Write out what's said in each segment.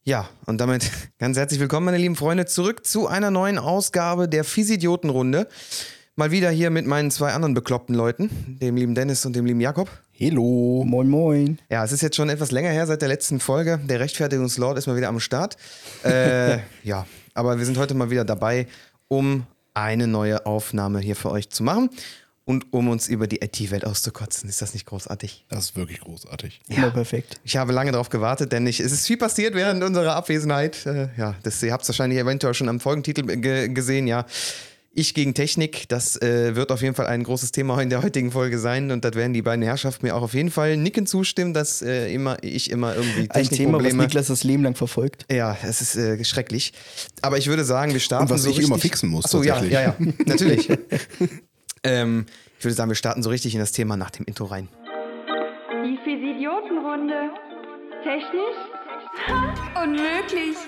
Ja, und damit ganz herzlich willkommen, meine lieben Freunde, zurück zu einer neuen Ausgabe der Physidiotenrunde. Mal wieder hier mit meinen zwei anderen bekloppten Leuten, dem lieben Dennis und dem lieben Jakob. Hello. Moin, moin. Ja, es ist jetzt schon etwas länger her seit der letzten Folge. Der Rechtfertigungslord ist mal wieder am Start. Ja, aber wir sind heute mal wieder dabei, um eine neue Aufnahme hier für euch zu machen und um uns über die IT-Welt auszukotzen. Ist das nicht großartig? Das ist wirklich großartig. Ja, perfekt. Ich habe lange darauf gewartet, denn es ist viel passiert während unserer Abwesenheit. Ihr habt es wahrscheinlich eventuell schon am Folgentitel gesehen, ja. Ich gegen Technik, das wird auf jeden Fall ein großes Thema in der heutigen Folge sein und das werden die beiden Herrschaften mir auch auf jeden Fall nicken zustimmen, dass ich immer irgendwie Ein Thema, was Niklas das Leben lang verfolgt. Ja, es ist schrecklich. Aber ich würde sagen, wir starten Und was so ich richtig... immer fixen muss, Achso, tatsächlich. ja, natürlich. Ich würde sagen, wir starten so richtig in das Thema nach dem Intro rein. Die Physidiotenrunde. Technisch? Unmöglich.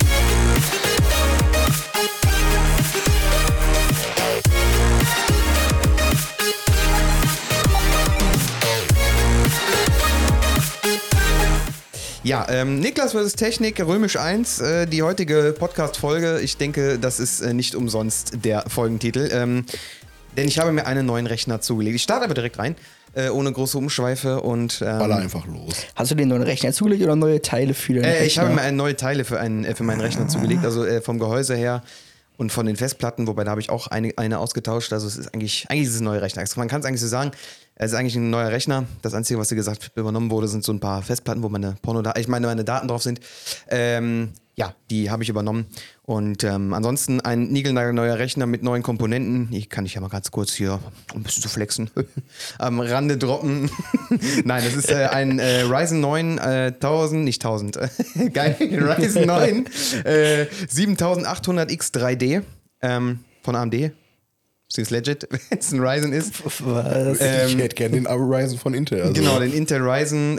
Ja, Niklas vs. Technik, Römisch 1, die heutige Podcast-Folge. Ich denke, das ist nicht umsonst der Folgentitel. Denn ich habe mir einen neuen Rechner zugelegt. Ich starte aber direkt rein, ohne große Umschweife und... Baller einfach los. Hast du den neuen Rechner zugelegt oder neue Teile für den Rechner? Ich habe mir neue Teile für meinen Rechner zugelegt, also vom Gehäuse her und von den Festplatten, wobei da habe ich auch eine ausgetauscht. Also es ist eigentlich ist es ein neuer Rechner. Also man kann es eigentlich so sagen, es ist eigentlich ein neuer Rechner. Das Einzige, was wie gesagt übernommen wurde, sind so ein paar Festplatten, wo meine Daten drauf sind. Ja, die habe ich übernommen. Und ansonsten ein niegelnagelneuer Rechner mit neuen Komponenten. Ich kann dich ja mal ganz kurz hier, um ein bisschen zu flexen, am Rande droppen. Nein, das ist ein Ryzen 9 geil, Ryzen 9 7800X 3D von AMD. Ist legit, wenn es ein Ryzen ist. Was? Ich hätte gerne den Ryzen von Intel. Also. Genau, den Intel Ryzen,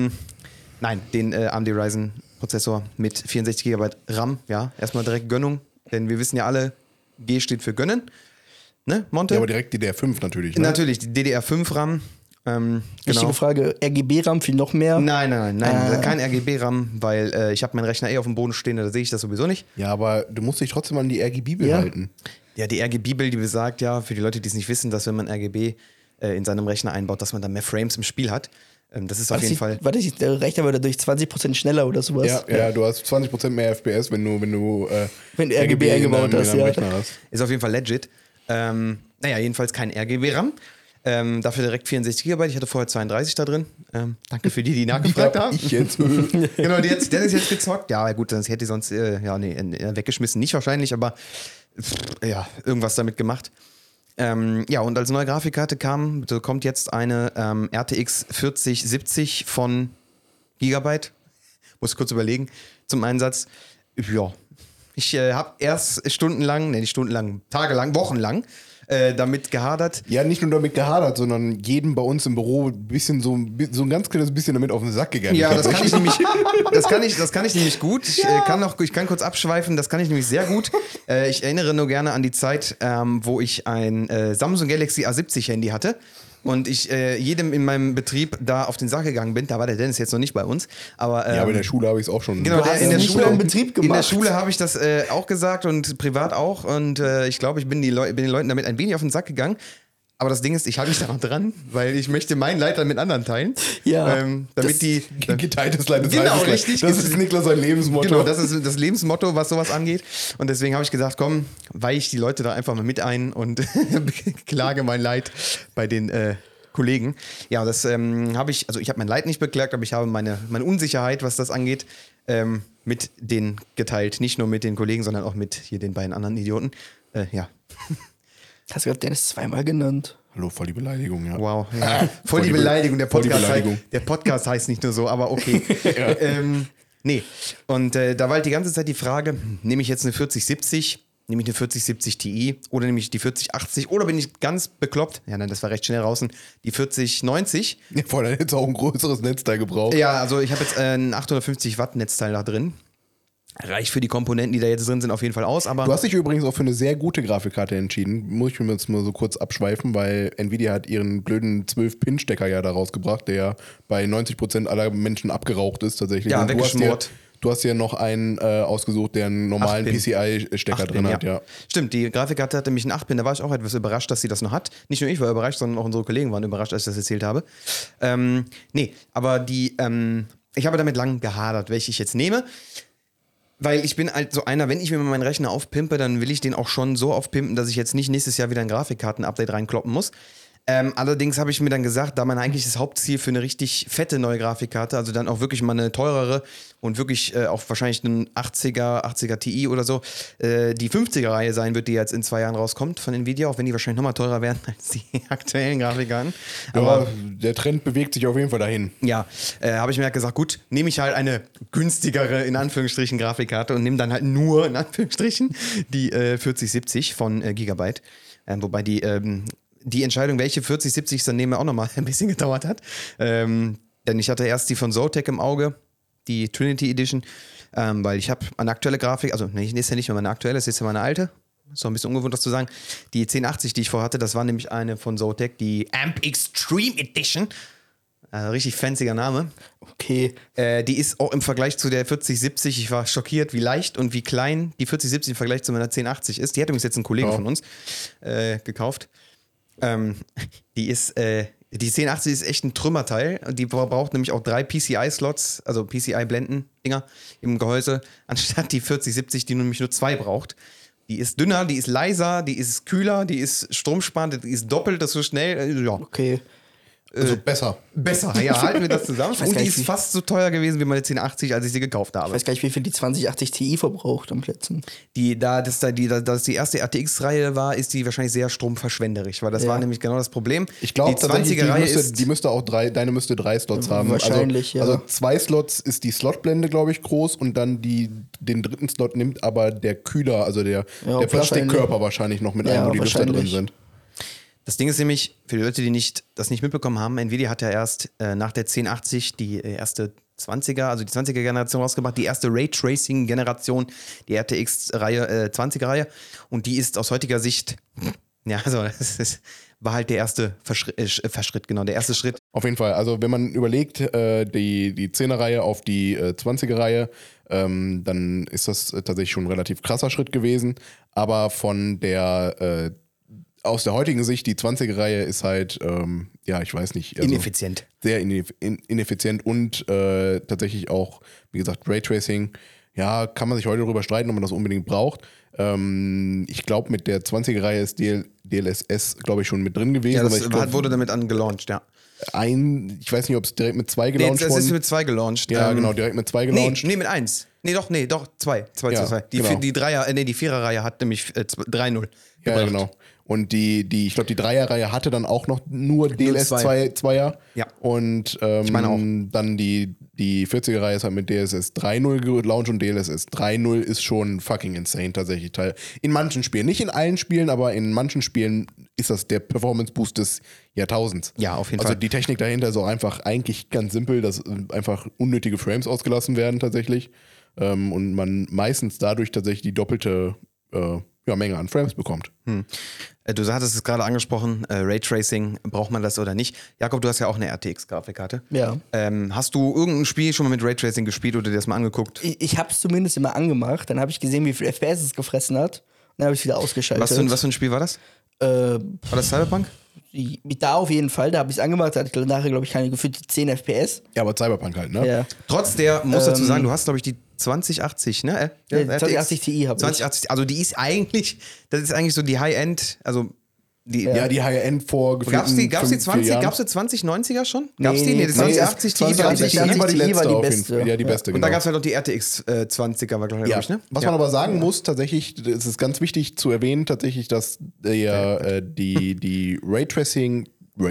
den AMD Ryzen Prozessor mit 64 GB RAM. Ja, erstmal direkt Gönnung, denn wir wissen ja alle, G steht für Gönnen. Ne, Monte? Ja, aber direkt DDR5 natürlich. Ne? Natürlich, die DDR5 RAM. Wichtige Frage, RGB-RAM viel noch mehr? Nein, kein RGB-RAM, weil ich habe meinen Rechner auf dem Boden stehen, da sehe ich das sowieso nicht. Ja, aber du musst dich trotzdem an die RGB-Bibel halten. Ja, die RGB-Bibel, die besagt ja, für die Leute, die es nicht wissen, dass wenn man RGB in seinem Rechner einbaut, dass man dann mehr Frames im Spiel hat. Das ist auf jeden Fall... Warte, der Rechner wird dadurch 20% schneller oder sowas. Ja, du hast 20% mehr FPS, wenn du RGB eingebaut hast, ja. Rechner hast. Ist auf jeden Fall legit. Naja, jedenfalls kein RGB-RAM. Dafür direkt 64 GB. Ich hatte vorher 32 da drin. Danke für die nachgefragt haben. Ich jetzt. Genau, der ist jetzt gezockt. Ja, gut, das hätte ich sonst weggeschmissen. Nicht wahrscheinlich, aber irgendwas damit gemacht. Ja, und als neue Grafikkarte kommt jetzt eine RTX 4070 von Gigabyte. Muss kurz überlegen, zum Einsatz. Ja, ich habe erst tagelang, wochenlang damit gehadert. Ja, nicht nur damit gehadert, sondern jedem bei uns im Büro ein bisschen so ein ganz kleines bisschen damit auf den Sack gegangen. Ja, das kann ich nämlich gut. Ich kann kurz abschweifen, das kann ich nämlich sehr gut. Ich erinnere nur gerne an die Zeit, wo ich ein Samsung Galaxy A70 Handy hatte und ich jedem in meinem Betrieb da auf den Sack gegangen bin. Da war der Dennis jetzt noch nicht bei uns. Aber in der Schule habe ich es auch schon. Genau, in der Schule im Betrieb gemacht. In der Schule habe ich das auch gesagt und privat auch. Und ich glaube, ich bin den Leuten damit ein wenig auf den Sack gegangen. Aber das Ding ist, ich halte mich da noch dran, weil ich möchte meinen Leiter mit anderen teilen. Ja. Damit Geteiltes Leid ist Genau, halbes Leid. richtig. Das ist Niklas sein Lebensmotto. Genau, das ist das Lebensmotto, was sowas angeht. Und deswegen habe ich gesagt, komm, weiche ich die Leute da einfach mal mit ein und klage mein Leid bei den Kollegen. Ja, das habe ich, also ich habe mein Leid nicht beklagt, aber ich habe meine Unsicherheit, was das angeht, mit denen geteilt. Nicht nur mit den Kollegen, sondern auch mit hier den beiden anderen Idioten. Ja. Hast du gerade Dennis zweimal genannt? Hallo, voll die Beleidigung, ja. Wow. Ja. Voll die Beleidigung. Der Beleidigung. Podcast heißt nicht nur so, aber okay. Ja. Nee. Und da war halt die ganze Zeit die Frage, nehme ich jetzt eine 4070, nehme ich eine 4070 Ti oder nehme ich die 4080 oder bin ich ganz bekloppt? Ja, nein, das war recht schnell draußen. Die 4090. Ja, vorher hätte es auch ein größeres Netzteil gebraucht. Ja, also ich habe jetzt ein 850 Watt Netzteil da drin. Reicht für die Komponenten, die da jetzt drin sind, auf jeden Fall aus. Aber du hast dich übrigens auch für eine sehr gute Grafikkarte entschieden. Muss ich mir jetzt mal so kurz abschweifen, weil Nvidia hat ihren blöden 12-Pin-Stecker ja da rausgebracht, der ja bei 90% aller Menschen abgeraucht ist tatsächlich. Ja, und weggeschmort. Du hast ja noch einen ausgesucht, der einen normalen 8-Pin. PCI-Stecker drin hat, ja. Stimmt, die Grafikkarte hatte nämlich einen 8-Pin, da war ich auch etwas überrascht, dass sie das noch hat. Nicht nur ich war überrascht, sondern auch unsere Kollegen waren überrascht, als ich das erzählt habe. Aber ich habe damit lang gehadert, welche ich jetzt nehme. Weil ich bin halt so einer, wenn ich mir meinen Rechner aufpimpe, dann will ich den auch schon so aufpimpen, dass ich jetzt nicht nächstes Jahr wieder ein Grafikkarten-Update reinkloppen muss. Allerdings habe ich mir dann gesagt, da mein eigentliches Hauptziel für eine richtig fette neue Grafikkarte, also dann auch wirklich mal eine teurere und wirklich auch wahrscheinlich einen 80er Ti oder so, die 50er-Reihe sein wird, die jetzt in 2 Jahren rauskommt von Nvidia, auch wenn die wahrscheinlich nochmal teurer werden als die aktuellen Grafikkarten. Aber der Trend bewegt sich auf jeden Fall dahin. Ja, habe ich mir halt gesagt, gut, nehme ich halt eine günstigere, in Anführungsstrichen, Grafikkarte und nehme dann halt nur, in Anführungsstrichen, die 4070 von Gigabyte. Wobei die Entscheidung, welche 4070 ich dann nehme, auch nochmal ein bisschen gedauert hat. Denn ich hatte erst die von Zotac im Auge, die Trinity Edition, weil ich habe eine aktuelle Grafik, also nee, ist ja nicht mehr meine aktuelle, ist jetzt ja meine alte. Ist auch ein bisschen ungewohnt, das zu sagen. Die 1080, die ich vorhatte, das war nämlich eine von Zotac, die Amp Extreme Edition. Richtig fanziger Name. Okay. Die ist auch im Vergleich zu der 4070, ich war schockiert, wie leicht und wie klein die 4070 im Vergleich zu meiner 1080 ist. Die hat übrigens jetzt ein Kollege von uns gekauft. Die 1080 ist echt ein Trümmerteil. Die braucht nämlich auch 3 PCI-Slots, also PCI-Blenden-Dinger im Gehäuse, anstatt die 4070, die nämlich nur 2 braucht. Die ist dünner, die ist leiser, die ist kühler, die ist stromsparend, die ist doppelt so schnell. Ja. Okay. Also besser. Besser, ja, halten wir das zusammen. Und die ist nicht, fast so teuer gewesen wie meine 1080, als ich sie gekauft habe. Ich weiß gar nicht, wie viel die 2080 Ti verbraucht am Plätzen. Da das die erste RTX-Reihe war, ist die wahrscheinlich sehr stromverschwenderisch, weil das war nämlich genau das Problem. Ich glaube, die 20er-Reihe die müsste auch deine müsste 3 Slots haben. Wahrscheinlich, also 2 Slots ist die Slotblende, glaube ich, groß und dann den dritten Slot nimmt aber der Kühler, also der Plastikkörper wahrscheinlich noch mit ein, wo die Lüfter drin sind. Das Ding ist nämlich, für die Leute, die das nicht mitbekommen haben, Nvidia hat ja erst nach der 1080 die erste 20er, also die 20er-Generation rausgebracht, die erste Raytracing-Generation, die RTX-Reihe, 20er-Reihe. Und die ist aus heutiger Sicht, ja, also war halt der erste Verschritt, genau, der erste Schritt. Auf jeden Fall, also wenn man überlegt, die 10er-Reihe auf die 20er-Reihe, dann ist das tatsächlich schon ein relativ krasser Schritt gewesen. Aber aus der heutigen Sicht, die 20er-Reihe ist halt, ich weiß nicht. Also ineffizient. Sehr ineffizient und tatsächlich auch, wie gesagt, Raytracing. Ja, kann man sich heute darüber streiten, ob man das unbedingt braucht. Ich glaube, mit der 20er-Reihe ist DLSS, glaube ich, schon mit drin gewesen. Ja, das wurde damit gelauncht, ja. Ich weiß nicht, ob es direkt mit 2 gelauncht wurde. Es ist mit 2 gelauncht. Ja, genau, direkt mit 2 gelauncht. Nee, mit 1. Nee, doch, 2. 2 ja, zu 2. Die 4er-Reihe hat nämlich 3.0 Ja, genau. Und ich glaube, die 3er-Reihe hatte dann auch noch nur DLS 2er. Ja. Und ich meine auch. Dann die 40er-Reihe ist halt mit DLSS 3.0 gelauncht und DLSS 3.0 ist schon fucking insane tatsächlich. In manchen Spielen. Nicht in allen Spielen, aber in manchen Spielen ist das der Performance-Boost des Jahrtausends. Ja, auf jeden Fall. Also die Technik dahinter ist auch einfach eigentlich ganz simpel, dass einfach unnötige Frames ausgelassen werden tatsächlich. Und man meistens dadurch tatsächlich die doppelte Menge an Frames bekommt. Du hattest es gerade angesprochen, Raytracing, braucht man das oder nicht? Jakob, du hast ja auch eine RTX-Grafikkarte. Ja. Hast du irgendein Spiel schon mal mit Raytracing gespielt oder dir das mal angeguckt? Ich habe es zumindest immer angemacht, dann habe ich gesehen, wie viel FPS es gefressen hat und dann habe ich es wieder ausgeschaltet. Was für ein Spiel war das? War das Cyberpunk? Da auf jeden Fall, da habe ich es angemacht, da hatte ich nachher, glaube ich, keine gefühlte 10 FPS. Ja, aber Cyberpunk halt, ne? Ja. Trotz der, muss dazu sagen, du hast, glaube ich, die 2080, ne? 2080 Ti habe ich. 2080, also die ist eigentlich, das ist eigentlich so die High-End, also die High-End vor gefühlten Gab's die 2090er schon? Gab's die? Nee, die 2080 Ti war die letzte die auf jeden beste. Fall. Ja, die beste, Und genau. dann gab's halt noch die RTX 20er, war glaube ich, ne? Was man aber sagen muss, tatsächlich, es ist ganz wichtig zu erwähnen, tatsächlich, dass die Raytracing,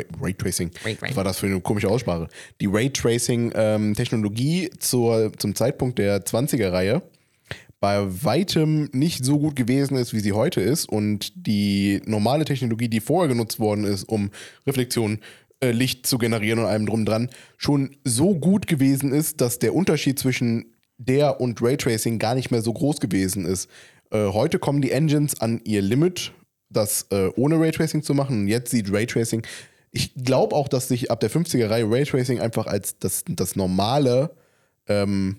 was war das für eine komische Aussprache? Die Raytracing-Technologie zum Zeitpunkt der 20er-Reihe bei weitem nicht so gut gewesen ist, wie sie heute ist. Und die normale Technologie, die vorher genutzt worden ist, um Reflexion, Licht zu generieren und allem drum dran, schon so gut gewesen ist, dass der Unterschied zwischen der und Raytracing gar nicht mehr so groß gewesen ist. Heute kommen die Engines an ihr Limit, das ohne Raytracing zu machen. Und jetzt sieht Raytracing, ich glaube auch, dass sich ab der 50er-Reihe Raytracing einfach als das normale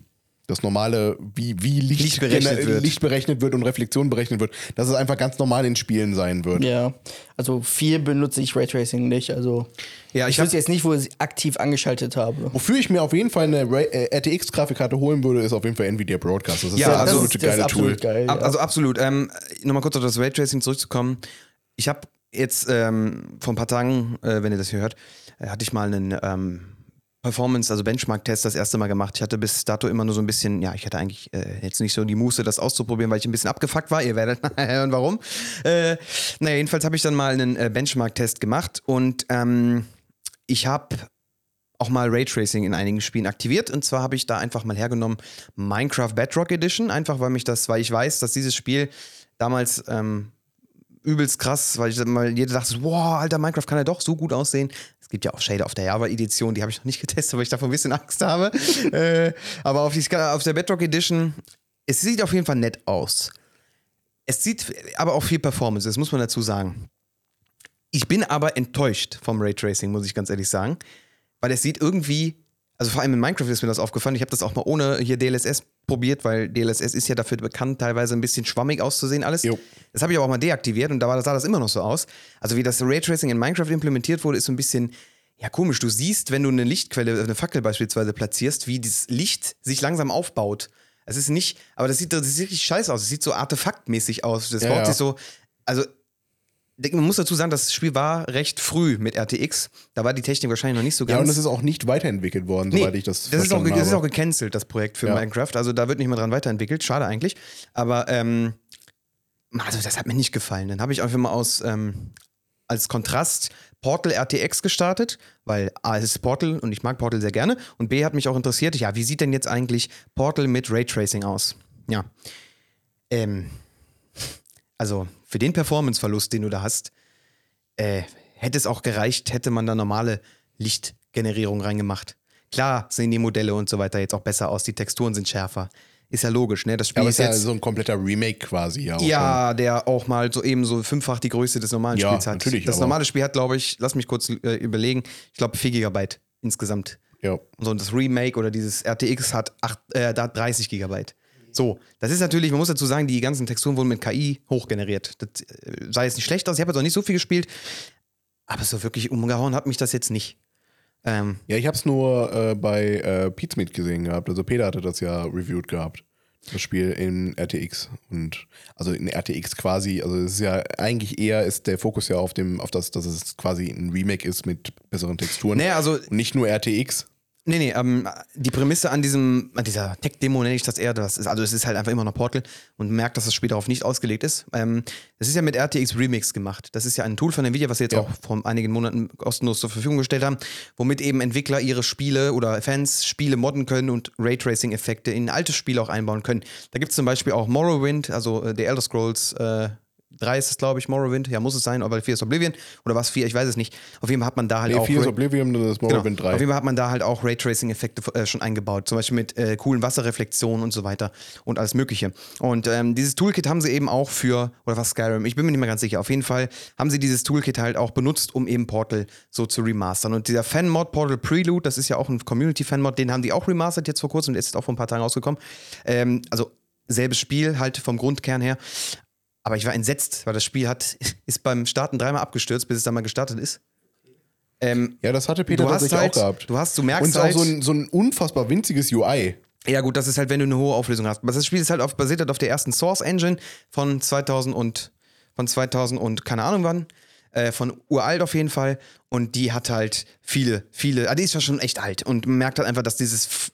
Das normale, wie Licht berechnet wird und Reflexion berechnet wird, dass es einfach ganz normal in Spielen sein wird. Ja, also viel benutze ich Raytracing nicht. Also Ja, ich wüsste jetzt nicht, wo ich es aktiv angeschaltet habe. Wofür ich mir auf jeden Fall eine RTX-Grafikkarte holen würde, ist auf jeden Fall Nvidia Broadcast. Das ist Ja, das also absolute geile absolut Tool. geil. Ja. Also absolut. Nochmal kurz auf das Raytracing zurückzukommen. Ich habe jetzt vor ein paar Tagen, wenn ihr das hier hört, hatte ich mal einen Performance, also Benchmark-Test das erste Mal gemacht. Ich hatte bis dato immer nur so ein bisschen, ja, ich hatte eigentlich jetzt nicht so die Muße, das auszuprobieren, weil ich ein bisschen abgefuckt war. Ihr werdet hören, warum. Naja, jedenfalls habe ich dann mal einen Benchmark-Test gemacht und ich habe auch mal Raytracing in einigen Spielen aktiviert. Und zwar habe ich da einfach mal hergenommen Minecraft Bedrock Edition, einfach weil ich weiß, dass dieses Spiel damals übelst krass, weil jeder dachte, wow, alter, Minecraft kann ja doch so gut aussehen. Es gibt ja auch Shader auf der Java-Edition, die habe ich noch nicht getestet, weil ich davon ein bisschen Angst habe. Aber auf der Bedrock Edition, es sieht auf jeden Fall nett aus. Es sieht aber auch viel Performance, das muss man dazu sagen. Ich bin aber enttäuscht vom Raytracing, muss ich ganz ehrlich sagen. Weil es sieht irgendwie, also vor allem in Minecraft ist mir das aufgefallen, ich habe das auch mal ohne hier DLSS probiert, weil DLSS ist ja dafür bekannt, teilweise ein bisschen schwammig auszusehen alles. Jo. Das habe ich aber auch mal deaktiviert und sah das immer noch so aus. Also wie das Raytracing in Minecraft implementiert wurde, ist so ein bisschen, ja, komisch. Du siehst, wenn du eine Lichtquelle, eine Fackel beispielsweise platzierst, wie das Licht sich langsam aufbaut. Es ist nicht, aber das sieht richtig scheiße aus. Es sieht so artefaktmäßig aus. Das baut sich so, also man muss dazu sagen, das Spiel war recht früh mit RTX. Da war die Technik wahrscheinlich noch nicht so ganz. Ja, und es ist auch nicht weiterentwickelt worden, soweit ich das verstanden habe. Das ist auch gecancelt, das Projekt für Minecraft. Also da wird nicht mehr dran weiterentwickelt. Schade eigentlich. Aber also das hat mir nicht gefallen. Dann habe ich einfach mal als Kontrast Portal RTX gestartet, weil A, es ist Portal und ich mag Portal sehr gerne. Und B, hat mich auch interessiert, ja, wie sieht denn jetzt eigentlich Portal mit Raytracing aus? Ja. Also für den Performance-Verlust, den du da hast, hätte es auch gereicht, hätte man da normale Lichtgenerierung reingemacht. Klar sehen die Modelle und so weiter jetzt auch besser aus, die Texturen sind schärfer. Ist ja logisch, ne? Das Spiel ist ja jetzt so ein kompletter Remake quasi. Ja, der auch mal so eben so 5-fach die Größe des normalen Spiels hat. Natürlich, das normale Spiel hat, glaube ich, lass mich kurz überlegen, ich glaube 4 GB insgesamt. Ja. Und das Remake oder dieses RTX hat 30 GB. So, das ist natürlich, man muss dazu sagen, die ganzen Texturen wurden mit KI hochgeneriert. Das sah jetzt nicht schlecht aus, ich habe jetzt auch nicht so viel gespielt, aber so wirklich umgehauen hat mich das jetzt nicht. Ja, ich habe es nur bei Pizmeet gesehen gehabt, also Peter hatte das ja reviewed gehabt, das Spiel in RTX und also in RTX quasi, also es ist ja eigentlich eher ist der Fokus ja auf das, dass es quasi ein Remake ist mit besseren Texturen. Nee, also und nicht nur RTX. Nee, die Prämisse an dieser Tech-Demo nenne ich das eher, es ist halt einfach immer noch Portal und man merkt, dass das Spiel darauf nicht ausgelegt ist. Das ist ja mit RTX Remix gemacht. Das ist ja ein Tool von Nvidia, was sie jetzt auch vor einigen Monaten kostenlos zur Verfügung gestellt haben, womit eben Entwickler ihre Spiele oder Fans Spiele modden können und Raytracing-Effekte in alte Spiele auch einbauen können. Da gibt es zum Beispiel auch Morrowind, also The Elder Scrolls 3 ist es, glaube ich, Morrowind. Ja, muss es sein, aber 4 ist Oblivion. Oder was 4, ich weiß es nicht. Auf jeden Fall hat man da halt auch 4 ist Oblivion, das ist Morrowind 3. Auf jeden Fall hat man da halt auch Raytracing-Effekte schon eingebaut. Zum Beispiel mit coolen Wasserreflexionen und so weiter und alles Mögliche. Und dieses Toolkit haben sie eben auch für, oder was Skyrim, ich bin mir nicht mehr ganz sicher. Auf jeden Fall haben sie dieses Toolkit halt auch benutzt, um eben Portal so zu remastern. Und dieser Fan-Mod, Portal Prelude, das ist ja auch ein Community-Fan-Mod, den haben die auch remastert jetzt vor kurzem und ist auch vor ein paar Tagen rausgekommen. Also selbes Spiel halt vom Grundkern her. Aber ich war entsetzt, weil das Spiel ist beim Starten 3-mal abgestürzt, bis es dann mal gestartet ist. Ja, das hatte Peter tatsächlich auch gehabt. Du merkst und halt... auch so ein unfassbar winziges UI. Ja gut, das ist halt, wenn du eine hohe Auflösung hast. Das Spiel ist halt basiert halt auf der ersten Source Engine von 2000 und keine Ahnung wann. Von uralt auf jeden Fall. Und die hat halt viele, die ist ja schon echt alt. Und man merkt halt einfach, dass dieser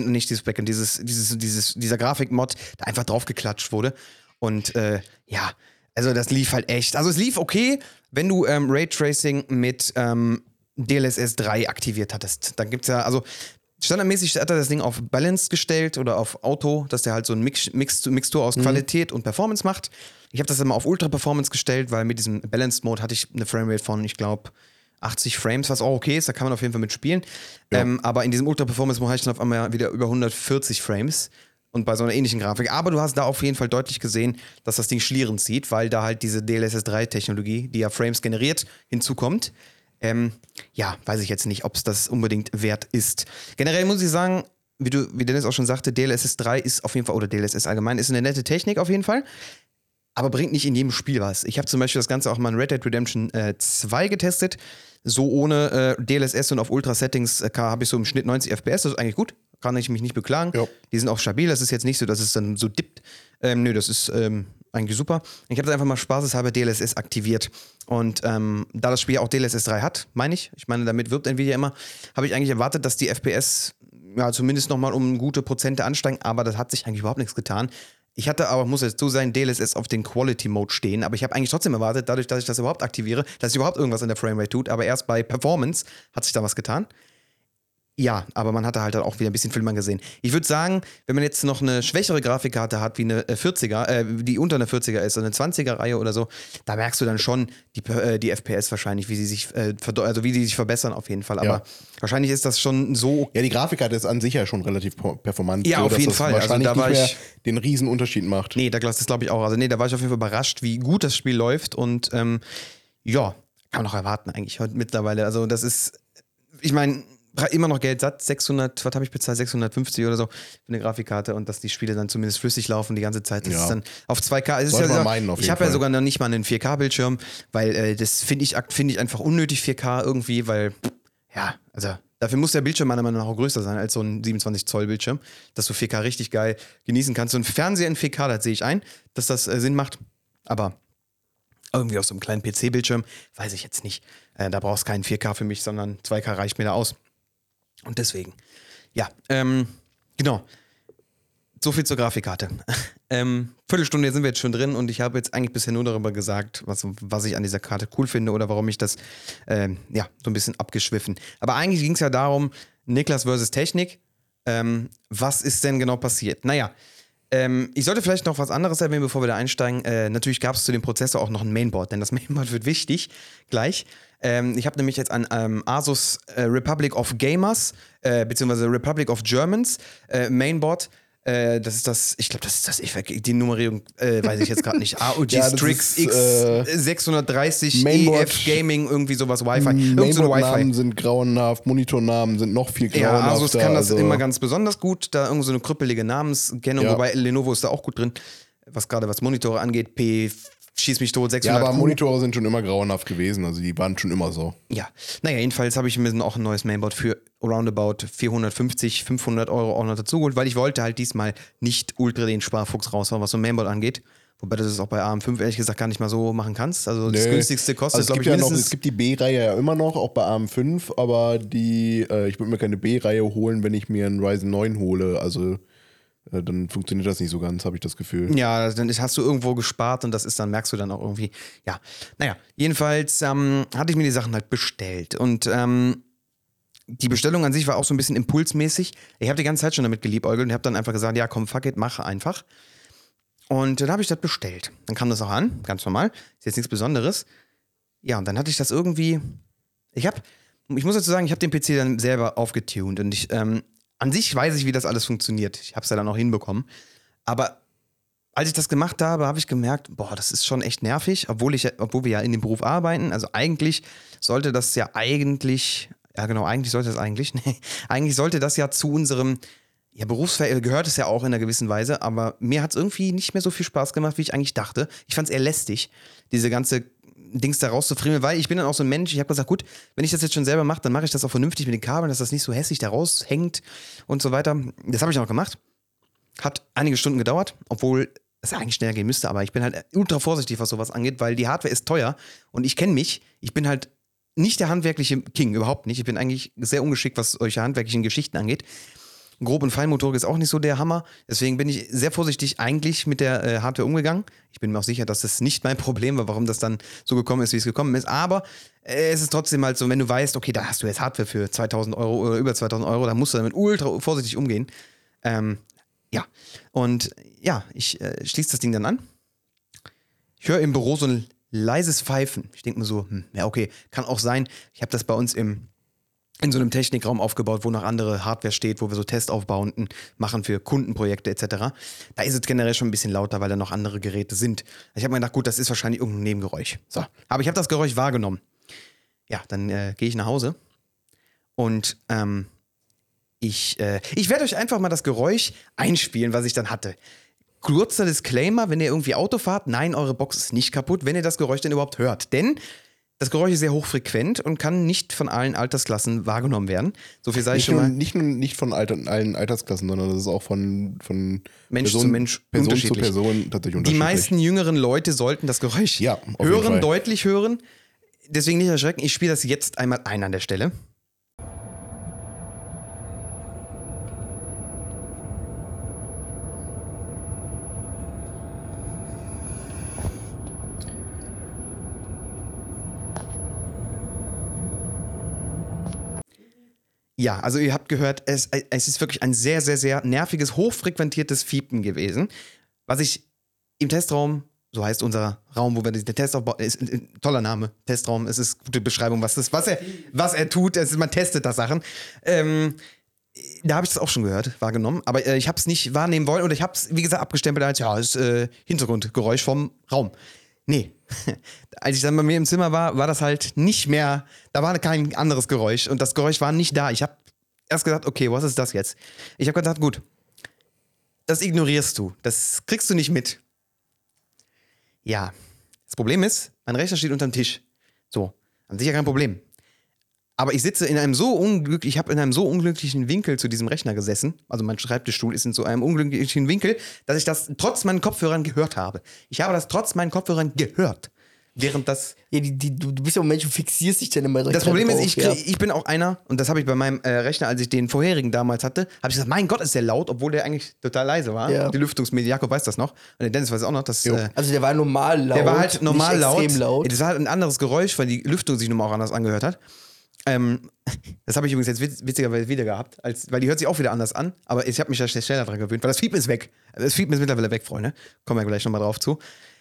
Grafikmod da einfach draufgeklatscht wurde. Und ja, also das lief halt echt. Also es lief okay, wenn du Raytracing mit DLSS 3 aktiviert hattest. Dann gibt's ja, also standardmäßig hat er das Ding auf Balanced gestellt oder auf Auto, dass der halt so ein Mixtur aus Qualität und Performance macht. Ich habe das immer auf Ultra Performance gestellt, weil mit diesem Balanced Mode hatte ich eine Framerate von, ich glaube, 80 Frames, was auch okay ist, da kann man auf jeden Fall mitspielen. Ja. Aber in diesem Ultra Performance Mode hatte ich dann auf einmal wieder über 140 Frames. Und bei so einer ähnlichen Grafik. Aber du hast da auf jeden Fall deutlich gesehen, dass das Ding schlierend sieht, weil da halt diese DLSS 3-Technologie, die ja Frames generiert, hinzukommt. Ja, weiß ich jetzt nicht, ob es das unbedingt wert ist. Generell muss ich sagen, wie Dennis auch schon sagte, DLSS 3 ist auf jeden Fall, oder DLSS allgemein, ist eine nette Technik auf jeden Fall, aber bringt nicht in jedem Spiel was. Ich habe zum Beispiel das Ganze auch mal in Red Dead Redemption 2 getestet, so ohne DLSS und auf Ultra-Settings habe ich so im Schnitt 90 FPS, das ist eigentlich gut, kann ich mich nicht beklagen. Ja. Die sind auch stabil, das ist jetzt nicht so, dass es dann so dippt. Nö, das ist eigentlich super. Ich habe das einfach mal spaßeshalber DLSS aktiviert. Und da das Spiel auch DLSS 3 hat, meine ich, damit wirbt Nvidia immer, habe ich eigentlich erwartet, dass die FPS ja zumindest nochmal um gute Prozente ansteigen, aber das hat sich eigentlich überhaupt nichts getan. Ich hatte aber, muss jetzt so sein, DLSS auf den Quality-Mode stehen, aber ich habe eigentlich trotzdem erwartet, dadurch, dass ich das überhaupt aktiviere, dass sich überhaupt irgendwas in der Framerate tut, aber erst bei Performance hat sich da was getan. Ja, aber man hatte halt auch wieder ein bisschen Filmern gesehen. Ich würde sagen, wenn man jetzt noch eine schwächere Grafikkarte hat, wie eine 40er, die unter einer 40er ist, eine 20er-Reihe oder so, da merkst du dann schon die FPS wahrscheinlich, wie sie sich verbessern auf jeden Fall. Aber wahrscheinlich ist das schon so. Ja, die Grafikkarte ist an sich ja schon relativ performant. Ja, so, auf jeden dass das Fall. Wahrscheinlich also, da nicht war mehr den riesen Unterschied macht. Nee, das glaube ich auch. Also da war ich auf jeden Fall überrascht, wie gut das Spiel läuft und ja, kann man auch erwarten eigentlich heute mittlerweile. Also das ist, ich meine, immer noch Geld satt, 600, was habe ich bezahlt, 650 oder so für eine Grafikkarte und dass die Spiele dann zumindest flüssig laufen die ganze Zeit. Das ist dann auf 2K. Es ist Sollte ja, man meinen, auf ich jeden habe ja Fall. sogar noch nicht mal einen 4K-Bildschirm, weil das finde ich einfach unnötig 4K irgendwie, weil, ja, also dafür muss der Bildschirm meiner Meinung nach auch größer sein als so ein 27-Zoll-Bildschirm, dass du 4K richtig geil genießen kannst. Und ein Fernseher in 4K, das sehe ich ein, dass das Sinn macht, aber irgendwie auf so einem kleinen PC-Bildschirm, weiß ich jetzt nicht. Da brauchst du keinen 4K für mich, sondern 2K reicht mir da aus. Und deswegen, ja, genau. So viel zur Grafikkarte. Viertelstunde sind wir jetzt schon drin und ich habe jetzt eigentlich bisher nur darüber gesagt, was ich an dieser Karte cool finde oder warum ich das, so ein bisschen abgeschwiffen. Aber eigentlich ging es ja darum, Niklas versus Technik. Was ist denn genau passiert? Naja, ich sollte vielleicht noch was anderes erwähnen, bevor wir da einsteigen. Natürlich gab es zu dem Prozessor auch noch ein Mainboard, denn das Mainboard wird wichtig gleich. Ich habe nämlich jetzt an Asus Republic of Gamers, beziehungsweise Republic of Germans Mainboard. Das ist das, ich glaube, das ist das, die Nummerierung weiß ich jetzt gerade nicht. AOG Ja, Strix ist, X 630 Mainboard, EF Gaming, irgendwie sowas, Wi-Fi. Irgend so eine Mainboard-Namen Wi-Fi. sind grauenhaft, Monitornamen sind noch viel Ja, grauenhafter. Asus kann das also immer ganz besonders gut, da irgend so eine krüppelige Namenskennung, Ja. wobei Lenovo ist da auch gut drin, was Monitore angeht, schieß mich tot, 600 Ja, aber Q. Monitore sind schon immer grauenhaft gewesen, also die waren schon immer so. Ja, naja, jedenfalls habe ich mir dann auch ein neues Mainboard für roundabout 450, 500 Euro auch noch dazu geholt, weil ich wollte halt diesmal nicht ultra den Sparfuchs raushauen, was so ein Mainboard angeht. Wobei du das auch bei AM5 ehrlich gesagt gar nicht mal so machen kannst. Also das günstigste kostet, Also glaube ich, mindestens. es gibt die B-Reihe ja immer noch, auch bei AM5, aber ich würde mir keine B-Reihe holen, wenn ich mir einen Ryzen 9 hole. Also dann funktioniert das nicht so ganz, habe ich das Gefühl. Ja, dann hast du irgendwo gespart und das ist dann, merkst du dann auch irgendwie, ja. Naja, jedenfalls hatte ich mir die Sachen halt bestellt und die Bestellung an sich war auch so ein bisschen impulsmäßig. Ich habe die ganze Zeit schon damit geliebäugelt und habe dann einfach gesagt, ja komm, fuck it, mach einfach. Und dann habe ich das bestellt. Dann kam das auch an, ganz normal, ist jetzt nichts Besonderes. Ja, und dann hatte ich das irgendwie, ich muss dazu sagen, ich habe den PC dann selber aufgetunt und an sich weiß ich, wie das alles funktioniert. Ich habe es ja dann auch hinbekommen. Aber als ich das gemacht habe, habe ich gemerkt, boah, das ist schon echt nervig, obwohl wir ja in dem Beruf arbeiten. Also eigentlich sollte das ja eigentlich sollte das ja zu unserem Berufsfeld, gehört es ja auch in einer gewissen Weise, aber mir hat es irgendwie nicht mehr so viel Spaß gemacht, wie ich eigentlich dachte. Ich fand es eher lästig, diese ganze Dings da rauszufriemeln, weil ich bin dann auch so ein Mensch, ich habe gesagt, gut, wenn ich das jetzt schon selber mache, dann mache ich das auch vernünftig mit den Kabeln, dass das nicht so hässlich da raushängt und so weiter. Das habe ich auch gemacht. Hat einige Stunden gedauert, obwohl es eigentlich schneller gehen müsste, aber ich bin halt ultra vorsichtig, was sowas angeht, weil die Hardware ist teuer und ich kenne mich, ich bin halt nicht der handwerkliche King, überhaupt nicht. Ich bin eigentlich sehr ungeschickt, was solche handwerklichen Geschichten angeht. Grob- und Feinmotorik ist auch nicht so der Hammer. Deswegen bin ich sehr vorsichtig eigentlich mit der Hardware umgegangen. Ich bin mir auch sicher, dass das nicht mein Problem war, warum das dann so gekommen ist, wie es gekommen ist. Aber es ist trotzdem halt so, wenn du weißt, okay, da hast du jetzt Hardware für 2.000 Euro oder über 2.000 Euro, dann musst du damit ultra vorsichtig umgehen. Ja, und ja, ich schließe das Ding dann an. Ich höre im Büro so ein leises Pfeifen. Ich denke mir so, ja okay, kann auch sein. Ich habe das bei uns in so einem Technikraum aufgebaut, wo noch andere Hardware steht, wo wir so Testaufbauten machen für Kundenprojekte etc. Da ist es generell schon ein bisschen lauter, weil da noch andere Geräte sind. Ich habe mir gedacht, gut, das ist wahrscheinlich irgendein Nebengeräusch. So, aber ich habe das Geräusch wahrgenommen. Ja, dann gehe ich nach Hause und Ich werde euch einfach mal das Geräusch einspielen, was ich dann hatte. Kurzer Disclaimer, wenn ihr irgendwie Auto fahrt, nein, eure Box ist nicht kaputt, wenn ihr das Geräusch denn überhaupt hört. Denn das Geräusch ist sehr hochfrequent und kann nicht von allen Altersklassen wahrgenommen werden. So viel sage ich schon mal. Nicht von allen Altersklassen, sondern das ist auch von Mensch zu Mensch Person zu unterschiedlich. Person tatsächlich unterschiedlich. Die meisten jüngeren Leute sollten das Geräusch Ja, auf jeden Fall. deutlich hören. Deswegen nicht erschrecken, ich spiele das jetzt einmal ein an der Stelle. Ja, also ihr habt gehört, es ist wirklich ein sehr, sehr, sehr nerviges, hochfrequentiertes Fiepen gewesen, was ich im Testraum, so heißt unser Raum, wo wir den Test aufbauen, ist ein toller Name, Testraum, es ist gute Beschreibung, was er tut, man testet da Sachen. Da habe ich das auch schon gehört, wahrgenommen, aber ich habe es nicht wahrnehmen wollen und ich habe es, wie gesagt, abgestempelt als, ja, das ist Hintergrundgeräusch vom Raum. Nee, als ich dann bei mir im Zimmer war das halt nicht mehr, da war kein anderes Geräusch und das Geräusch war nicht da. Ich habe erst gesagt, okay, was ist das jetzt? Ich habe gedacht, gut, das ignorierst du, das kriegst du nicht mit. Ja, das Problem ist, mein Rechner steht unterm Tisch. So, an sich ja kein Problem. Aber ich sitze ich habe in einem so unglücklichen Winkel zu diesem Rechner gesessen, also mein Schreibtischstuhl ist in so einem unglücklichen Winkel, dass ich das trotz meinen Kopfhörern gehört habe. Ich habe das trotz meinen Kopfhörern gehört, während das... Ja, du bist ja ein Mensch, du fixierst dich dann immer direkt. Das Problem ist, drauf, ich bin auch einer, und das habe ich bei meinem Rechner, als ich den vorherigen damals hatte, habe ich gesagt, mein Gott, ist der laut, obwohl der eigentlich total leise war. Ja. Die Lüftungsmedien, Jakob weiß das noch, und der Dennis weiß es auch noch, dass... Also der war normal laut. Der war halt normal nicht laut. extrem laut. Das war halt ein anderes Geräusch, weil die Lüftung sich nochmal auch anders angehört hat. Das habe ich übrigens jetzt witzigerweise wieder gehabt, weil die hört sich auch wieder anders an, aber ich habe mich da schneller dran gewöhnt, weil das Fiepen ist weg. Das Fiepen ist mittlerweile weg, Freunde. Kommen wir gleich nochmal drauf zu.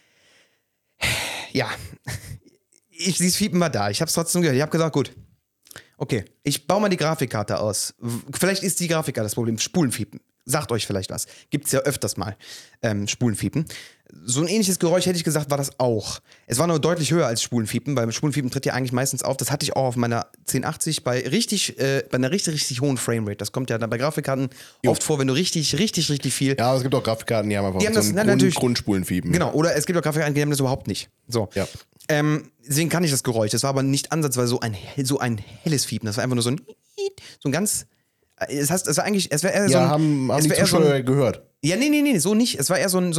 Ja, dieses Fiepen war da. Ich habe es trotzdem gehört. Ich habe gesagt, gut, okay, ich baue mal die Grafikkarte aus. Vielleicht ist die Grafikkarte das Problem. Spulenfiepen. Sagt euch vielleicht was. Gibt es ja öfters mal. Spulenfiepen. So ein ähnliches Geräusch, hätte ich gesagt, war das auch. Es war nur deutlich höher als Spulenfiepen, weil Spulenfiepen tritt ja eigentlich meistens auf. Das hatte ich auch auf meiner 1080 bei einer richtig hohen Framerate. Das kommt ja dann bei Grafikkarten oft vor, wenn du richtig viel... Ja, aber es gibt auch Grafikkarten, die haben einfach so ein Grundspulenfiepen. Genau, oder es gibt auch Grafikkarten, die haben das überhaupt nicht. So. Ja. Deswegen kann ich das Geräusch. Das war aber nicht ansatzweise so ein helles Fiepen. Das war einfach nur so ein ganz... Es war eher Ja, so ein... haben die Zuschauer gehört. Ja, nee, so nicht. Es war eher so ein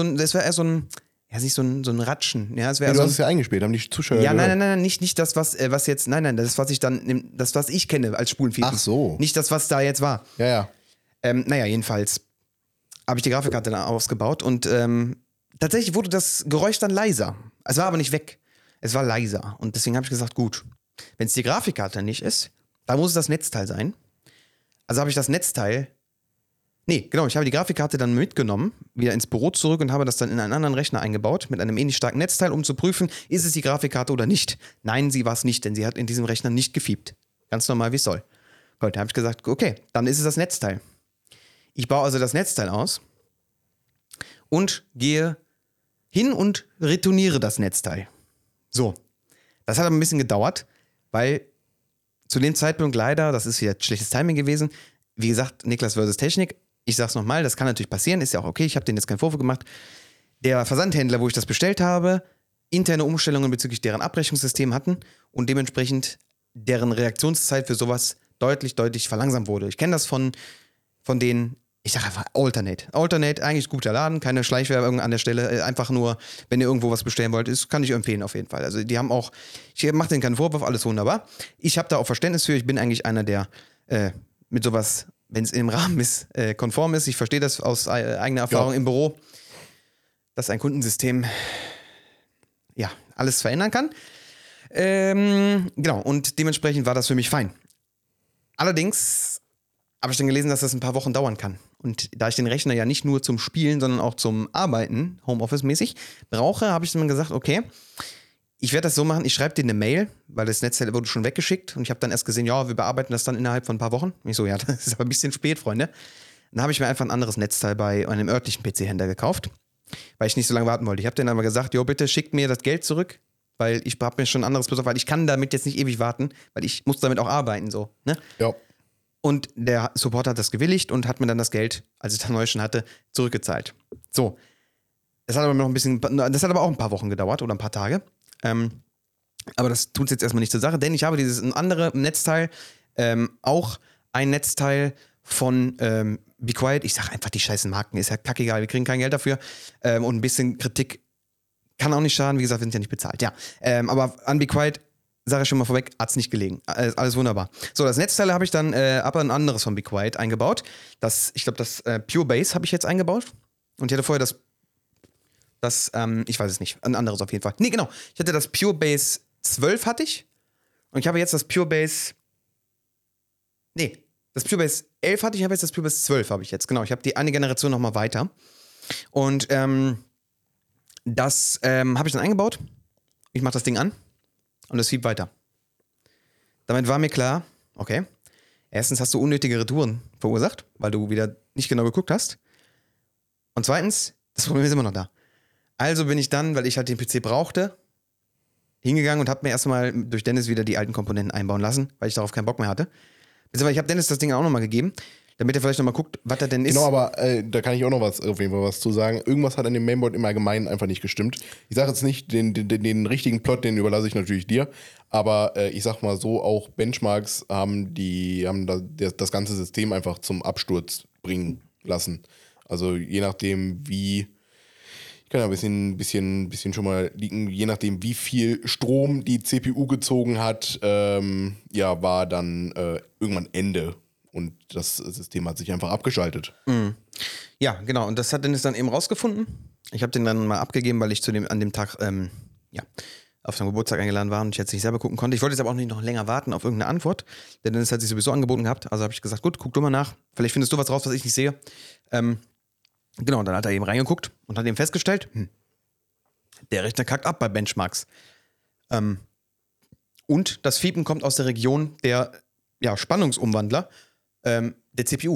Ratschen. Ja, es wäre Du so hast es ja eingespielt, haben die Zuschauer ja, gehört. nein, nicht das, was jetzt, nein, das, was ich kenne als Spulenfiepen. Ach so. Nicht das, was da jetzt war. Ja. Naja, jedenfalls habe ich die Grafikkarte dann ausgebaut und tatsächlich wurde das Geräusch dann leiser. Es war aber nicht weg. Es war leiser. Und deswegen habe ich gesagt, gut, wenn es die Grafikkarte nicht ist, dann muss es das Netzteil sein. Also habe ich das Netzteil. Nee, genau, ich habe die Grafikkarte dann mitgenommen, wieder ins Büro zurück und habe das dann in einen anderen Rechner eingebaut, mit einem ähnlich starken Netzteil, um zu prüfen, ist es die Grafikkarte oder nicht. Nein, sie war es nicht, denn sie hat in diesem Rechner nicht gefiept. Ganz normal, wie es soll. Gut, da habe ich gesagt, okay, dann ist es das Netzteil. Ich baue also das Netzteil aus und gehe hin und retourniere das Netzteil. So, das hat aber ein bisschen gedauert, weil zu dem Zeitpunkt leider, das ist wieder schlechtes Timing gewesen, wie gesagt, Niklas versus Technik, ich sag's nochmal, das kann natürlich passieren, ist ja auch okay, ich habe denen jetzt keinen Vorwurf gemacht. Der Versandhändler, wo ich das bestellt habe, interne Umstellungen bezüglich deren Abrechnungssystem hatten und dementsprechend deren Reaktionszeit für sowas deutlich verlangsamt wurde. Ich kenne das von denen, ich sage einfach Alternate. Alternate, eigentlich guter Laden, keine Schleichwerbung an der Stelle, einfach nur, wenn ihr irgendwo was bestellen wollt, ist, kann ich empfehlen auf jeden Fall. Also die haben auch, ich mache denen keinen Vorwurf, alles wunderbar. Ich habe da auch Verständnis für, ich bin eigentlich einer, der mit sowas, wenn es im Rahmen ist, konform ist. Ich verstehe das aus eigener Erfahrung im Büro, dass ein Kundensystem ja alles verändern kann. Genau, und dementsprechend war das für mich fein. Allerdings habe ich dann gelesen, dass das ein paar Wochen dauern kann. Und da ich den Rechner ja nicht nur zum Spielen, sondern auch zum Arbeiten, Homeoffice-mäßig, brauche, habe ich dann gesagt, okay, ich werde das so machen, ich schreibe dir eine Mail, weil das Netzteil wurde schon weggeschickt und ich habe dann erst gesehen, ja, wir bearbeiten das dann innerhalb von ein paar Wochen. Ich so, ja, das ist aber ein bisschen spät, Freunde. Dann habe ich mir einfach ein anderes Netzteil bei einem örtlichen PC-Händler gekauft, weil ich nicht so lange warten wollte. Ich habe denen aber gesagt, jo, bitte schickt mir das Geld zurück, weil ich habe mir schon ein anderes besorgt, weil ich kann damit jetzt nicht ewig warten, weil ich muss damit auch arbeiten, so, ne? Ja. Und der Supporter hat das gewilligt und hat mir dann das Geld, als ich das neu schon hatte, zurückgezahlt. So. Das hat aber auch ein paar Wochen gedauert oder ein paar Tage. Aber das tut jetzt erstmal nicht zur Sache, denn ich habe dieses andere Netzteil, auch ein Netzteil von Be Quiet. Ich sag einfach die scheißen Marken, ist ja kackegal, wir kriegen kein Geld dafür. Und ein bisschen Kritik kann auch nicht schaden, wie gesagt, wir sind ja nicht bezahlt. Ja, aber an Be Quiet, sage ich schon mal vorweg, hat's nicht gelegen. Alles wunderbar. So, das Netzteil habe ich dann aber ein anderes von Be Quiet eingebaut. Ich glaube, das Pure Base habe ich jetzt eingebaut. Und ich hatte vorher ich weiß es nicht, ein anderes auf jeden Fall. Nee, genau. Ich hatte das Pure Base 12 hatte ich. Und ich habe jetzt das Pure Base. Nee, das Pure Base 11 hatte ich, habe jetzt das Pure Base 12 habe ich jetzt. Genau, ich habe die eine Generation nochmal weiter. Und das habe ich dann eingebaut. Ich mache das Ding an. Und es fiebt weiter. Damit war mir klar, okay, erstens hast du unnötige Retouren verursacht, weil du wieder nicht genau geguckt hast. Und zweitens, das Problem ist immer noch da. Also bin ich dann, weil ich halt den PC brauchte, hingegangen und habe mir erstmal durch Dennis wieder die alten Komponenten einbauen lassen, weil ich darauf keinen Bock mehr hatte. Beziehungsweise ich habe Dennis das Ding auch nochmal gegeben, damit er vielleicht nochmal guckt, was da denn ist. Genau, aber da kann ich auch noch auf jeden Fall was zu sagen. Irgendwas hat an dem Mainboard im Allgemeinen einfach nicht gestimmt. Ich sage jetzt nicht, den richtigen Plot, den überlasse ich natürlich dir. Aber ich sag mal so, auch Benchmarks haben das ganze System einfach zum Absturz bringen lassen. Also je nachdem, ich kann ja ein bisschen schon mal liegen, je nachdem, wie viel Strom die CPU gezogen hat, war dann irgendwann Ende. Und das System hat sich einfach abgeschaltet. Mhm. Ja, genau. Und das hat Dennis dann eben rausgefunden. Ich habe den dann mal abgegeben, weil ich an dem Tag auf seinen Geburtstag eingeladen war und ich jetzt nicht selber gucken konnte. Ich wollte jetzt aber auch nicht noch länger warten auf irgendeine Antwort, denn Dennis hat sich sowieso angeboten gehabt. Also habe ich gesagt, gut, guck du mal nach. Vielleicht findest du was raus, was ich nicht sehe. Genau, und dann hat er eben reingeguckt und hat eben festgestellt, der Rechner kackt ab bei Benchmarks. Und das Fiepen kommt aus der Region der Spannungsumwandler der CPU.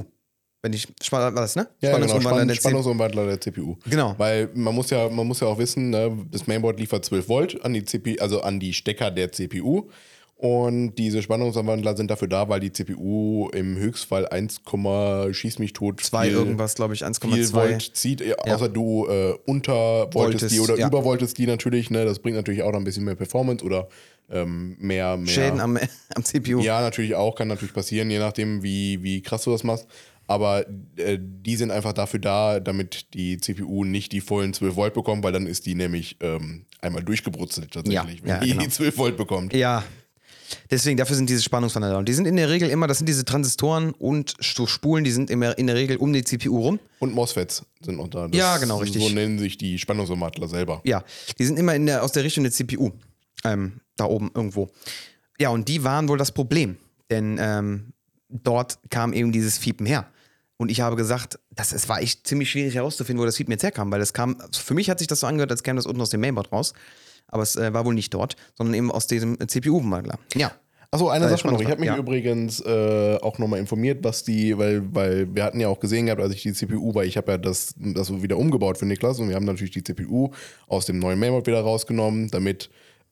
War das, ne? Ja, genau, Spannungsumwandler der CPU. Genau. Weil man muss ja auch wissen, ne, das Mainboard liefert 12 Volt an die CPU, also an die Stecker der CPU. Und diese Spannungsumwandler sind dafür da, weil die CPU im Höchstfall 1, schieß mich tot. 2 irgendwas, glaube ich, 1,2 Volt zieht, außer du untervoltest die oder übervoltest die natürlich. Ne, das bringt natürlich auch noch ein bisschen mehr Performance oder mehr Schäden am CPU. Ja, natürlich auch, kann natürlich passieren, je nachdem, wie krass du das machst. Aber die sind einfach dafür da, damit die CPU nicht die vollen 12 Volt bekommt, weil dann ist die nämlich einmal durchgebrutzelt tatsächlich, wenn die 12 Volt bekommt. Ja, deswegen, dafür sind diese Spannungswandler da. Und die sind in der Regel immer, das sind diese Transistoren und Spulen, die sind immer in der Regel um die CPU rum. Und MOSFETs sind noch da. Ja, genau, richtig. So nennen sich die Spannungsumwandler selber. Ja, die sind immer aus der Richtung der CPU. Da oben irgendwo. Ja, und die waren wohl das Problem. Denn dort kam eben dieses Fiepen her. Und ich habe gesagt, es war echt ziemlich schwierig herauszufinden, wo das Fiepen jetzt herkam, weil für mich hat sich das so angehört, als käme das unten aus dem Mainboard raus. Aber es war wohl nicht dort, sondern eben aus diesem CPU-Umwandler. Ja. Achso, eine Sache noch. Ich habe mich übrigens auch nochmal informiert, weil wir hatten ja auch gesehen gehabt, als ich die CPU, weil ich habe ja das wieder umgebaut für Niklas und wir haben natürlich die CPU aus dem neuen Mainboard wieder rausgenommen, damit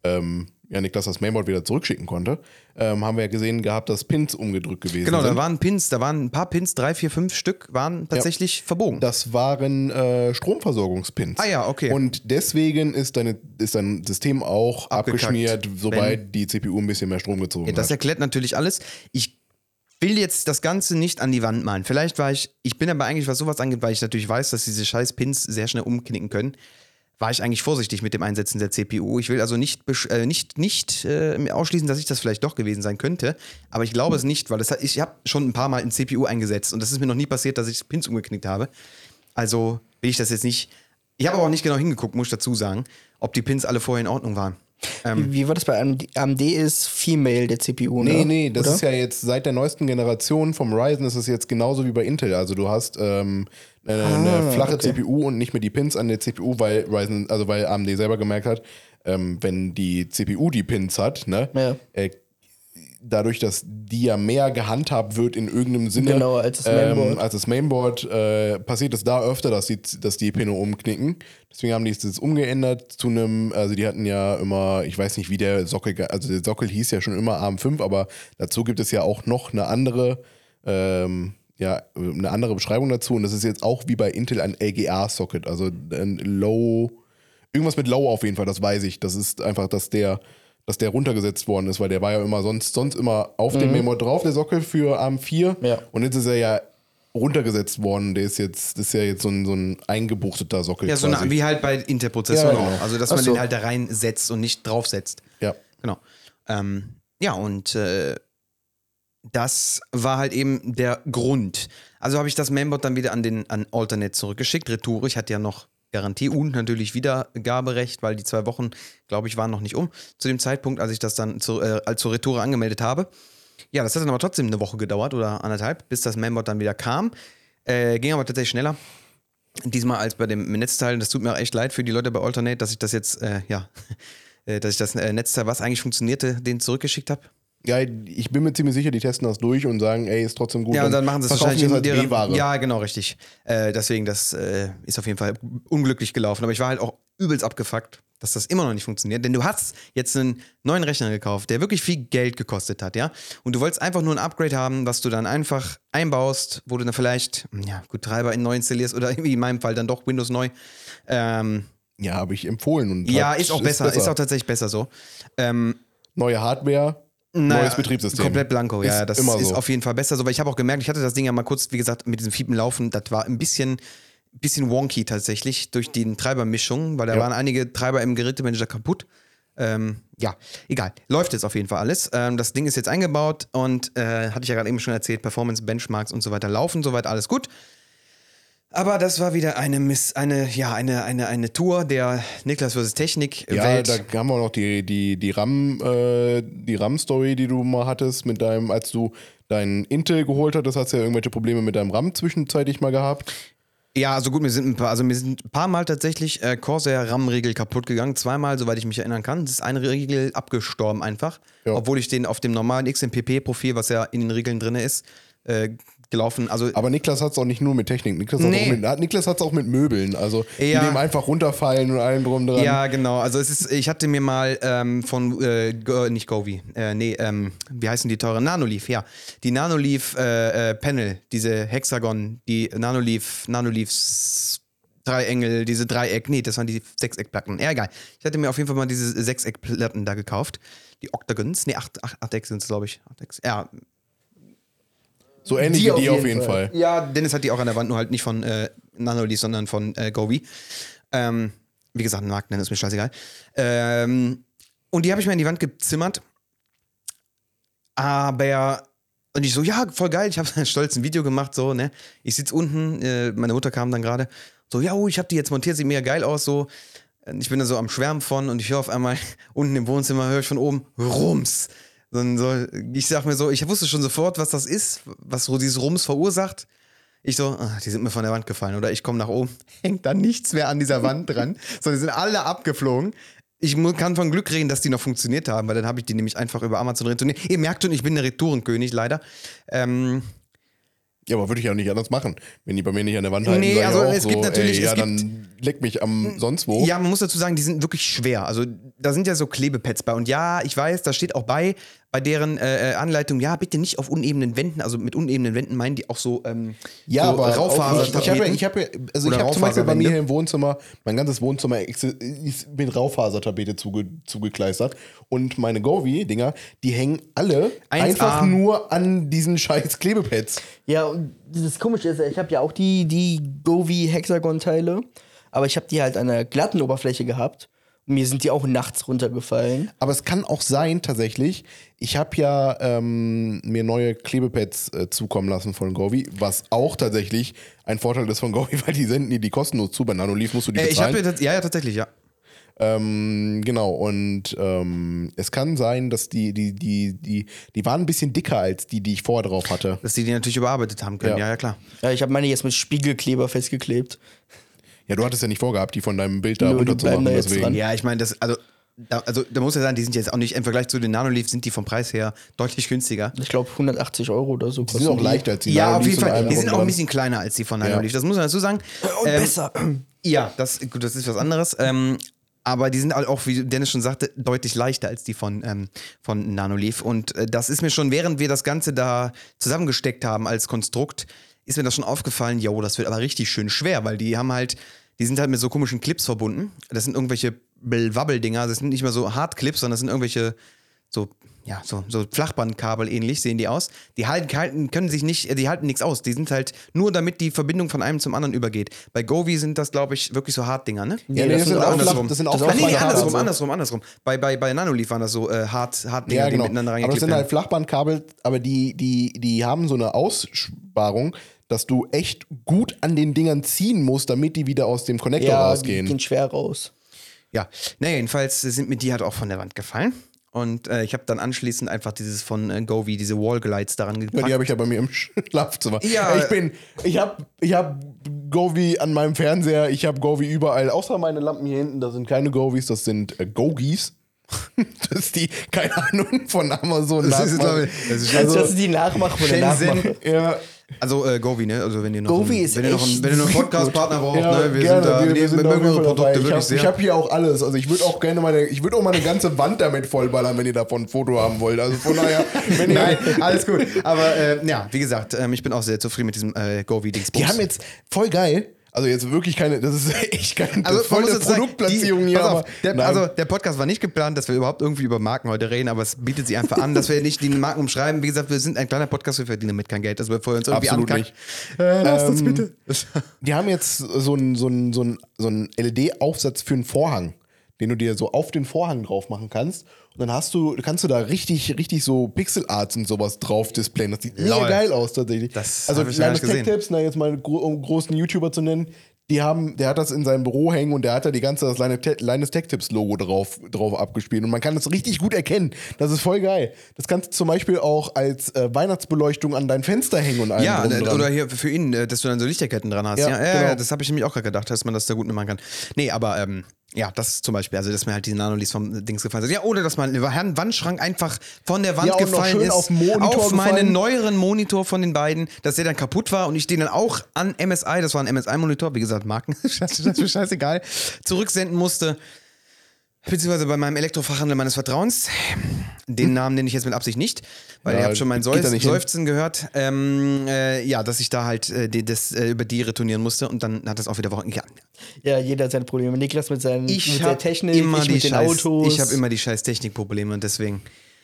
Niklas das Mainboard wieder zurückschicken konnte, haben wir ja gesehen gehabt, dass Pins umgedrückt gewesen sind. Genau, da waren ein paar Pins, 3, 4, 5 Stück waren tatsächlich verbogen. Das waren Stromversorgungspins. Ah ja, okay. Und deswegen ist dein System auch abgeschmiert, sobald die CPU ein bisschen mehr Strom gezogen hat. Das erklärt natürlich alles. Ich will jetzt das Ganze nicht an die Wand malen. Vielleicht ich bin aber eigentlich, was sowas angeht, weil ich natürlich weiß, dass diese scheiß Pins sehr schnell umknicken können, war ich eigentlich vorsichtig mit dem Einsetzen der CPU. Ich will also nicht ausschließen, dass ich das vielleicht doch gewesen sein könnte, aber ich glaube es nicht, weil ich habe schon ein paar Mal eine CPU eingesetzt und das ist mir noch nie passiert, dass ich Pins umgeknickt habe. Also will ich das jetzt nicht. Ich habe aber auch nicht genau hingeguckt, muss ich dazu sagen, ob die Pins alle vorher in Ordnung waren. Wie war das bei AMD? Ist Female der CPU, ne? Nee, das ist ja jetzt seit der neuesten Generation vom Ryzen ist es jetzt genauso wie bei Intel. Also du hast eine flache CPU und nicht mehr die Pins an der CPU, weil AMD selber gemerkt hat, wenn die CPU die Pins hat, ne, dadurch, dass die ja mehr gehandhabt wird in irgendeinem Sinne als das Mainboard, passiert es da öfter, dass die Pine umknicken. Deswegen haben die es jetzt umgeändert zu einem, also die hatten ja immer, ich weiß nicht wie der Sockel hieß ja schon immer ARM5, aber dazu gibt es ja auch noch eine andere ja, eine andere Beschreibung dazu und das ist jetzt auch wie bei Intel ein LGA-Socket, also ein irgendwas mit Low auf jeden Fall, das weiß ich. Das ist einfach, dass der runtergesetzt worden ist, weil der war ja immer sonst immer auf dem Mainboard drauf, der Sockel für ARM4 und jetzt ist er ja runtergesetzt worden, das ist ja jetzt so ein eingebuchteter Sockel. Ja, quasi. wie halt bei Intel-Prozessoren Ja, genau. auch. Also, dass man den halt da reinsetzt und nicht draufsetzt. Ja. Genau. Ja, und das war halt eben der Grund. Also habe ich das Mainboard dann wieder an Alternate zurückgeschickt, Retour. Ich hatte ja noch Garantie und natürlich Wiedergaberecht, weil die 2 Wochen, glaube ich, waren noch nicht zu dem Zeitpunkt, als ich das dann zur Retour angemeldet habe. Ja, das hat dann aber trotzdem eine Woche gedauert oder 1,5, bis das Mainboard dann wieder kam. Ging aber tatsächlich schneller. Diesmal als bei dem Netzteil. Das tut mir auch echt leid für die Leute bei Alternate, dass ich das jetzt, dass ich das Netzteil, was eigentlich funktionierte, denen zurückgeschickt habe. Ja, ich bin mir ziemlich sicher, die testen das durch und sagen, ey, ist trotzdem gut. Ja, und dann machen sie es verkaufen wahrscheinlich die es als in B-Ware. Ja, genau, richtig. Deswegen, das ist auf jeden Fall unglücklich gelaufen. Aber ich war halt auch übelst abgefuckt, dass das immer noch nicht funktioniert. Denn du hast jetzt einen neuen Rechner gekauft, der wirklich viel Geld gekostet hat, ja? Und du wolltest einfach nur ein Upgrade haben, was du dann einfach einbaust, wo du dann vielleicht, Treiber in neu installierst oder irgendwie in meinem Fall dann doch Windows neu. Ja, habe ich empfohlen. Und Ja, ist auch besser. Ist auch tatsächlich besser so. Neue Hardware. Neues Betriebssystem. Komplett blanko, ja. Ist Das immer ist so. auf jeden Fall besser so, weil ich habe auch gemerkt, ich hatte das Ding ja mal kurz, wie gesagt, mit diesem Fiepen laufen, das war ein bisschen wonky tatsächlich durch die Treibermischung, weil da waren einige Treiber im Gerätemanager kaputt. Ja, egal. Läuft jetzt auf jeden Fall alles. Das Ding ist jetzt eingebaut und hatte ich ja gerade eben schon erzählt, Performance, Benchmarks und so weiter laufen, soweit alles gut. Aber das war wieder eine Tour der Niklas vs. Technik Welt. Ja, da haben wir noch die RAM-Story, die du mal hattest mit als du deinen Intel geholt hattest, hast du ja irgendwelche Probleme mit deinem RAM zwischenzeitlich mal gehabt. Ja, also gut, mir sind ein paar Mal tatsächlich Corsair RAM-Riegel kaputt gegangen. 2-mal, soweit ich mich erinnern kann. Es ist ein Riegel abgestorben einfach. Ja. Obwohl ich den auf dem normalen XMPP-Profil, was ja in den Riegeln drin ist, gelaufen. Also aber Niklas hat es auch nicht nur mit Technik. Niklas hat es auch mit Möbeln. Also die dem einfach runterfallen und allem drum dran. Ja, genau. Also ich hatte mir mal von nicht Govee, wie heißen die teuren? Nanoleaf, ja. Die Nanoleaf Panel, diese Hexagon, die Nanoleafs Dreiengel, diese Dreieck, das waren die Sechseckplatten. Ja, egal. Ich hatte mir auf jeden Fall mal diese Sechseckplatten da gekauft. Die Octagons, 8 sind es, glaube ich. 8 ja. So ähnlich wie die auf jeden Fall. Ja, Dennis hat die auch an der Wand, nur halt nicht von Nanoleaf, sondern von Govee. Wie gesagt, ein Markt nennen, ist mir scheißegal. Und die habe ich mir in die Wand gezimmert. Und ich so, ja, voll geil, ich habe stolz ein Video gemacht, so, ne. Ich sitze unten, meine Mutter kam dann gerade, so, ja, ich habe die jetzt montiert, sieht mega geil aus, so. Ich bin da so am Schwärmen von und ich höre auf einmal, unten im Wohnzimmer höre ich von oben, Rums. Ich sag mir so, ich wusste schon sofort, was das ist, was so dieses Rums verursacht. Ich so, die sind mir von der Wand gefallen. Oder ich komme nach oben, hängt da nichts mehr an dieser Wand dran, sondern die sind alle abgeflogen. Ich kann von Glück reden, dass die noch funktioniert haben, weil dann habe ich die nämlich einfach über Amazon retourniert. Ihr merkt schon, ich bin der Retourenkönig, leider. Ja, aber würde ich ja nicht anders machen. Wenn die bei mir nicht an der Wand halten, nee, also auch es so, gibt natürlich, dann leck mich am sonst wo. Ja, man muss dazu sagen, die sind wirklich schwer. Also da sind ja so Klebepads bei. Und ja, ich weiß, da steht auch bei deren Anleitung, ja, bitte nicht auf unebenen Wänden. Also mit unebenen Wänden meinen die auch so ja, so aber Raufasertapeten. Ich habe zum Beispiel bei mir hier im Wohnzimmer, mein ganzes Wohnzimmer ist mit Raufasertapete zugekleistert. Und meine Govee-Dinger, die hängen alle 1A. einfach nur an diesen scheiß Klebepads. Ja, und das Komische ist, ich habe ja auch die Govee Hexagon-Teile, aber ich habe die halt an einer glatten Oberfläche gehabt. Und mir sind die auch nachts runtergefallen. Aber es kann auch sein, tatsächlich, ich habe ja mir neue Klebepads zukommen lassen von Govee, was auch tatsächlich ein Vorteil ist von Govee, weil die senden die kostenlos zu. Bei Nanoleaf musst du die bezahlen. Ja, tatsächlich, ja. Genau, und es kann sein, dass die waren ein bisschen dicker als die ich vorher drauf hatte. Dass die natürlich überarbeitet haben können, ja klar. Ja, ich habe meine jetzt mit Spiegelkleber festgeklebt. Ja, du hattest ja nicht vorgehabt, die von deinem Bild da runterzumachen, deswegen. Ja, ich meine, da muss ja sagen, die sind jetzt auch nicht, im Vergleich zu den Nanoleaf sind die vom Preis her deutlich günstiger. Ich glaube 180 € oder so. Die sind auch leichter als die Ja, Nanoleaf. auf jeden Fall. Die sind auch ein dran. bisschen kleiner als die von Nanoleaf. Das muss man dazu sagen. Und besser. Ja, das ist was anderes. Aber die sind halt auch, wie Dennis schon sagte, deutlich leichter als die von Nanoleaf. Und das ist mir schon, während wir das Ganze da zusammengesteckt haben als Konstrukt, ist mir das schon aufgefallen, jo, das wird aber richtig schön schwer, weil die sind halt mit so komischen Clips verbunden. Das sind irgendwelche Wabbeldinger, das sind nicht mehr so Hardclips, sondern das sind irgendwelche so Flachbandkabel ähnlich sehen die aus. Die halten nichts aus. Die sind halt nur, damit die Verbindung von einem zum anderen übergeht. Bei Govi sind das, glaube ich, wirklich so Hartdinger, ne? Ja, das sind auch andersrum. Bei Nanoleaf waren das so Hartdinger, die miteinander reingeklebt aber das sind halt Flachbandkabel, aber die haben so eine Aussparung, dass du echt gut an den Dingern ziehen musst, damit die wieder aus dem Konnektor rausgehen. Die gehen schwer raus. Ja, naja, jedenfalls sind mir die halt auch von der Wand gefallen. Und ich habe dann anschließend einfach dieses von Govi, diese Wallglides daran gepackt. Ja, die habe ich ja bei mir im Schlafzimmer. Ja. Ich hab Govi an meinem Fernseher, ich habe Govi überall, außer meine Lampen hier hinten, das sind keine Govis, das sind Gogis. Das ist die, keine Ahnung, von Amazon. Das ist die Nachmache von der Nachmache. Ja. Also Govi, ne? Also wenn ihr noch Govi ist wenn ihr noch einen Podcast-Partner braucht, Ja, ne? Wir gerne, sind da, wir mögen eure Produkte wirklich sehr. Ich habe hier auch alles. Also ich würde auch meine ganze Wand damit vollballern, wenn ihr davon ein Foto haben wollt. Also von daher, Nein, alles gut. Aber ja, wie gesagt, ich bin auch sehr zufrieden mit diesem Govi-Dingsbums. die haben jetzt voll geil. Also jetzt wirklich das ist echt keine voll eine Produktplatzierung hier. Pass auf, der Podcast war nicht geplant, dass wir überhaupt irgendwie über Marken heute reden, aber es bietet sich einfach an, dass wir nicht die Marken umschreiben. Wie gesagt, wir sind ein kleiner Podcast, wir verdienen damit kein Geld, dass wir vorher uns irgendwie absolut ankackt. nicht. Lasst uns bitte. Die haben jetzt so einen LED-Aufsatz für einen Vorhang, den du dir so auf den Vorhang drauf machen kannst. Und dann kannst du da richtig so Pixel-Arts und sowas drauf displayen. Das sieht mega geil aus, tatsächlich. Also kleine Tech-Tips, jetzt mal einen großen YouTuber zu nennen, der hat das in seinem Büro hängen und der hat da das Linus Tech Tips Logo drauf abgespielt. Und man kann das richtig gut erkennen. Das ist voll geil. Das kannst du zum Beispiel auch als Weihnachtsbeleuchtung an dein Fenster hängen und allem. Ja, oder hier für ihn, dass du dann so Lichterketten dran hast. Ja, genau. Das habe ich nämlich auch gerade gedacht, dass man das da gut machen kann. Nee, aber ja, das zum Beispiel, also dass mir halt diese Nanoleafs vom Dings gefallen sind. Ja, oder dass mein Wandschrank einfach von der Wand gefallen ist, auf meinen neueren Monitor von den beiden, dass der dann kaputt war und ich den dann auch an MSI, das war ein MSI-Monitor, wie gesagt, Marken, das ist mir scheißegal, zurücksenden musste. Beziehungsweise bei meinem Elektrofachhandel meines Vertrauens. Den Namen nenne ich jetzt mit Absicht nicht, weil ihr habt schon mein Seufzen gehört. Ja, dass ich da halt über die retournieren musste und dann hat das auch wieder Wochen. Ja, jeder hat seine Probleme. Niklas mit der Technik, ich mit den Autos. Ich habe immer die scheiß Technikprobleme und deswegen.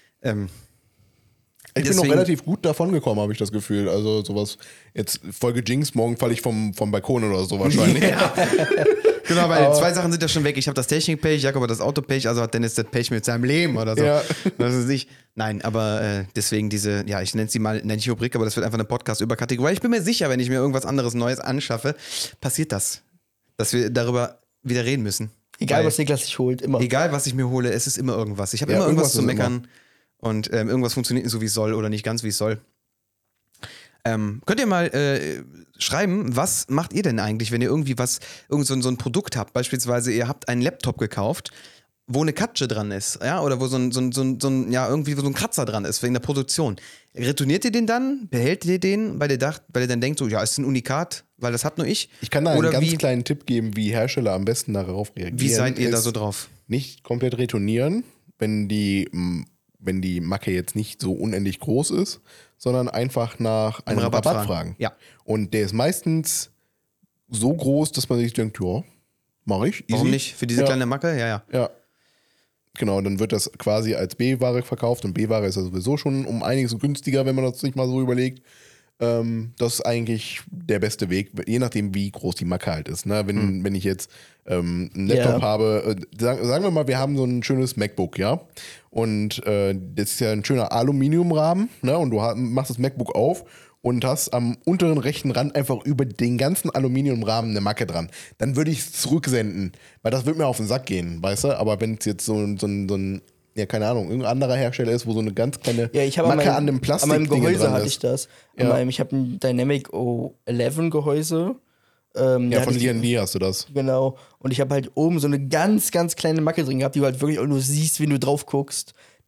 Ich bin noch relativ gut davon gekommen, habe ich das Gefühl. Also sowas, jetzt Folge Jinx, morgen falle ich vom Balkon oder so wahrscheinlich. Ja. Genau, weil 2 Sachen sind ja schon weg. Ich habe das Technik-Pech, Jakob hat das Auto-Pech, also hat Dennis das Pech mit seinem Leben oder so. Ja. Das ist nicht. Nein, aber deswegen diese, ja, ich nenne sie mal, nenne ich Rubrik, aber das wird einfach eine Podcast-Überkategorie. Weil ich bin mir sicher, wenn ich mir irgendwas anderes Neues anschaffe, passiert das. Dass wir darüber wieder reden müssen. Egal, was Niklas sich holt, immer. Egal, was ich mir hole, es ist immer irgendwas. Ich habe immer irgendwas zu meckern. Und irgendwas funktioniert nicht so, wie es soll oder nicht ganz, wie es soll. Könnt ihr mal schreiben, was macht ihr denn eigentlich, wenn ihr irgendwie so ein Produkt habt? Beispielsweise, ihr habt einen Laptop gekauft, wo eine Katsche dran ist, ja, oder wo so ein Kratzer dran ist wegen der Produktion. Retourniert ihr den dann? Behält ihr den, weil ihr dann denkt so, ja, ist ein Unikat, weil das hab nur ich? Ich kann da einen ganz kleinen Tipp geben, wie Hersteller am besten darauf reagieren. Wie seid ihr da so drauf? Nicht komplett retournieren, wenn die Macke jetzt nicht so unendlich groß ist, sondern einfach nach einem Rabatt fragen. Ja. Und der ist meistens so groß, dass man sich denkt, ja, mache ich. Easy. Warum nicht? Für diese kleine Macke? Ja. Ja. Genau, dann wird das quasi als B-Ware verkauft und B-Ware ist ja sowieso schon um einiges günstiger, wenn man das sich mal so überlegt. Das ist eigentlich der beste Weg, je nachdem, wie groß die Macke halt ist. Ne? Wenn ich jetzt einen Laptop habe, sagen wir mal, wir haben so ein schönes MacBook, ja? Und das ist ja ein schöner Aluminiumrahmen, ne? Und du machst das MacBook auf und hast am unteren rechten Rand einfach über den ganzen Aluminiumrahmen eine Macke dran. Dann würde ich es zurücksenden, weil das würde mir auf den Sack gehen, weißt du? Aber wenn es jetzt so ein ja, keine Ahnung, irgendein anderer Hersteller ist, wo so eine ganz kleine Macke an dem Plastik an meinem Gehäuse dran hatte ist. ich das. Ja. Ich habe ein Dynamic O11 Gehäuse. Ja, von D&D hast du das. Genau. Und ich habe halt oben so eine ganz, ganz kleine Macke drin gehabt, die du halt wirklich auch nur siehst, wenn du drauf guckst.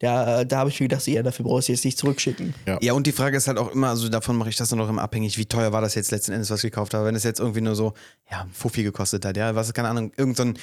Ja, da habe ich mir gedacht, ja, dafür brauchst du jetzt nicht zurückschicken. Ja, und die Frage ist halt auch immer, also davon mache ich das dann auch immer abhängig, wie teuer war das jetzt letzten Endes, was ich gekauft habe. Wenn es jetzt irgendwie nur so, ja, Fuffi gekostet hat, ja, was, keine Ahnung, irgend so ein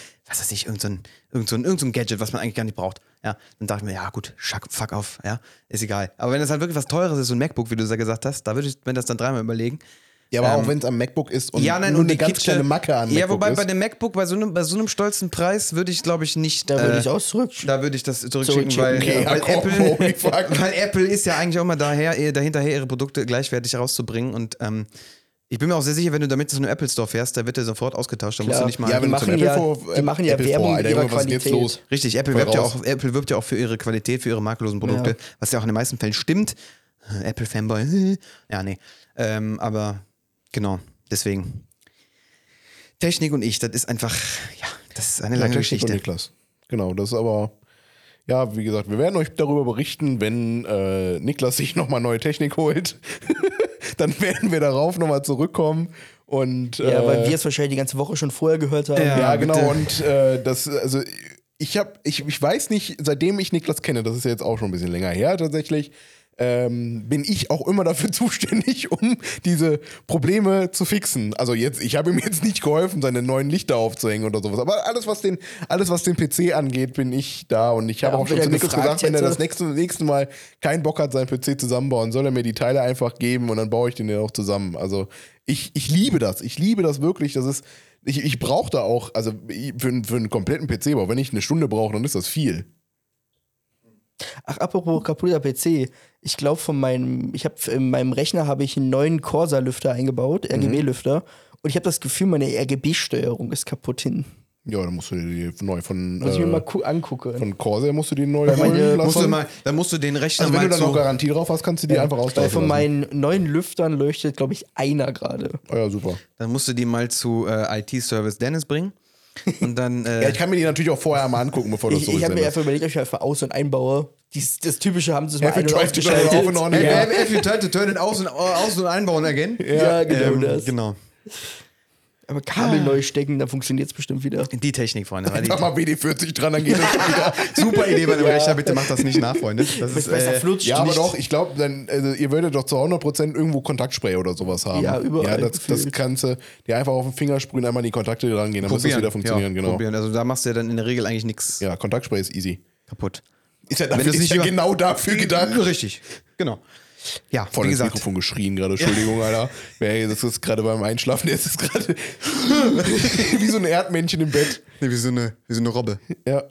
Gadget, was man eigentlich gar nicht braucht, ja, dann dachte ich mir, ja gut, fuck off, ja, ist egal. Aber wenn es halt wirklich was Teures ist, so ein MacBook, wie du es ja gesagt hast, da würde ich mir das dann dreimal überlegen. Ja, aber auch wenn es am MacBook ist und ja, nein, nur und eine die ganz Kitsche- kleine Macke an MacBook Ja, wobei ist. bei dem MacBook, bei so einem stolzen Preis, würde ich, glaube ich, nicht. Da würde ich auch zurückschicken. Da würde ich das zurückschicken, Zurückschicken. weil, Okay, weil, holy fuck. weil Apple ist ja eigentlich auch immer dahinterher, ihre Produkte gleichwertig rauszubringen. Und ich bin mir auch sehr sicher, wenn du damit zu einem Apple Store fährst, da wird der sofort ausgetauscht. Da musst du nicht mal. Ja, die wenn du machen zum ja, Apple die machen ja Apple Werbung Store, Alter, ihrer Junge, was ist denn jetzt Qualität. los? Richtig, Apple wirbt ja auch für ihre Qualität, für ihre makellosen Produkte, Ja. was ja auch in den meisten Fällen stimmt. Apple-Fanboy, ja, nee. Aber genau, deswegen. Technik und ich, das ist einfach, ja, das ist eine lange Technik und Geschichte. Niklas. Genau, das ist aber, ja, wie gesagt, wir werden euch darüber berichten, wenn Niklas sich nochmal neue Technik holt. Dann werden wir darauf nochmal zurückkommen. Und, Ja, weil wir es wahrscheinlich die ganze Woche schon vorher gehört haben. ja, genau. bitte. Und also ich weiß nicht, seitdem ich Niklas kenne, das ist ja jetzt auch schon ein bisschen länger her tatsächlich, bin ich auch immer dafür zuständig, um diese Probleme zu fixen. Also ich habe ihm jetzt nicht geholfen, seine neuen Lichter aufzuhängen oder sowas. Aber alles, was den PC angeht, bin ich da. Und ich habe Ja, auch schon wenn zu er Niklas gefragt gesagt, wenn er hätte. das nächste Mal keinen Bock hat, seinen PC zusammenbauen, soll er mir die Teile einfach geben und dann baue ich den ja auch zusammen. Also ich liebe das. Ich liebe das wirklich. Das ist, ich brauche da auch, also für einen kompletten PC-Bau, wenn ich eine Stunde brauche, dann ist das viel. Ach, apropos kaputter PC. Ich glaube, in meinem Rechner habe ich einen neuen Corsa-Lüfter eingebaut, RGB-Lüfter. Und ich habe das Gefühl, meine RGB-Steuerung ist kaputt hin. Ja, dann musst du dir die neu von Muss ich mir mal angucken. von Corsair musst du die neu Weil meine- holen Musst du lassen. mal, dann musst du den Rechner Also wenn mal du da noch zu. Garantie drauf hast, kannst du die einfach Weil austauschen von lassen. meinen neuen Lüftern leuchtet, glaube ich, einer gerade. Oh ja, super. Dann musst du die mal zu IT-Service Dennis bringen. Und dann. Ja, ich kann mir die natürlich auch vorher mal angucken, bevor du es Ich habe mir zurücksendest. einfach überlegt, ob ich einfach aus- und einbaue. Das Typische haben sie es mal Ja, für ein- und Drive to Turn ausgeschaltet. auf und on. Ja. If you try to turn it aus und einbauen again. Ja, genau das. Genau. Aber Kabel neu stecken, dann funktioniert es bestimmt wieder. Die Technik, Freunde. Sag mal WD-40 dran, dann geht das schon wieder. Super Idee bei dem Rechner, bitte macht das nicht nach, Freunde. Das ist, Besser flutscht Ja, aber nicht. doch, ich glaube, also, ihr würdet doch zu 100% irgendwo Kontaktspray oder sowas haben. Ja, überall Ja, das gefühlt. kannst du dir einfach auf den Finger sprühen, einmal die Kontakte dran gehen, dann muss das wieder funktionieren, ja, genau. Probieren. Also da machst du ja dann in der Regel eigentlich nichts Ja, Kontaktspray ist easy. kaputt. Ist ja, Wenn dafür, das ist nicht ja über- genau dafür gedacht. Richtig, genau. Ja, Voll wie ins gesagt. Mikrofon geschrien gerade, Entschuldigung, Alter. Das ist gerade beim Einschlafen, der ist gerade wie so ein Erdmännchen im Bett. Nee, wie so eine Robbe. Ja.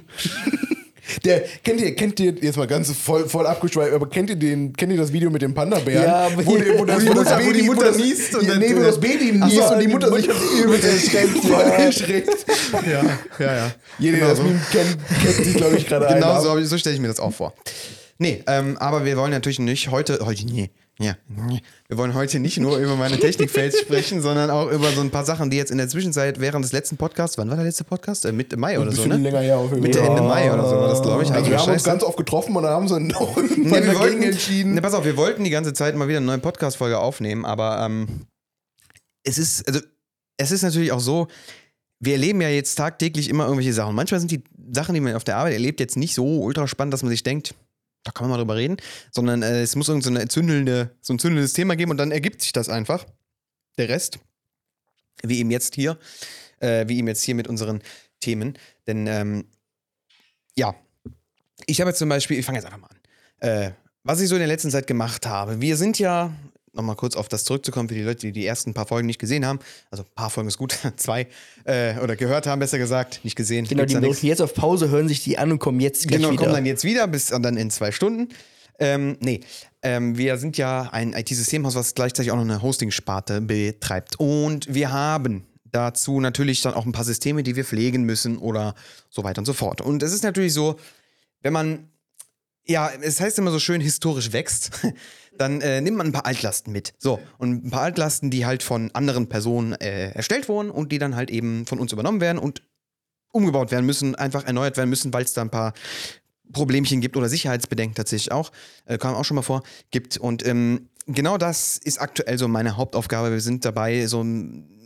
Kennt ihr, jetzt mal ganz voll abgeschweift, aber kennt ihr das Video mit dem Panda-Bären? Ja, wo die Mutter niest und dann wo das Baby niest und die Mutter sich übelst erschreckt. Voll erschreckt. Ja. Jeder, der das Meme kennt sich, glaube ich, gerade Genau ein. so stelle ich mir das auch vor. Nee, aber wir wollen natürlich nicht heute wir wollen heute nicht nur über meine Technikfails sprechen, sondern auch über so ein paar Sachen, die jetzt in der Zwischenzeit während des letzten Podcasts, wann war der letzte Podcast? Mitte Mai oder Ein so, bisschen ne? länger her auf jeden Mitte, Fall. Ende Mai oder so war das, glaube ich. Also wir haben uns Scheiße. ganz oft getroffen und dann haben sie noch Nee, irgendwann wir dagegen wollten, entschieden. ne, pass auf, wir wollten die ganze Zeit mal wieder eine neue Podcast-Folge aufnehmen, aber es ist natürlich auch so, wir erleben ja jetzt tagtäglich immer irgendwelche Sachen. Manchmal sind die Sachen, die man auf der Arbeit erlebt, jetzt nicht so ultra spannend, dass man sich denkt, da kann man mal drüber reden, sondern es muss so ein zündelndes Thema geben und dann ergibt sich das einfach. Der Rest, wie ihm jetzt hier mit unseren Themen. Denn, ja, ich habe jetzt zum Beispiel, ich fange jetzt einfach mal an, was ich so in der letzten Zeit gemacht habe. Wir sind ja, nochmal kurz auf das zurückzukommen, für die Leute, die die ersten paar Folgen nicht gesehen haben, also ein paar Folgen ist gut, 2, oder gehört haben, besser gesagt, nicht gesehen. Genau, gibt's die da nix. drücken jetzt auf Pause, hören sich die an und kommen jetzt gleich Genau, wieder. kommen dann jetzt wieder, bis dann in 2 Stunden. Wir sind ja ein IT-Systemhaus, was gleichzeitig auch noch eine Hosting-Sparte betreibt. Und wir haben dazu natürlich dann auch ein paar Systeme, die wir pflegen müssen oder so weiter und so fort. Und es ist natürlich so, wenn man, ja, es heißt immer so schön, historisch wächst, dann nimmt man ein paar Altlasten mit. So, und ein paar Altlasten, die halt von anderen Personen erstellt wurden und die dann halt eben von uns übernommen werden und umgebaut werden müssen, einfach erneuert werden müssen, weil es da ein paar Problemchen gibt oder Sicherheitsbedenken tatsächlich auch, kam auch schon mal vor, gibt. Und genau das ist aktuell so meine Hauptaufgabe. Wir sind dabei, so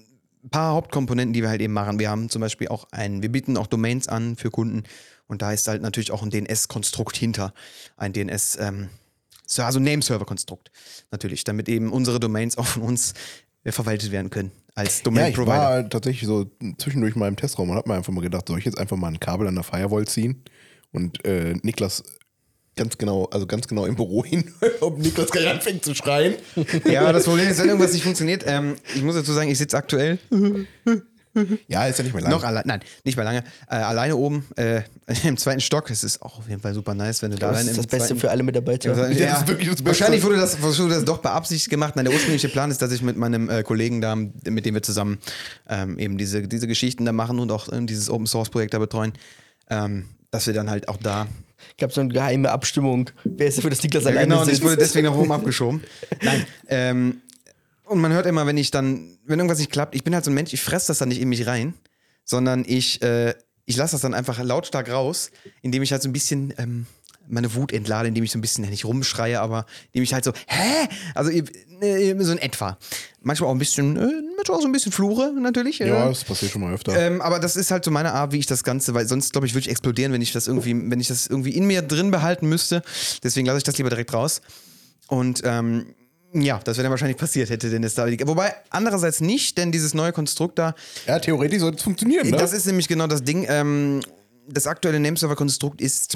paar Hauptkomponenten, die wir halt eben machen. Wir haben zum Beispiel auch wir bieten auch Domains an für Kunden und da ist halt natürlich auch ein DNS-Konstrukt hinter. Ein DNS, also Name-Server-Konstrukt natürlich, damit eben unsere Domains auch von uns verwaltet werden können als Ja, Domain-Provider. ich war tatsächlich so zwischendurch mal im Testraum und hab mir einfach mal gedacht, soll ich jetzt einfach mal ein Kabel an der Firewall ziehen? Und Niklas ganz genau im Büro hin, ob Niklas gleich anfängt zu schreien. Ja, das Problem ist, wenn irgendwas nicht funktioniert, ich muss dazu sagen, ich sitze aktuell Ja, ist ja nicht mehr lang. nicht mehr lange, alleine oben im zweiten Stock. Es ist auch auf jeden Fall super nice, wenn du da Das alleine ist im das Beste zweiten für alle Mitarbeiter. Ja, das ist wirklich das Beste. wahrscheinlich wurde das doch beabsichtigt gemacht. Nein, der ursprüngliche Plan ist, dass ich mit meinem Kollegen da, mit dem wir zusammen eben diese Geschichten da machen und auch dieses Open-Source-Projekt da betreuen, dass wir dann halt auch da... Gab so eine geheime Abstimmung, wer ist für das Niklas Ja, alleine genau, und ich sitzt. wurde deswegen nach oben abgeschoben. Nein, und man hört immer, wenn irgendwas nicht klappt, ich bin halt so ein Mensch, ich fresse das dann nicht in mich rein, sondern ich lasse das dann einfach lautstark raus, indem ich halt so ein bisschen meine Wut entlade, indem ich so ein bisschen nicht rumschreie, aber indem ich halt so, also so in etwa. Manchmal auch ein bisschen, so ein bisschen fluche natürlich. Ja, das passiert schon mal öfter. Aber das ist halt so meine Art, wie ich das Ganze, weil sonst, glaube ich, würde ich explodieren, wenn ich das irgendwie in mir drin behalten müsste. Deswegen lasse ich das lieber direkt raus. Und ja, das wäre dann wahrscheinlich passiert, hätte denn das da. Wobei, andererseits nicht, denn dieses neue Konstrukt da. Ja, theoretisch sollte es funktionieren, ne? Das ist nämlich genau das Ding. Das aktuelle Nameserver-Konstrukt ist.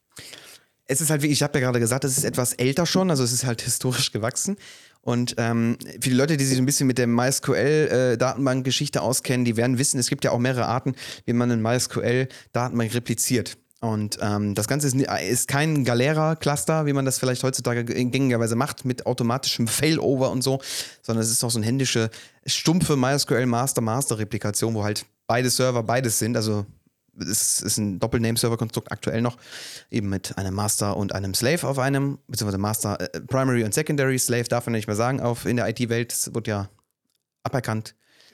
Es ist halt, wie ich habe ja gerade gesagt, es ist etwas älter schon, also es ist halt historisch gewachsen. Und für die Leute, die sich ein bisschen mit der MySQL-Datenbank-Geschichte auskennen, die werden wissen, es gibt ja auch mehrere Arten, wie man eine MySQL-Datenbank repliziert. Und das Ganze ist kein Galera-Cluster, wie man das vielleicht heutzutage gängigerweise macht, mit automatischem Failover und so, sondern es ist auch so eine händische, stumpfe MySQL-Master-Replikation, wo halt beide Server beides sind. Also es ist ein Doppel-Name-Server-Konstrukt aktuell noch, eben mit einem Master und einem Slave auf einem, beziehungsweise Master, Primary und Secondary, Slave darf man nicht mehr sagen, in der IT-Welt, das wird ja aberkannt.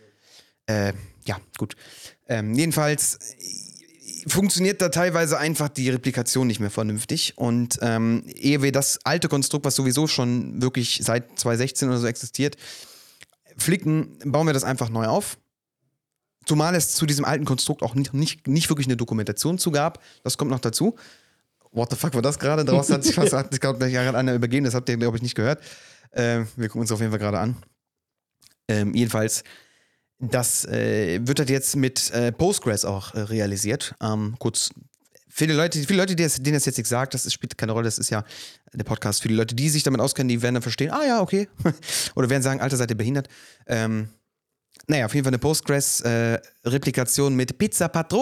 Ja, gut. Jedenfalls funktioniert da teilweise einfach die Replikation nicht mehr vernünftig und ehe wir das alte Konstrukt, was sowieso schon wirklich seit 2016 oder so existiert, flicken, bauen wir das einfach neu auf. Zumal es zu diesem alten Konstrukt auch nicht wirklich eine Dokumentation zu gab. Das kommt noch dazu. What the fuck war das gerade? Daraus hat sich gerade einer übergeben. Das habt ihr, glaube ich, nicht gehört. Wir gucken uns auf jeden Fall gerade an. Jedenfalls, das wird halt jetzt mit Postgres auch realisiert. Kurz, viele Leute, denen das jetzt nicht sagt, spielt keine Rolle. Das ist ja der Podcast. Für die Leute, die sich damit auskennen, die werden dann verstehen, ja, okay. Oder werden sagen, Alter, seid ihr behindert. Naja, auf jeden Fall eine Postgres-Replikation mit mit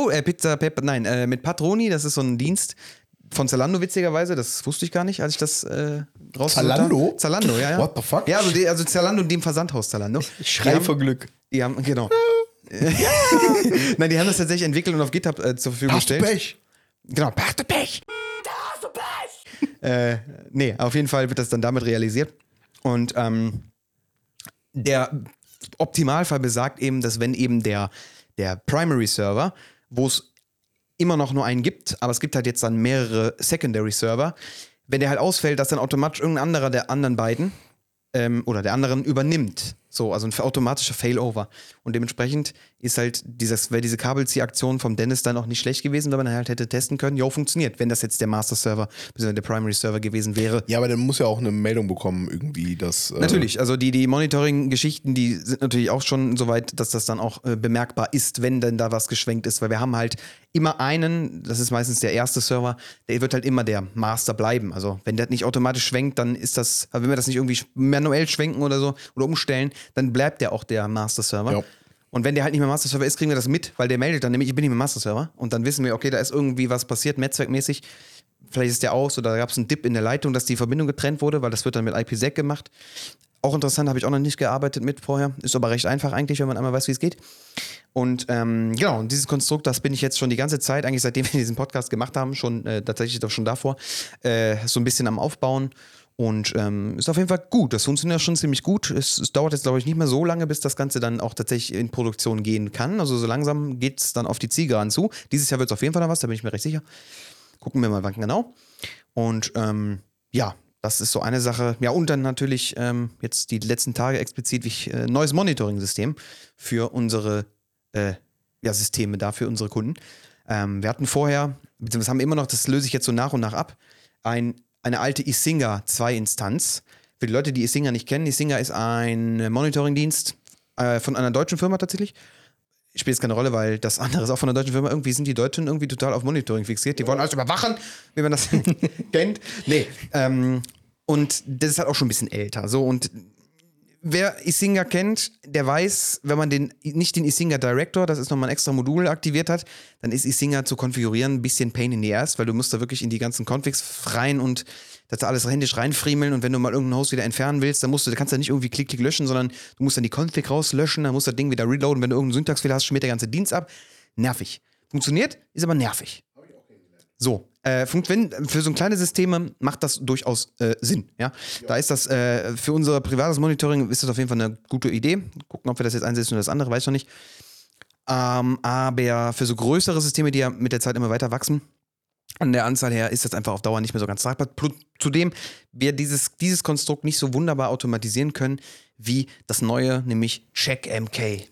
Patroni, das ist so ein Dienst von Zalando, witzigerweise, das wusste ich gar nicht, als ich das rausgesucht habe. Zalando, ja. What the fuck? Ja, also Zalando, dem Versandhaus Zalando. Ich schrei vor Glück. Die haben, genau. Nein, die haben das tatsächlich entwickelt und auf GitHub zur Verfügung gestellt. Pech. Genau, Pech. Nee, auf jeden Fall wird das dann damit realisiert. Und der Optimalfall besagt eben, dass wenn eben der Primary Server, wo es immer noch nur einen gibt, aber es gibt halt jetzt dann mehrere Secondary Server, wenn der halt ausfällt, dass dann automatisch irgendein anderer der anderen beiden oder der anderen übernimmt. So, also ein automatischer Failover. Und dementsprechend ist halt wäre diese Kabelziehaktion vom Dennis dann auch nicht schlecht gewesen, weil man halt hätte testen können, funktioniert, wenn das jetzt der Master Server bzw. der Primary Server gewesen wäre. Ja, aber dann muss ja auch eine Meldung bekommen, irgendwie, dass. Natürlich, also die Monitoring-Geschichten, die sind natürlich auch schon so weit, dass das dann auch bemerkbar ist, wenn denn da was geschwenkt ist, weil wir haben halt immer einen, das ist meistens der erste Server, der wird halt immer der Master bleiben. Also wenn der nicht automatisch schwenkt, dann ist das, wenn wir das nicht irgendwie manuell schwenken oder so oder umstellen, dann bleibt der auch der Master Server. Ja. Und wenn der halt nicht mehr Master Server ist, kriegen wir das mit, weil der meldet dann nämlich, ich bin nicht mehr Master Server. Und dann wissen wir, okay, da ist irgendwie was passiert, netzwerkmäßig. Vielleicht ist der aus oder da gab es einen Dip in der Leitung, dass die Verbindung getrennt wurde, weil das wird dann mit IPsec gemacht. Auch interessant, habe ich auch noch nicht gearbeitet mit vorher. Ist aber recht einfach eigentlich, wenn man einmal weiß, wie es geht. Und genau, und dieses Konstrukt, das bin ich jetzt schon die ganze Zeit, eigentlich seitdem wir diesen Podcast gemacht haben, schon tatsächlich doch schon davor, so ein bisschen am Aufbauen. Und ist auf jeden Fall gut. Das funktioniert schon ziemlich gut. Es dauert jetzt, glaube ich, nicht mehr so lange, bis das Ganze dann auch tatsächlich in Produktion gehen kann. Also so langsam geht es dann auf die Zielgeraden zu. Dieses Jahr wird es auf jeden Fall noch was, da bin ich mir recht sicher. Gucken wir mal, wann genau. Und ja, Das ist so eine Sache. Ja, und dann natürlich jetzt die letzten Tage explizit neues Monitoring-System für unsere Systeme da, für unsere Kunden. Wir hatten vorher, beziehungsweise haben immer noch, das löse ich jetzt so nach und nach ab, eine alte Isinga 2-Instanz. Für die Leute, die Isinga nicht kennen, Isinga ist ein Monitoring-Dienst von einer deutschen Firma tatsächlich. Spielt jetzt keine Rolle, weil das andere ist auch von einer deutschen Firma. Irgendwie sind die Deutschen irgendwie total auf Monitoring fixiert. Die wollen alles überwachen, wie man das kennt. Nee. Und das ist halt auch schon ein bisschen älter. So, und wer Isinga kennt, der weiß, wenn man nicht den Isinga Director, das ist nochmal ein extra Modul, aktiviert hat, dann ist Isinga zu konfigurieren ein bisschen Pain in the ass, weil du musst da wirklich in die ganzen Configs rein und das da alles händisch reinfriemeln, und wenn du mal irgendeinen Host wieder entfernen willst, dann kannst du da nicht irgendwie klick löschen, sondern du musst dann die Config rauslöschen, dann musst du das Ding wieder reloaden, wenn du irgendeinen Syntaxfehler hast, schmiert der ganze Dienst ab. Nervig. Funktioniert, ist aber nervig. So, für so kleine Systeme macht das durchaus Sinn. Ja? Da ist das für unser privates Monitoring ist das auf jeden Fall eine gute Idee. Gucken, ob wir das jetzt einsetzen oder das andere, weiß ich noch nicht. Aber für so größere Systeme, die ja mit der Zeit immer weiter wachsen, an der Anzahl her ist das einfach auf Dauer nicht mehr so ganz tragbar. Zudem wir dieses Konstrukt nicht so wunderbar automatisieren können wie das neue, nämlich CheckMK.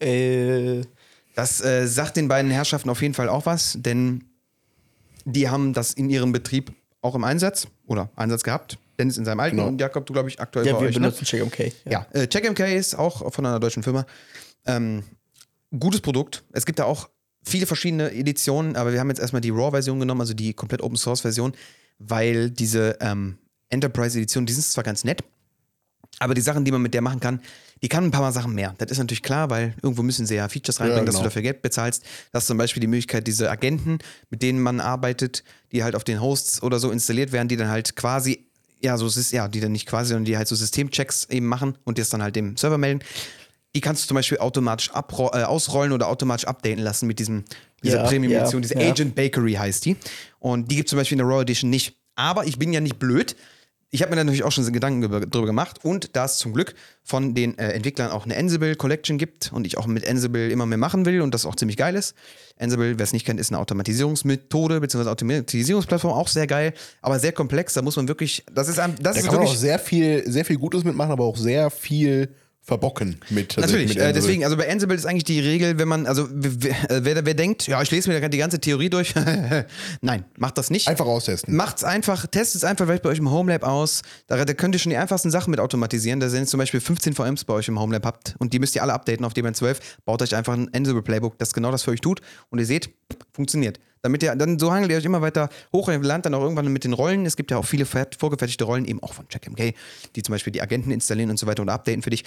Das sagt den beiden Herrschaften auf jeden Fall auch was, denn die haben das in ihrem Betrieb auch im Einsatz gehabt. Dennis in seinem alten und Jakob, du glaube ich aktuell bei euch. Ja, wir benutzen CheckMK. Ja, CheckMK ist auch von einer deutschen Firma. Gutes Produkt. Es gibt da auch viele verschiedene Editionen, aber wir haben jetzt erstmal die RAW-Version genommen, also die komplett Open-Source-Version, weil diese Enterprise-Edition, die sind zwar ganz nett, aber die Sachen, die man mit der machen kann, die kann ein paar Mal Sachen mehr. Das ist natürlich klar, weil irgendwo müssen sie ja Features reinbringen, dass du dafür Geld bezahlst. Das ist zum Beispiel die Möglichkeit, diese Agenten, mit denen man arbeitet, die halt auf den Hosts oder so installiert werden, die dann halt quasi, die dann nicht quasi, sondern die halt so Systemchecks eben machen und das dann halt dem Server melden. Die kannst du zum Beispiel automatisch ausrollen oder automatisch updaten lassen mit dieser Premium-Edition. Diese Agent Bakery heißt die. Und die gibt es zum Beispiel in der RAW Edition nicht. Aber ich bin ja nicht blöd. Ich habe mir da natürlich auch schon Gedanken drüber gemacht, und da es zum Glück von den Entwicklern auch eine Ansible Collection gibt und ich auch mit Ansible immer mehr machen will und das auch ziemlich geil ist. Ansible, wer es nicht kennt, ist eine Automatisierungsmethode bzw. Automatisierungsplattform, auch sehr geil, aber sehr komplex. Da muss man wirklich, da kann man auch sehr viel Gutes mitmachen, aber auch sehr viel verbocken mit. Natürlich, deswegen, also bei Ansible ist eigentlich die Regel, wenn man, also wer denkt, ja, ich lese mir die ganze Theorie durch, nein, macht das nicht. Einfach austesten. Macht's einfach, testet es einfach vielleicht bei euch im Homelab aus, da könnt ihr schon die einfachsten Sachen mit automatisieren, da sind zum Beispiel 15 VMs bei euch im Homelab habt und die müsst ihr alle updaten auf DBN 12, baut euch einfach ein Ansible Playbook, das genau das für euch tut und ihr seht, funktioniert. Damit ihr, dann so hangelt ihr euch immer weiter hoch und ihr lernt dann auch irgendwann mit den Rollen. Es gibt ja auch viele vorgefertigte Rollen, eben auch von CheckMK, die zum Beispiel die Agenten installieren und so weiter und updaten für dich.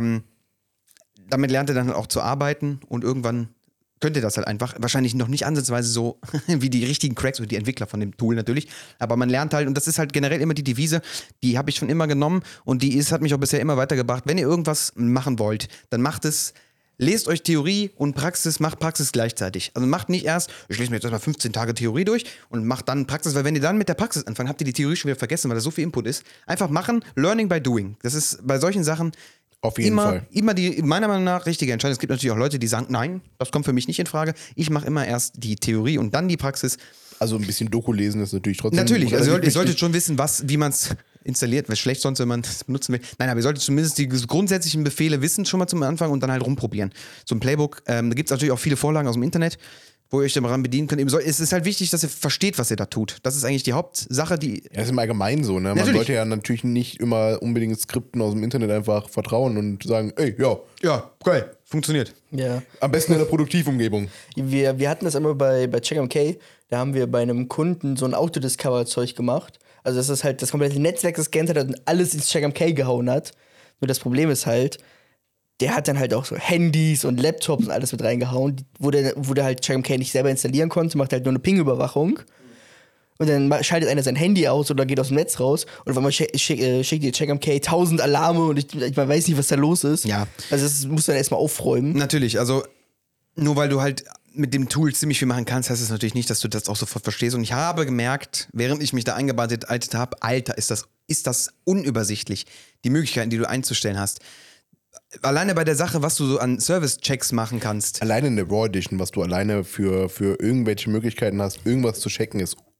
Damit lernt ihr dann auch zu arbeiten und irgendwann könnt ihr das halt einfach, wahrscheinlich noch nicht ansatzweise so wie die richtigen Cracks oder die Entwickler von dem Tool natürlich, aber man lernt halt, und das ist halt generell immer die Devise, die habe ich schon immer genommen und hat mich auch bisher immer weitergebracht. Wenn ihr irgendwas machen wollt, dann macht es. Lest euch Theorie und Praxis, macht Praxis gleichzeitig. Also macht nicht erst, ich lese mir jetzt erstmal 15 Tage Theorie durch und macht dann Praxis, weil wenn ihr dann mit der Praxis anfangt, habt ihr die Theorie schon wieder vergessen, weil da so viel Input ist. Einfach machen, learning by doing. Das ist bei solchen Sachen auf jeden Fall immer die, meiner Meinung nach, richtige Entscheidung. Es gibt natürlich auch Leute, die sagen, nein, das kommt für mich nicht in Frage. Ich mache immer erst die Theorie und dann die Praxis. Also ein bisschen Doku lesen ist natürlich trotzdem. Natürlich, also ihr solltet schon wissen, wie man es installiert. Wäre schlecht sonst, wenn man das benutzen will. Nein, aber ihr solltet zumindest die grundsätzlichen Befehle wissen schon mal zum Anfang und dann halt rumprobieren. So ein Playbook, da gibt es natürlich auch viele Vorlagen aus dem Internet, wo ihr euch daran bedienen könnt. Es ist halt wichtig, dass ihr versteht, was ihr da tut. Das ist eigentlich die Hauptsache, die. Ja, ist im Allgemeinen so, ne? Man sollte ja natürlich nicht immer unbedingt Skripten aus dem Internet einfach vertrauen und sagen, ey, ja, geil, funktioniert. Ja. Am besten in der Produktivumgebung. Wir hatten das immer bei CheckMK, da haben wir bei einem Kunden so ein Autodiscover-Zeug gemacht. Also das ist halt das komplette Netzwerk gescannt hat und alles ins CheckMK gehauen hat. Nur das Problem ist halt, der hat dann halt auch so Handys und Laptops und alles mit reingehauen, wo der halt CheckMK nicht selber installieren konnte, macht halt nur eine Ping-Überwachung. Und dann schaltet einer sein Handy aus oder geht aus dem Netz raus und auf einmal schickt dir CheckMK 1000 Alarme und ich weiß nicht, was da los ist. Ja. Also das musst du dann erstmal aufräumen. Natürlich, also nur weil du halt mit dem Tool ziemlich viel machen kannst, heißt es natürlich nicht, dass du das auch sofort verstehst. Und ich habe gemerkt, während ich mich da eingearbeitet habe, Alter, ist das unübersichtlich, die Möglichkeiten, die du einzustellen hast. Alleine bei der Sache, was du so an Service-Checks machen kannst. Alleine in der RAW Edition, was du alleine für irgendwelche Möglichkeiten hast, irgendwas zu checken, ist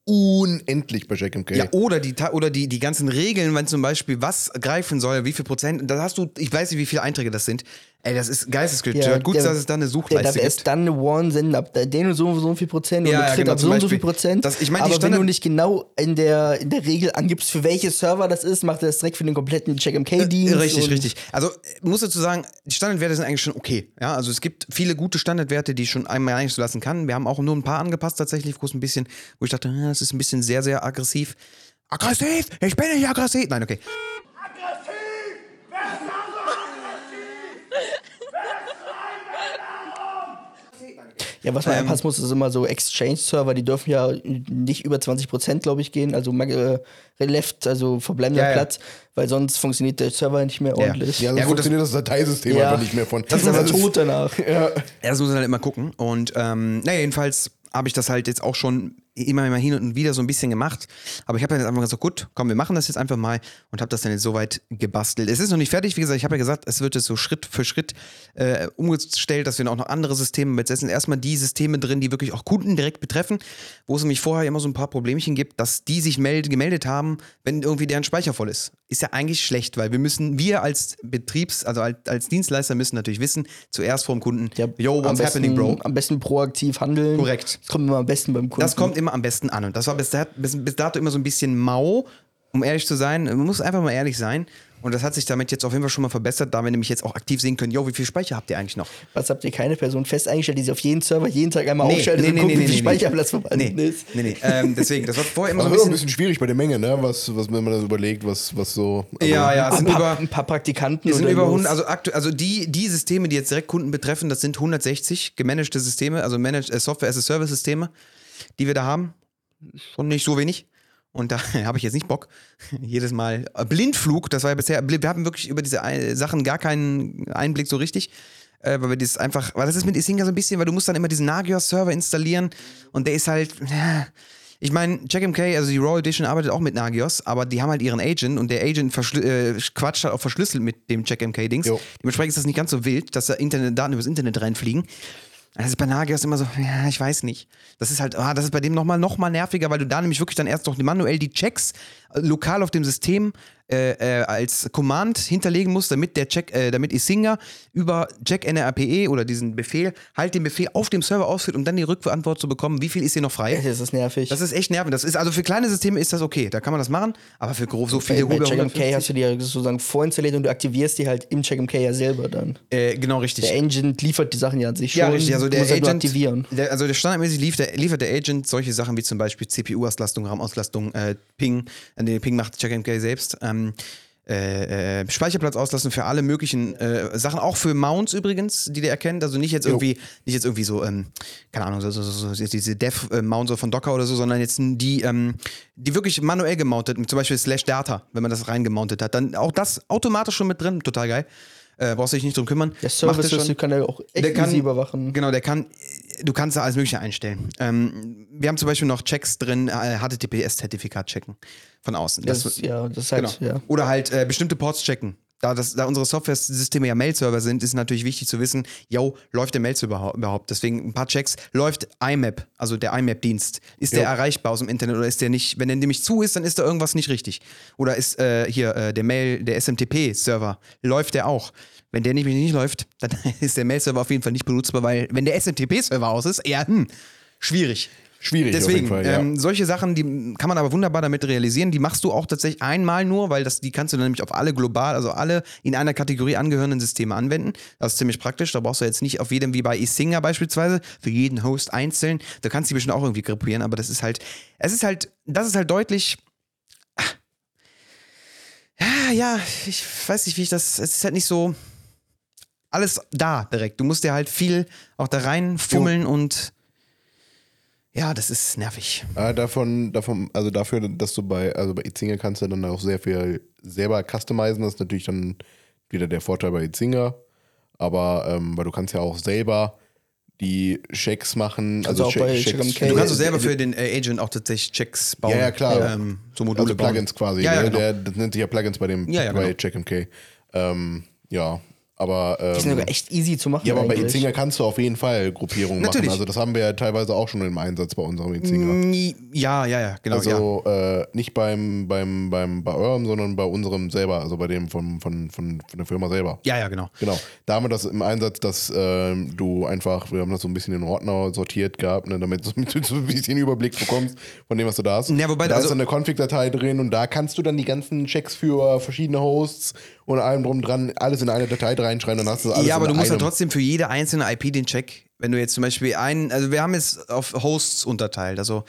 unendlich bei CheckMK. Ja, oder die ganzen Regeln, wenn zum Beispiel was greifen soll, wie viel Prozent, da hast du, ich weiß nicht, wie viele Einträge das sind. Ey, das ist geisteskrank. Gut, dass es da eine Suchleiste gibt. Der darf erst dann eine Warn senden, ab den und so viel Prozent und eine Crit ab so und so viel Prozent. Aber wenn du nicht genau in der Regel angibst, für welche Server das ist, macht er das direkt für den kompletten CheckMK-Dienst. Richtig. Also, muss dazu sagen, die Standardwerte sind eigentlich schon okay. Ja, also es gibt viele gute Standardwerte, die ich schon einmal eigentlich so lassen kann. Wir haben auch nur ein paar angepasst tatsächlich, wo ich dachte, das ist ein bisschen sehr, sehr aggressiv. Aggressiv? Ich bin nicht aggressiv. Nein, okay. Aggressiv! Wer ist da so aggressiv? Ja, was man anpassen muss, ist immer so Exchange-Server, die dürfen ja nicht über 20%, glaube ich, gehen, also left, also verbleibender Platz, weil sonst funktioniert der Server nicht mehr ordentlich. Ja, sonst funktioniert das Dateisystem einfach nicht mehr von. Das ist aber tot danach. Ja, das muss man halt immer gucken. Und jedenfalls habe ich das halt jetzt auch schon immer hin und wieder so ein bisschen gemacht. Aber ich habe dann jetzt einfach gesagt, gut, komm, wir machen das jetzt einfach mal und habe das dann jetzt soweit gebastelt. Es ist noch nicht fertig, wie gesagt, ich habe ja gesagt, es wird jetzt so Schritt für Schritt umgestellt, dass wir auch noch andere Systeme besetzen. Erstmal die Systeme drin, die wirklich auch Kunden direkt betreffen, wo es nämlich vorher immer so ein paar Problemchen gibt, dass die sich gemeldet haben, wenn irgendwie deren Speicher voll ist. Ist ja eigentlich schlecht, weil wir als also als Dienstleister müssen natürlich wissen, zuerst vor dem Kunden, yo, what's happening, bro? Am besten proaktiv handeln. Korrekt. Das kommt immer am besten beim Kunden. Das kommt immer am besten an. Und das war bis dato immer so ein bisschen mau, um ehrlich zu sein. Man muss einfach mal ehrlich sein. Und das hat sich damit jetzt auf jeden Fall schon mal verbessert, da wir nämlich jetzt auch aktiv sehen können, wie viel Speicher habt ihr eigentlich noch? Was, habt ihr keine Person fest eingestellt, die sich auf jeden Server jeden Tag einmal aufschaltet und guckt, wie viel Speicherplatz vorhanden ist? Deswegen, das war vorher immer das so ein bisschen schwierig bei der Menge, ne? Was wenn man das überlegt, was so. Also es sind ein paar Praktikanten. Es sind über 100, also die Systeme, die jetzt direkt Kunden betreffen, das sind 160 gemanagte Systeme, also Software-as-a-Service-Systeme, die wir da haben. Schon nicht so wenig. Und da habe ich jetzt nicht Bock. Jedes Mal Blindflug, das war ja bisher, wir haben wirklich über diese Sachen gar keinen Einblick so richtig. Weil das ist mit Isinga so ein bisschen, weil du musst dann immer diesen Nagios-Server installieren und der ist halt, ich meine, CheckMK, also die Raw Edition arbeitet auch mit Nagios, aber die haben halt ihren Agent und der Agent quatscht halt auch verschlüsselt mit dem CheckMK-Dings. Dementsprechend ist das nicht ganz so wild, dass da Daten übers Internet reinfliegen. Das ist bei Nagios immer so, ich weiß nicht. Das ist halt, das ist bei dem nochmal nerviger, weil du da nämlich wirklich dann erst noch manuell die Checks lokal auf dem System als Command hinterlegen musst, damit damit Isinga über check-nrpe oder diesen Befehl halt den Befehl auf dem Server ausführt, um dann die Rückantwort zu bekommen, wie viel ist hier noch frei. Das ist nervig. Das ist echt nervig. Das ist, also für kleine Systeme ist das okay, da kann man das machen, aber für so viele bei CheckMK hast du die ja sozusagen vorinstalliert und du aktivierst die halt im CheckMK ja selber dann. Genau, richtig. Der Agent liefert die Sachen ja an sich schon. Ja, richtig. Also der Agent, aktivieren. Der standardmäßig liefert der Agent solche Sachen wie zum Beispiel CPU-Auslastung, RAM-Auslastung, Ping. Den Ping macht CheckMK selbst. Speicherplatzauslastung für alle möglichen Sachen, auch für Mounts übrigens, die der erkennt. Also nicht jetzt irgendwie so, keine Ahnung, so diese Dev-Mount so von Docker oder so, sondern jetzt die wirklich manuell gemountet, zum Beispiel /data, wenn man das reingemountet hat. Dann auch das automatisch schon mit drin, total geil. Brauchst dich nicht drum kümmern. Der Service kann er auch echt easy überwachen. Genau, du kannst da alles Mögliche einstellen. Wir haben zum Beispiel noch Checks drin, HTTPS-Zertifikat checken von außen. Das ist halt, genau. Oder halt bestimmte Ports checken. Da unsere Software-Systeme ja Mail-Server sind, ist natürlich wichtig zu wissen, läuft der Mail-Server überhaupt? Deswegen ein paar Checks. Läuft IMAP, also der IMAP-Dienst. Ist der erreichbar aus dem Internet oder ist der nicht? Wenn der nämlich zu ist, dann ist da irgendwas nicht richtig. Oder ist der SMTP-Server, läuft der auch? Wenn der nämlich nicht läuft, dann ist der Mail-Server auf jeden Fall nicht benutzbar, weil wenn der SMTP-Server aus ist, schwierig. Schwierig, deswegen, auf jeden Fall, ja. Solche Sachen, die kann man aber wunderbar damit realisieren. Die machst du auch tatsächlich einmal nur, weil die kannst du dann nämlich auf alle global, also alle in einer Kategorie angehörenden Systeme anwenden. Das ist ziemlich praktisch. Da brauchst du jetzt nicht auf jedem, wie bei Isinga beispielsweise, für jeden Host einzeln. Da kannst du die bestimmt auch irgendwie gruppieren, aber das ist halt deutlich. Ja, ich weiß nicht, es ist halt nicht so alles da direkt. Du musst dir halt viel auch da reinfummeln und ja, das ist nervig. Also dafür, dass du bei Izinga kannst du dann auch sehr viel selber customizen. Das ist natürlich dann wieder der Vorteil bei Izinga. Aber weil du kannst ja auch selber die Checks machen. Also auch bei CheckMK. Du kannst selber für den Agent auch tatsächlich Checks bauen. Ja, klar. So Module also Plugins bauen. quasi. Ja, ne? genau. Das nennt sich ja Plugins bei genau. CheckMK. Ja, Aber, Die sind sogar echt easy zu machen. ja, aber bei eigentlich. Inzinger kannst du auf jeden Fall Gruppierungen Natürlich. machen. Also das haben wir ja teilweise auch schon im Einsatz bei unserem Inzinger. Ja, genau. Also nicht bei eurem, sondern bei unserem selber, also bei dem von der Firma selber. Ja, genau. Genau. Da haben wir das im Einsatz, dass du einfach, wir haben das so ein bisschen in Ordner sortiert gehabt, ne, damit du so ein bisschen Überblick bekommst von dem, was du da hast. Ja, wobei, da also- ist dann eine Config-Datei drin und da kannst du dann die ganzen Checks für verschiedene Hosts und allem drum dran alles in eine Datei reinschreiben, dann hast du alles Ja, aber in du musst ja einem. trotzdem für jede einzelne IP den Check, wenn du jetzt zum Beispiel also wir haben es auf Hosts unterteilt, also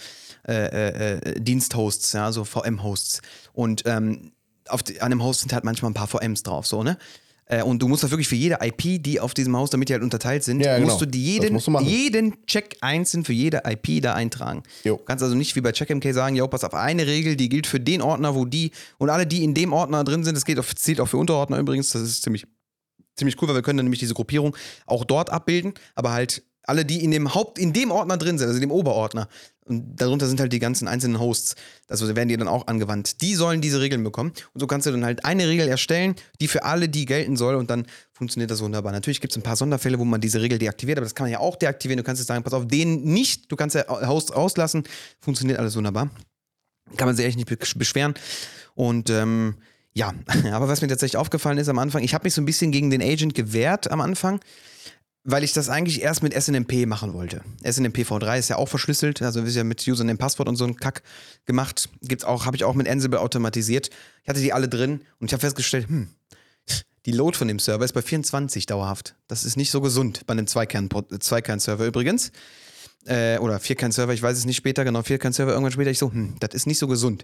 Diensthosts, ja, also VM-Hosts. Und an einem Host sind halt manchmal ein paar VMs drauf, so, ne? Und du musst halt wirklich für jede IP, die auf diesem Host, damit die halt unterteilt sind, Ja, genau. musst du Das musst du machen. jeden Check einzeln für jede IP da eintragen. Jo. Du kannst also nicht wie bei CheckMK sagen, jo, pass auf, eine Regel, die gilt für den Ordner, wo die und alle, die in dem Ordner drin sind, das zählt auch für Unterordner übrigens, das ist ziemlich cool, weil wir können dann nämlich diese Gruppierung auch dort abbilden, aber halt alle, die in dem Ordner drin sind, also in dem Oberordner, und darunter sind halt die ganzen einzelnen Hosts, also werden die dann auch angewandt, die sollen diese Regeln bekommen und so kannst du dann halt eine Regel erstellen, die für alle die gelten soll und dann funktioniert das wunderbar. Natürlich gibt es ein paar Sonderfälle, wo man diese Regel deaktiviert, aber das kann man ja auch deaktivieren, du kannst jetzt sagen, pass auf, den nicht, du kannst ja Host rauslassen, funktioniert alles wunderbar. Kann man sich echt nicht beschweren und ja, aber was mir tatsächlich aufgefallen ist am Anfang, ich habe mich so ein bisschen gegen den Agent gewehrt am Anfang, weil ich das eigentlich erst mit SNMP machen wollte. SNMP V3 ist ja auch verschlüsselt, also ist ja mit Username, Passwort und so ein Kack gemacht. Habe ich auch mit Ansible automatisiert. Ich hatte die alle drin und ich habe festgestellt, die Load von dem Server ist bei 24 dauerhaft. Das ist nicht so gesund bei einem Zweikern-Server übrigens. Oder Vierkern-Server, ich weiß es nicht später, genau, Vierkern-Server irgendwann später. Ich so, das ist nicht so gesund.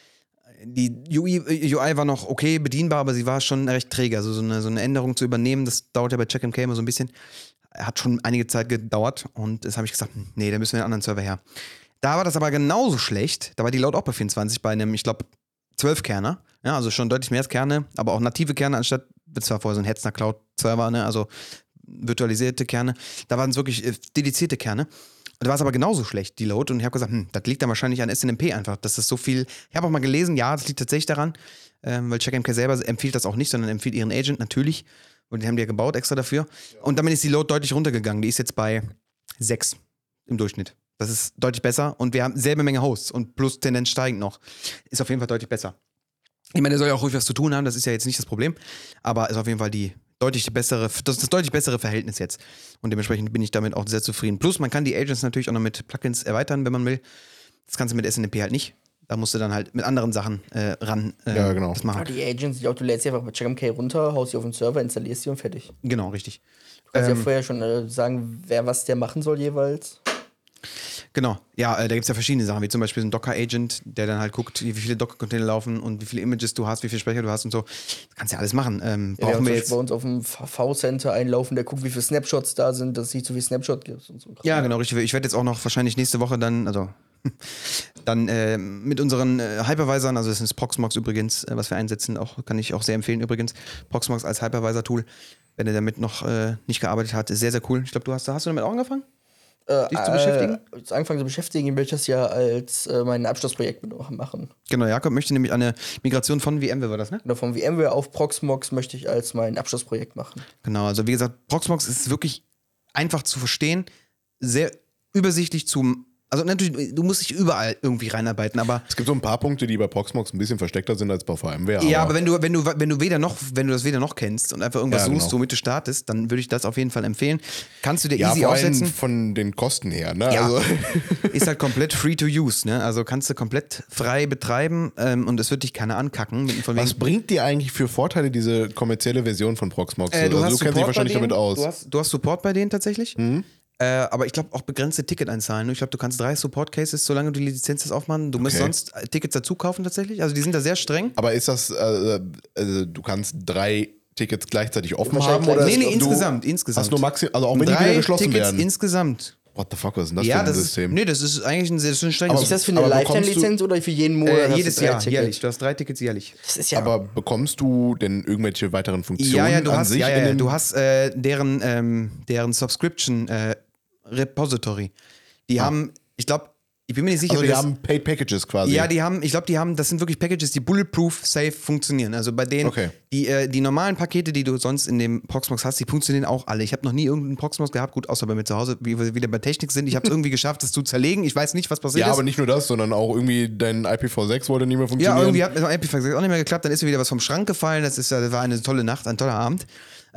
Die UI war noch okay, bedienbar, aber sie war schon recht träge. Also so eine Änderung zu übernehmen, das dauert ja bei CheckMK immer so ein bisschen. Hat schon einige Zeit gedauert und das habe ich gesagt, nee, da müssen wir einen anderen Server her. Da war das aber genauso schlecht. Da war die Load auch bei 24 bei einem, ich glaube, 12 Kerner. Ja, also schon deutlich mehr als Kerne, aber auch native Kerne anstatt, das war vorher so ein Hetzner Cloud-Server, ne, also virtualisierte Kerne. Da waren es wirklich dedizierte Kerne. Da war es aber genauso schlecht, die Load. Und ich habe gesagt, das liegt dann wahrscheinlich an SNMP einfach. Das ist so viel. Ich habe auch mal gelesen, ja, das liegt tatsächlich daran, weil CheckMK selber empfiehlt das auch nicht, sondern empfiehlt ihren Agent natürlich. Und die haben die ja gebaut extra dafür. Und damit ist die Load deutlich runtergegangen. Die ist jetzt bei 6 im Durchschnitt. Das ist deutlich besser. Und wir haben selbe Menge Hosts und plus Tendenz steigend noch. Ist auf jeden Fall deutlich besser. Ich meine, der soll ja auch ruhig was zu tun haben, das ist ja jetzt nicht das Problem. Aber ist auf jeden Fall das deutlich bessere Verhältnis jetzt. Und dementsprechend bin ich damit auch sehr zufrieden. Plus, man kann die Agents natürlich auch noch mit Plugins erweitern, wenn man will. Das kannst du mit SNMP halt nicht. Da musst du dann halt mit anderen Sachen ran Ja, genau. das machen. Ja, die Agents, du lädst sie einfach bei CheckMK runter, haust sie auf den Server, installierst sie und fertig. Genau, richtig. Du kannst ja vorher schon sagen, was der machen soll jeweils. Genau, ja, da gibt es ja verschiedene Sachen, wie zum Beispiel so ein Docker-Agent, der dann halt guckt, wie viele Docker-Container laufen und wie viele Images du hast, wie viel Speicher du hast und so. Das kannst du ja alles machen. Ja, Brauchen wir jetzt jetzt. bei uns auf dem V-Center einlaufen, der guckt, wie viele Snapshots da sind, dass es nicht so viel Snapshot gibt und so. Ja, genau, richtig. Ich werde jetzt auch noch wahrscheinlich nächste Woche dann mit unseren Hypervisern, also das ist Proxmox übrigens, was wir einsetzen, kann ich auch sehr empfehlen übrigens. Proxmox als Hypervisor-Tool, wenn er damit noch nicht gearbeitet hat, ist sehr, sehr cool. Ich glaube, hast du damit auch angefangen? Dich zu beschäftigen? Angefangen zu beschäftigen, will ich das ja als mein Abschlussprojekt machen. Genau, Jakob möchte nämlich eine Migration von VMware, war das, ne? Genau, von VMware auf Proxmox möchte ich als mein Abschlussprojekt machen. Genau, also wie gesagt, Proxmox ist wirklich einfach zu verstehen, sehr übersichtlich also natürlich, du musst dich überall irgendwie reinarbeiten, aber Es gibt so ein paar Punkte, die bei Proxmox ein bisschen versteckter sind als bei VMware. ja, aber wenn du das weder noch kennst und einfach irgendwas Ja, genau. suchst, womit du startest, dann würde ich das auf jeden Fall empfehlen. Kannst du dir ja, easy vor allem aufsetzen. von den Kosten her, ne? Ja, Also, ist halt komplett free to use, ne? Also kannst du komplett frei betreiben und es wird dich keiner ankacken. Von was wegen, bringt dir eigentlich für Vorteile diese kommerzielle Version von Proxmox? du Also, hast du kennst dich Support wahrscheinlich bei denen, damit aus. Du hast Support bei denen tatsächlich. Aber ich glaube auch begrenzte Ticket-Einzahlen. Ich glaube, du kannst 3 Support-Cases, solange du die Lizenz das aufmachen. Du musst sonst Tickets dazu kaufen tatsächlich. Also die sind da sehr streng. Aber ist das, du kannst 3 Tickets gleichzeitig offen Wahrscheinlich haben? Oder Nee, du insgesamt. Hast nur also auch wenn die 3 wieder geschlossen Tickets werden. insgesamt. What the fuck, was ist denn das Ja, für ein das System? das ist eigentlich ein sehr strenges Aber Ist das für eine aber bekommst Lifetime-Lizenz oder für jeden Monat? hast du jedes 3 Jahr, Tickets? jährlich. Du hast 3 Tickets jährlich. Das ist ja. Aber bekommst du denn irgendwelche weiteren Funktionen Du an hast, sich? in dem- du hast deren Subscription Repository. Die haben, ich glaube, Ich bin mir nicht sicher, Also wie die das, haben Paid Packages quasi. ja, das sind wirklich Packages, die bulletproof safe funktionieren. Also bei denen, Okay. die normalen Pakete, die du sonst in dem Proxmox hast, die funktionieren auch alle. Ich habe noch nie irgendeinen Proxmox gehabt, gut, außer bei mir zu Hause, wie wir wieder bei Technik sind. Ich habe es irgendwie geschafft, das zu zerlegen. Ich weiß nicht, was passiert Ja, ist. aber nicht nur das, sondern auch irgendwie dein IPv6 wollte nicht mehr funktionieren. Ja, irgendwie hat mein IPv6 auch nicht mehr geklappt, dann ist mir wieder was vom Schrank gefallen. Das war eine tolle Nacht, ein toller Abend.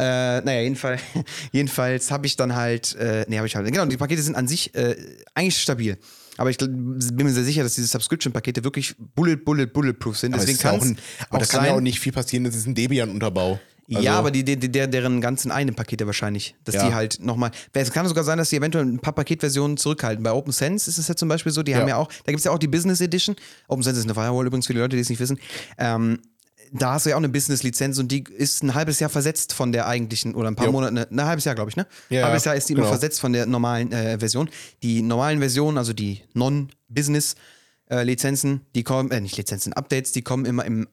Jedenfalls habe ich dann halt, genau, die Pakete sind an sich eigentlich stabil. Aber ich bin mir sehr sicher, dass diese Subscription-Pakete wirklich bulletproof sind. Aber, Deswegen es ist auch kann aber da kann ja auch nicht viel passieren, das ist ein Debian-Unterbau. Also, ja, aber deren ganzen eigenen Pakete wahrscheinlich. Dass die halt nochmal. Es kann sogar sein, dass die eventuell ein paar Paketversionen zurückhalten. Bei OpenSense ist es ja zum Beispiel so, die haben ja auch, da gibt es ja auch die Business Edition. OpenSense ist eine Firewall übrigens für die Leute, die es nicht wissen. Da hast du ja auch eine Business-Lizenz und die ist ein halbes Jahr versetzt von der eigentlichen, oder ein paar Monate, ein halbes Jahr, glaube ich, ne? Ja, ein halbes Jahr ist die nur genau. versetzt von der normalen Version. Die normalen Versionen, also die Non-Business-Lizenzen, die kommen, nicht Lizenzen, Updates, die kommen immer im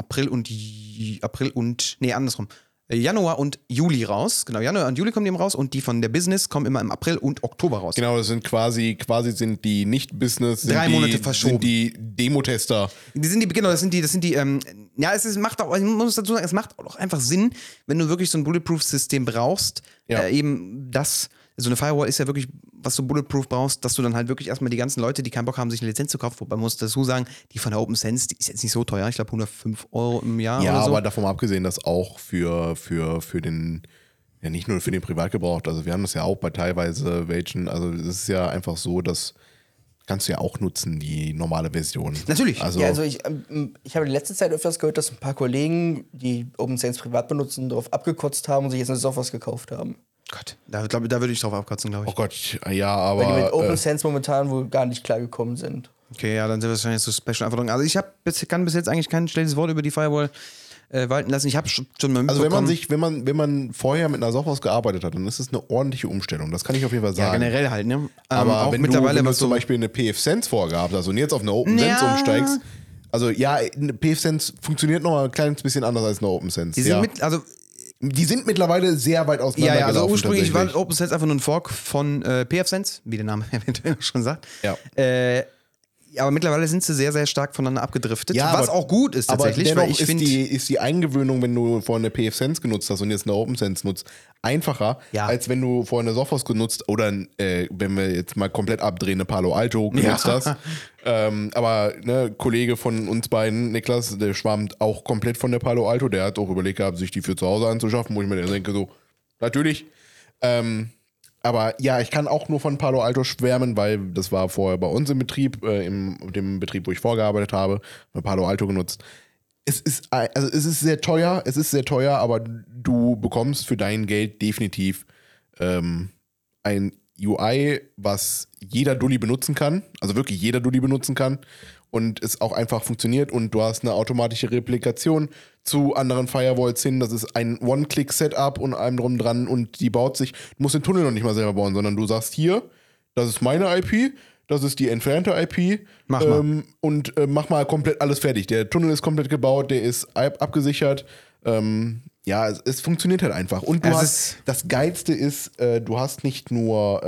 Januar und Juli raus. Genau, Januar und Juli kommen die eben raus und die von der Business kommen immer im April und Oktober raus. Genau, das sind quasi sind die Nicht-Business, 3 Monate verschoben. sind die Demotester. Das sind die, macht auch, ich muss dazu sagen, es macht auch einfach Sinn, wenn du wirklich so ein Bulletproof-System brauchst, so eine Firewall ist ja wirklich, was du Bulletproof brauchst, dass du dann halt wirklich erstmal die ganzen Leute, die keinen Bock haben, sich eine Lizenz zu kaufen, wobei man muss dazu sagen, die von der OpenSense, die ist jetzt nicht so teuer, ich glaube 105 € im Jahr Ja, oder so. aber davon mal abgesehen, dass auch für den, ja nicht nur für den Privatgebrauch, also wir haben das ja auch bei teilweise welchen, also es ist ja einfach so, dass kannst du ja auch nutzen, die normale Version. Natürlich. Also, Ja, also ich habe in letzter Zeit öfters gehört, dass ein paar Kollegen, die OpenSense privat benutzen, darauf abgekotzt haben und sich jetzt eine Software gekauft haben. Gott, da würde ich drauf abkotzen, glaube ich. oh Gott, ja, Weil die mit aber OpenSense momentan wohl gar nicht klargekommen sind. Okay, ja, dann sind wir wahrscheinlich so Special-Anforderungen. Also ich kann bis jetzt eigentlich kein schlechtes Wort über die Firewall walten lassen. Ich habe schon mal also mitbekommen. wenn man vorher mit einer Software gearbeitet hat, dann ist es eine ordentliche Umstellung. Das kann ich auf jeden Fall sagen. Ja, generell halt, ne? Aber auch wenn mittlerweile du was zum so Beispiel eine PFSense vorgehabt hast und jetzt auf eine OpenSense umsteigst, also ja, eine PFSense funktioniert noch mal ein kleines bisschen anders als eine OpenSense. Die sind mittlerweile sehr weit auseinander. Ja, also gelaufen, ursprünglich war tatsächlich. OpenSense einfach nur ein Fork von PFSense, wie der Name eventuell schon sagt. Ja. Aber mittlerweile sind sie sehr, sehr stark voneinander abgedriftet, Ja, was aber- auch gut ist tatsächlich, aber weil dennoch ich finde, ist die Eingewöhnung, wenn du vorher eine PFSense genutzt hast und jetzt eine OpenSense nutzt, einfacher, Ja. als wenn du vorher eine Sophos genutzt oder wenn wir jetzt mal komplett abdrehen, eine Palo Alto genutzt hast. Aber ne, Kollege von uns beiden, Niklas, der schwärmt auch komplett von der Palo Alto, der hat auch überlegt gehabt, sich die für zu Hause anzuschaffen, wo ich mir dann denke, so, natürlich. Aber ja, ich kann auch nur von Palo Alto schwärmen, weil das war vorher bei uns im Betrieb, in dem Betrieb, wo ich vorgearbeitet habe, Palo Alto genutzt. Es ist sehr teuer, aber du bekommst für dein Geld definitiv ein UI, was jeder Dulli benutzen kann, also wirklich jeder Dulli benutzen kann und es auch einfach funktioniert und du hast eine automatische Replikation zu anderen Firewalls hin. Das ist ein One-Click-Setup und allem drum dran und die baut sich, du musst den Tunnel noch nicht mal selber bauen, sondern du sagst hier, das ist meine IP, das ist die entfernte IP Mach mal. und mach mal komplett alles fertig. Der Tunnel ist komplett gebaut, der ist abgesichert. Ja, es funktioniert halt einfach. Und das Geilste ist, du hast nicht nur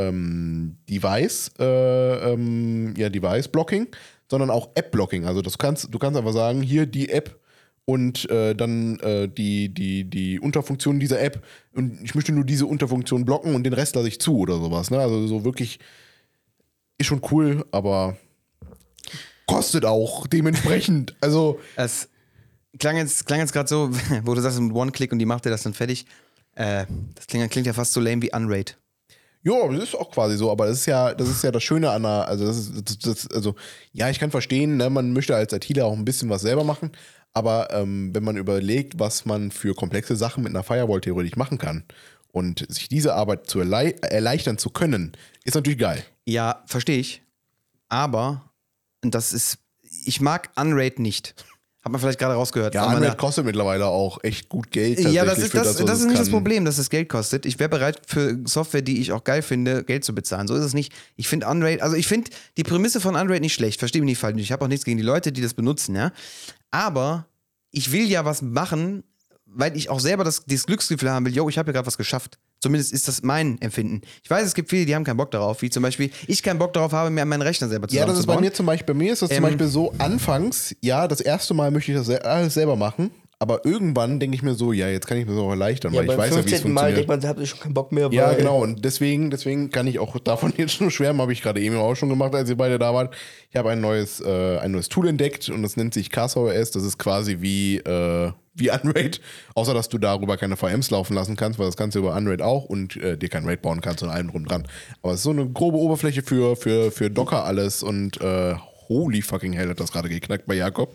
Device-Blocking, sondern auch App-Blocking. Also du kannst einfach sagen, hier die App und dann die Unterfunktion dieser App und ich möchte nur diese Unterfunktion blocken und den Rest lasse ich zu oder sowas. Ne? Also so wirklich ist schon cool, aber kostet auch dementsprechend. Also es klang jetzt gerade so, wo du sagst, mit One-Click und die macht dir das dann fertig. Das klingt ja fast so lame wie Unraid. ja, das ist auch quasi so, aber das ist ja das Schöne an einer, also ja, ich kann verstehen, ne, man möchte als ITler auch ein bisschen was selber machen, aber wenn man überlegt, was man für komplexe Sachen mit einer Firewall theoretisch machen kann und sich diese Arbeit zu erleichtern zu können, ist natürlich geil. Ja, verstehe ich. Aber ich mag Unraid nicht. Hat man vielleicht gerade rausgehört. Ja, Von meiner- Unraid kostet mittlerweile auch echt gut Geld. Ja, das tatsächlich ist für das ist was nicht das kann. Problem, dass es Geld kostet. Ich wäre bereit für Software, die ich auch geil finde, Geld zu bezahlen. So ist es nicht. Ich finde die Prämisse von Unraid nicht schlecht. Verstehe mich nicht falsch. Ich habe auch nichts gegen die Leute, die das benutzen, ja. Aber ich will ja was machen, weil ich auch selber das Glücksgefühl haben will, yo, ich habe ja gerade was geschafft. Zumindest ist das mein Empfinden. Ich weiß, es gibt viele, die haben keinen Bock darauf, wie zum Beispiel ich keinen Bock darauf habe, mir meinen Rechner selber Ja, das ist zusammenzubauen. bei mir zum Beispiel, zum Beispiel so, anfangs, ja, das erste Mal möchte ich das alles selber machen, aber irgendwann denke ich mir so, ja, jetzt kann ich mir das auch erleichtern, Ja, weil ich beim weiß ja, wie es 15. Mal funktioniert. denkt man, habt ihr schon keinen Bock mehr. Ja, weil- genau. Und deswegen kann ich auch davon jetzt nur schwärmen, habe ich gerade eben auch schon gemacht, als ihr beide da wart. Ich habe ein neues Tool entdeckt und das nennt sich CastOS. Das ist quasi wie Unraid, außer dass du darüber keine VMs laufen lassen kannst, weil das kannst du über Unraid auch und dir kein Raid bauen kannst und allem drum dran. Aber es ist so eine grobe Oberfläche für Docker alles und holy fucking hell hat das gerade geknackt bei Jakob.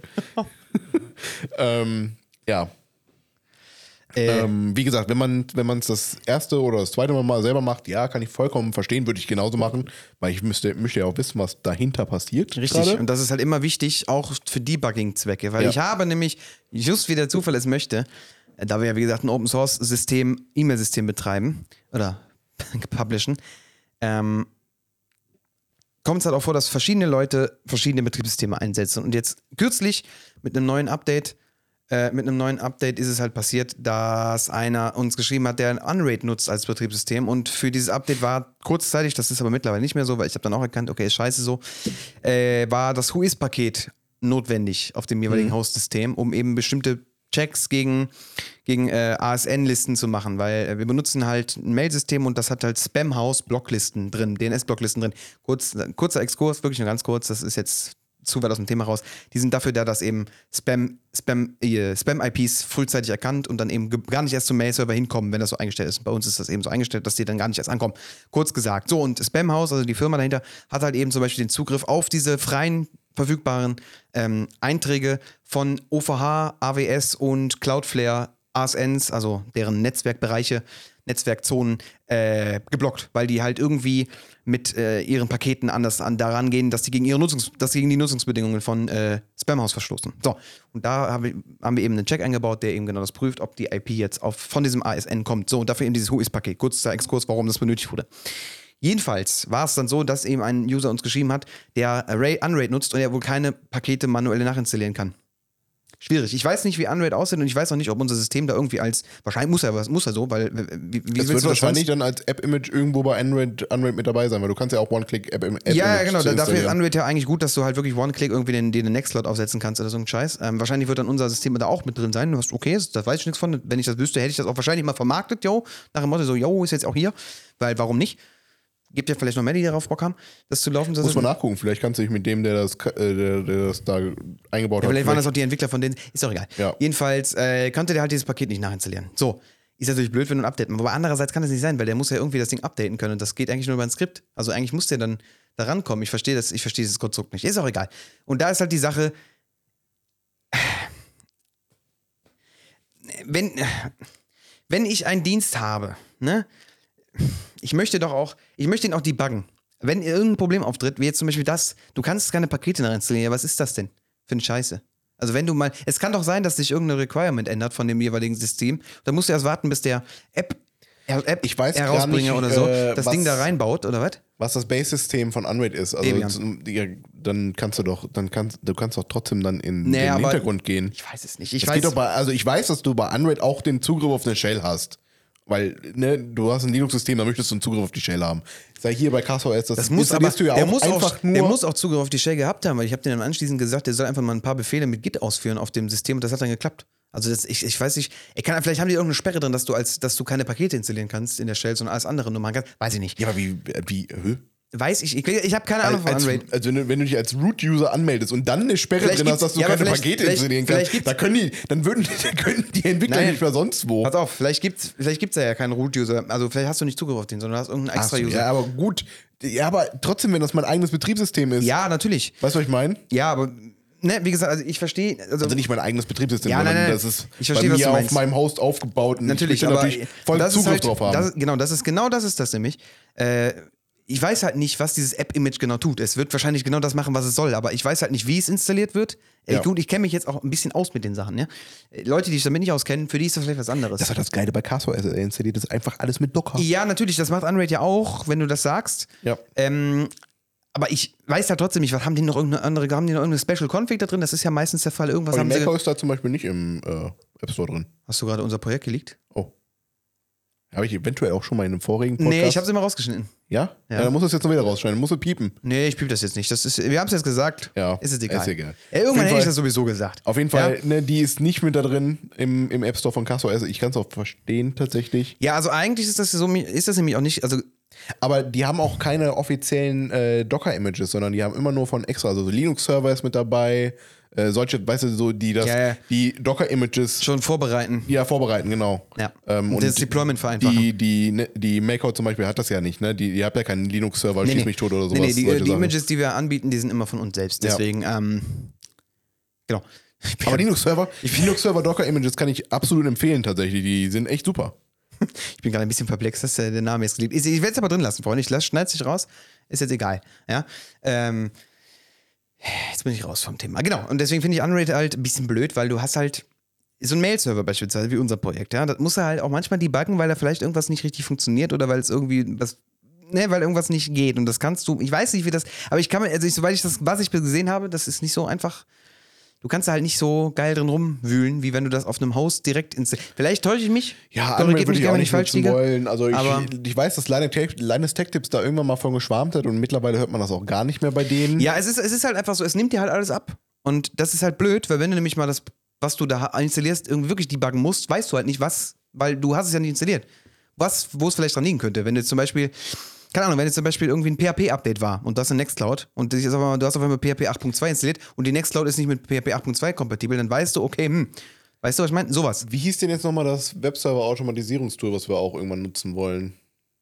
Ja. Wie gesagt, wenn man es das erste oder das zweite Mal selber macht, ja, kann ich vollkommen verstehen, würde ich genauso machen, weil ich möchte ja auch wissen, was dahinter passiert. Richtig, gerade. und das ist halt immer wichtig, auch für Debugging-Zwecke, weil Ja. ich habe nämlich, just wie der Zufall es möchte, da wir ja wie gesagt ein Open-Source-System, E-Mail-System betreiben oder publishen, kommt es halt auch vor, dass verschiedene Leute verschiedene Betriebssysteme einsetzen. Und jetzt kürzlich mit einem neuen Update ist es halt passiert, dass einer uns geschrieben hat, der ein Unraid nutzt als Betriebssystem und für dieses Update war kurzzeitig, das ist aber mittlerweile nicht mehr so, weil ich habe dann auch erkannt, okay, ist scheiße so, war das Whois-Paket notwendig auf dem jeweiligen Host-System, um eben bestimmte Checks gegen ASN-Listen zu machen, weil wir benutzen halt ein Mail-System und das hat halt Spam-House-Blocklisten drin, DNS-Blocklisten drin. Kurzer Exkurs, wirklich nur ganz kurz, das ist jetzt zu weit aus dem Thema raus. Die sind dafür da, dass eben Spam-IPs frühzeitig erkannt und dann eben gar nicht erst zum Mail-Server hinkommen, wenn das so eingestellt ist. Bei uns ist das eben so eingestellt, dass die dann gar nicht erst ankommen. Kurz gesagt. So, und Spamhaus, also die Firma dahinter, hat halt eben zum Beispiel den Zugriff auf diese freien verfügbaren Einträge von OVH, AWS und Cloudflare ASNs, also deren Netzwerkbereiche, Netzwerkzonen, geblockt, weil die halt irgendwie mit ihren Paketen anders daran gehen, dass die gegen die Nutzungsbedingungen von Spamhaus verstoßen. So, und da haben wir eben einen Check eingebaut, der eben genau das prüft, ob die IP jetzt von diesem ASN kommt. So, und dafür eben dieses Whois-Paket. Kurzer Exkurs, warum das benötigt wurde. Jedenfalls war es dann so, dass eben ein User uns geschrieben hat, der Unraid nutzt und er wohl keine Pakete manuell nachinstallieren kann. Schwierig. Ich weiß nicht, wie Unraid aussieht und ich weiß auch nicht, ob unser System da irgendwie wahrscheinlich muss er so, weil wie Das willst wird du das wahrscheinlich dann als App-Image irgendwo bei Unraid mit dabei sein, weil du kannst ja auch One-Click-App-Image Ja, genau. Dafür ist installieren. Unraid ja eigentlich gut, dass du halt wirklich One-Click irgendwie den Next-Slot aufsetzen kannst oder so ein Scheiß. Wahrscheinlich wird dann unser System da auch mit drin sein. Du hast, okay, da weiß ich nichts von. Wenn ich das wüsste, hätte ich das auch wahrscheinlich mal vermarktet, nach dem Motto so, ist jetzt auch hier. Weil, warum nicht? Gibt ja vielleicht noch mehr, die darauf Bock haben, das zu laufen. Muss man nachgucken, vielleicht kannst du dich mit dem, der das da eingebaut Ja, hat. vielleicht waren das auch die Entwickler von denen. Ist doch egal. Ja. Jedenfalls konnte der halt dieses Paket nicht nachinstallieren. So. Ist natürlich blöd, wenn du ein Update machst. Aber andererseits kann das nicht sein, weil der muss ja irgendwie das Ding updaten können. Und das geht eigentlich nur über ein Skript. Also eigentlich muss der dann da rankommen. Ich verstehe dieses Konstrukt nicht. Ist auch egal. Und da ist halt die Sache, wenn ich einen Dienst habe, ne, ich möchte ihn auch debuggen. Wenn irgendein Problem auftritt, wie jetzt zum Beispiel du kannst keine Pakete nachinstallieren, was ist das denn für eine Scheiße? Also wenn es kann doch sein, dass sich irgendeine Requirement ändert von dem jeweiligen System, dann musst du erst warten, bis der Ich weiß gar Herausbringer nicht, oder so das was- Ding da reinbaut, oder was? Was das Base-System von Unraid ist. Also dann kannst du kannst doch trotzdem dann in Nee, den aber- Hintergrund gehen. Ich weiß es nicht. Ich weiß, dass du bei Unraid auch den Zugriff auf eine Shell hast. Weil, ne, du hast ein Linux-System, da möchtest du einen Zugriff auf die Shell haben. Sei hier bei CastOS, das installierst du ja der auch einfach nur. Der muss auch Zugriff auf die Shell gehabt haben, weil ich habe denen dann anschließend gesagt, der soll einfach mal ein paar Befehle mit Git ausführen auf dem System und das hat dann geklappt. Also ich weiß nicht, vielleicht haben die irgendeine Sperre drin, dass du keine Pakete installieren kannst in der Shell, sondern alles andere nur machen kannst. Weiß ich nicht. Ja, aber wie Weiß ich habe keine Ahnung von Unraid. Also wenn du dich als Root-User anmeldest und dann eine Sperre Vielleicht drin hast, dass du gibt's- ja, keine aber Pakete vielleicht- installieren vielleicht kannst, gibt's- dann können die Entwickler Nein. nicht mehr sonst wo. Pass auf, vielleicht gibt's ja keinen Root-User. Also vielleicht hast du nicht Zugriff auf den, sondern du hast irgendeinen Ach so, Extra-User. ja, aber gut. Ja, aber trotzdem, wenn das mein eigenes Betriebssystem ist. Ja, natürlich. Weißt du, was ich meine? Ja, aber wie gesagt, also ich verstehe. Also nicht mein eigenes Betriebssystem, Ja, sondern nein. das ist Ich bei verstehe, was mir du auf meinst. meinem Host aufgebaut und Natürlich, ich möchte aber natürlich voll das ist Zugriff halt, drauf haben. Das ist das nämlich. Ich weiß halt nicht, was dieses App-Image genau tut. Es wird wahrscheinlich genau das machen, was es soll, aber ich weiß halt nicht, wie es installiert wird. Ja. Gut, ich kenne mich jetzt auch ein bisschen aus mit den Sachen. Ja? Leute, die sich damit nicht auskennen, für die ist das vielleicht was anderes. Das war das Geile bei CastOS. Er installiert das einfach alles mit Docker. Ja, natürlich, das macht Unraid ja auch, wenn du das sagst. Ja. Aber ich weiß halt trotzdem nicht, haben die noch irgendeine Special Config da drin? Das ist ja meistens der Fall. Irgendwas Aber haben die sie. Mac ist da zum Beispiel nicht im App Store drin. Hast du gerade unser Projekt geleakt? Oh. Habe ich eventuell auch schon mal in einem vorigen Podcast? Nee, ich habe es immer rausgeschnitten. Ja? Dann musst du es jetzt noch wieder rausschneiden. Musst du piepen. Nee, ich piep das jetzt nicht. Wir haben es jetzt gesagt. Ja, ist es egal. ist egal. Irgendwann Auf jeden hätte ich Fall- das sowieso gesagt. Auf jeden Fall, ne, die ist nicht mit da drin im App Store von CastOS. Ich kann es auch verstehen, tatsächlich. Ja, also eigentlich ist das nämlich auch nicht, also Aber die haben auch keine offiziellen Docker-Images, sondern die haben immer nur von extra. Also so Linux-Server ist mit dabei. Solche, weißt du, so, die die Docker-Images schon vorbereiten. ja, vorbereiten, genau. Ja. Und das Deployment vereinfachen. Die Makeout zum Beispiel hat das ja nicht, ne? Die hat ja keinen Linux-Server, schieß mich tot oder sowas. Nee, die solche Sachen. Images, die wir anbieten, die sind immer von uns selbst. Deswegen, genau. Aber Linux-Server Docker-Images kann ich absolut empfehlen, tatsächlich. Die sind echt super. Ich bin gerade ein bisschen perplex, dass der Name jetzt geliebt ist. Ich werde es aber drin lassen, Freunde. Schneid es nicht raus. Ist jetzt egal. Ja. Jetzt bin ich raus vom Thema. Genau. Und deswegen finde ich Unrated halt ein bisschen blöd, weil du hast halt so einen Mail-Server beispielsweise, wie unser Projekt. Ja. Das muss er halt auch manchmal debuggen, weil da vielleicht irgendwas nicht richtig funktioniert oder weil es irgendwie weil irgendwas nicht geht. Und das kannst du, ich weiß nicht, wie das, aber ich kann mir, also soweit ich das, was ich gesehen habe, das ist nicht so einfach. Du kannst da halt nicht so geil drin rumwühlen, wie wenn du das auf einem Host direkt installierst. Vielleicht täusche ich mich. Ja, korrigiert mich würde ich gerne, auch wenn nicht falsch nutzen liege. wollen. Also Aber- ich weiß, dass Linus Tech Tips da irgendwann mal von geschwärmt hat und mittlerweile hört man das auch gar nicht mehr bei denen. Ja, es ist halt einfach so, es nimmt dir halt alles ab. Und das ist halt blöd, weil wenn du nämlich mal das, was du da installierst, irgendwie wirklich debuggen musst, weißt du halt nicht was, weil du hast es ja nicht installiert. Wo es vielleicht dran liegen könnte. Wenn du zum Beispiel, keine Ahnung, wenn jetzt zum Beispiel irgendwie ein PHP-Update war und das in Nextcloud und du hast auf einmal PHP 8.2 installiert und die Nextcloud ist nicht mit PHP 8.2 kompatibel, dann weißt du, okay, weißt du, was ich meine? Sowas. Wie hieß denn jetzt nochmal das Webserver-Automatisierungstool, was wir auch irgendwann nutzen wollen?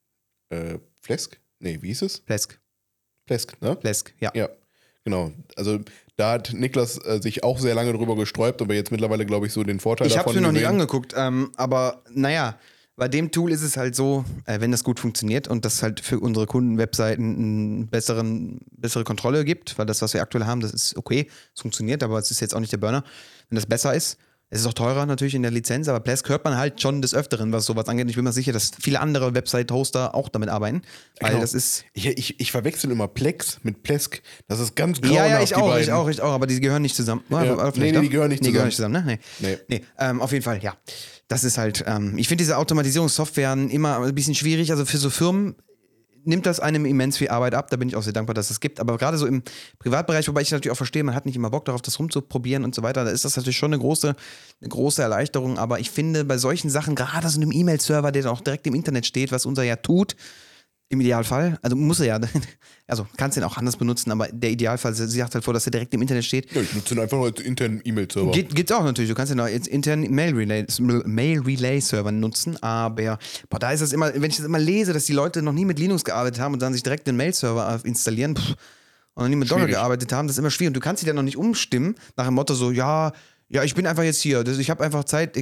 Flesk? Nee, wie hieß es? Plesk, Plesk, ne? ja. Ja, genau. Also da hat Niklas sich auch sehr lange drüber gesträubt, aber jetzt mittlerweile, glaube ich, so den Vorteil Ich habe davon es mir noch nicht gesehen. angeguckt, aber naja, bei dem Tool ist es halt so, wenn das gut funktioniert und das halt für unsere Kundenwebseiten eine bessere Kontrolle gibt, weil das, was wir aktuell haben, das ist okay, es funktioniert, aber es ist jetzt auch nicht der Burner. Wenn das besser ist, es ist auch teurer natürlich in der Lizenz, aber Plesk hört man halt schon des Öfteren, was sowas angeht. Ich bin mir sicher, dass viele andere Website-Hoster auch damit arbeiten, weil Genau. das ist... Ich verwechsel immer Plex mit Plesk. Das ist ganz grauenhaft, Ja, die beiden. ich auch, aber die gehören nicht zusammen. Ja. Nee, die gehören nicht Die gehören zusammen. nicht zusammen, ne? Nee. Auf jeden Fall, ja. Das ist halt, ich finde diese Automatisierungssoftware immer ein bisschen schwierig. Also für so Firmen nimmt das einem immens viel Arbeit ab. Da bin ich auch sehr dankbar, dass es das gibt. Aber gerade so im Privatbereich, wobei ich natürlich auch verstehe, man hat nicht immer Bock darauf, das rumzuprobieren und so weiter. Da ist das natürlich schon eine große Erleichterung. Aber ich finde, bei solchen Sachen, gerade so einem E-Mail-Server, der dann auch direkt im Internet steht, was unser ja tut, im Idealfall, also muss er ja, also kannst den auch anders benutzen, aber der Idealfall sagt halt vor, dass er direkt im Internet steht. Ja, ich nutze den einfach nur als internen E-Mail-Server. Gibt's auch natürlich. Du kannst ja noch jetzt intern Mail-Relay-Server nutzen, aber da ist es immer, wenn ich das immer lese, dass die Leute noch nie mit Linux gearbeitet haben und dann sich direkt den Mail-Server installieren und noch nie mit Docker gearbeitet haben, das ist immer schwierig. Und du kannst sie dann noch nicht umstimmen, nach dem Motto so, ja, ich bin einfach jetzt hier, ich habe einfach Zeit,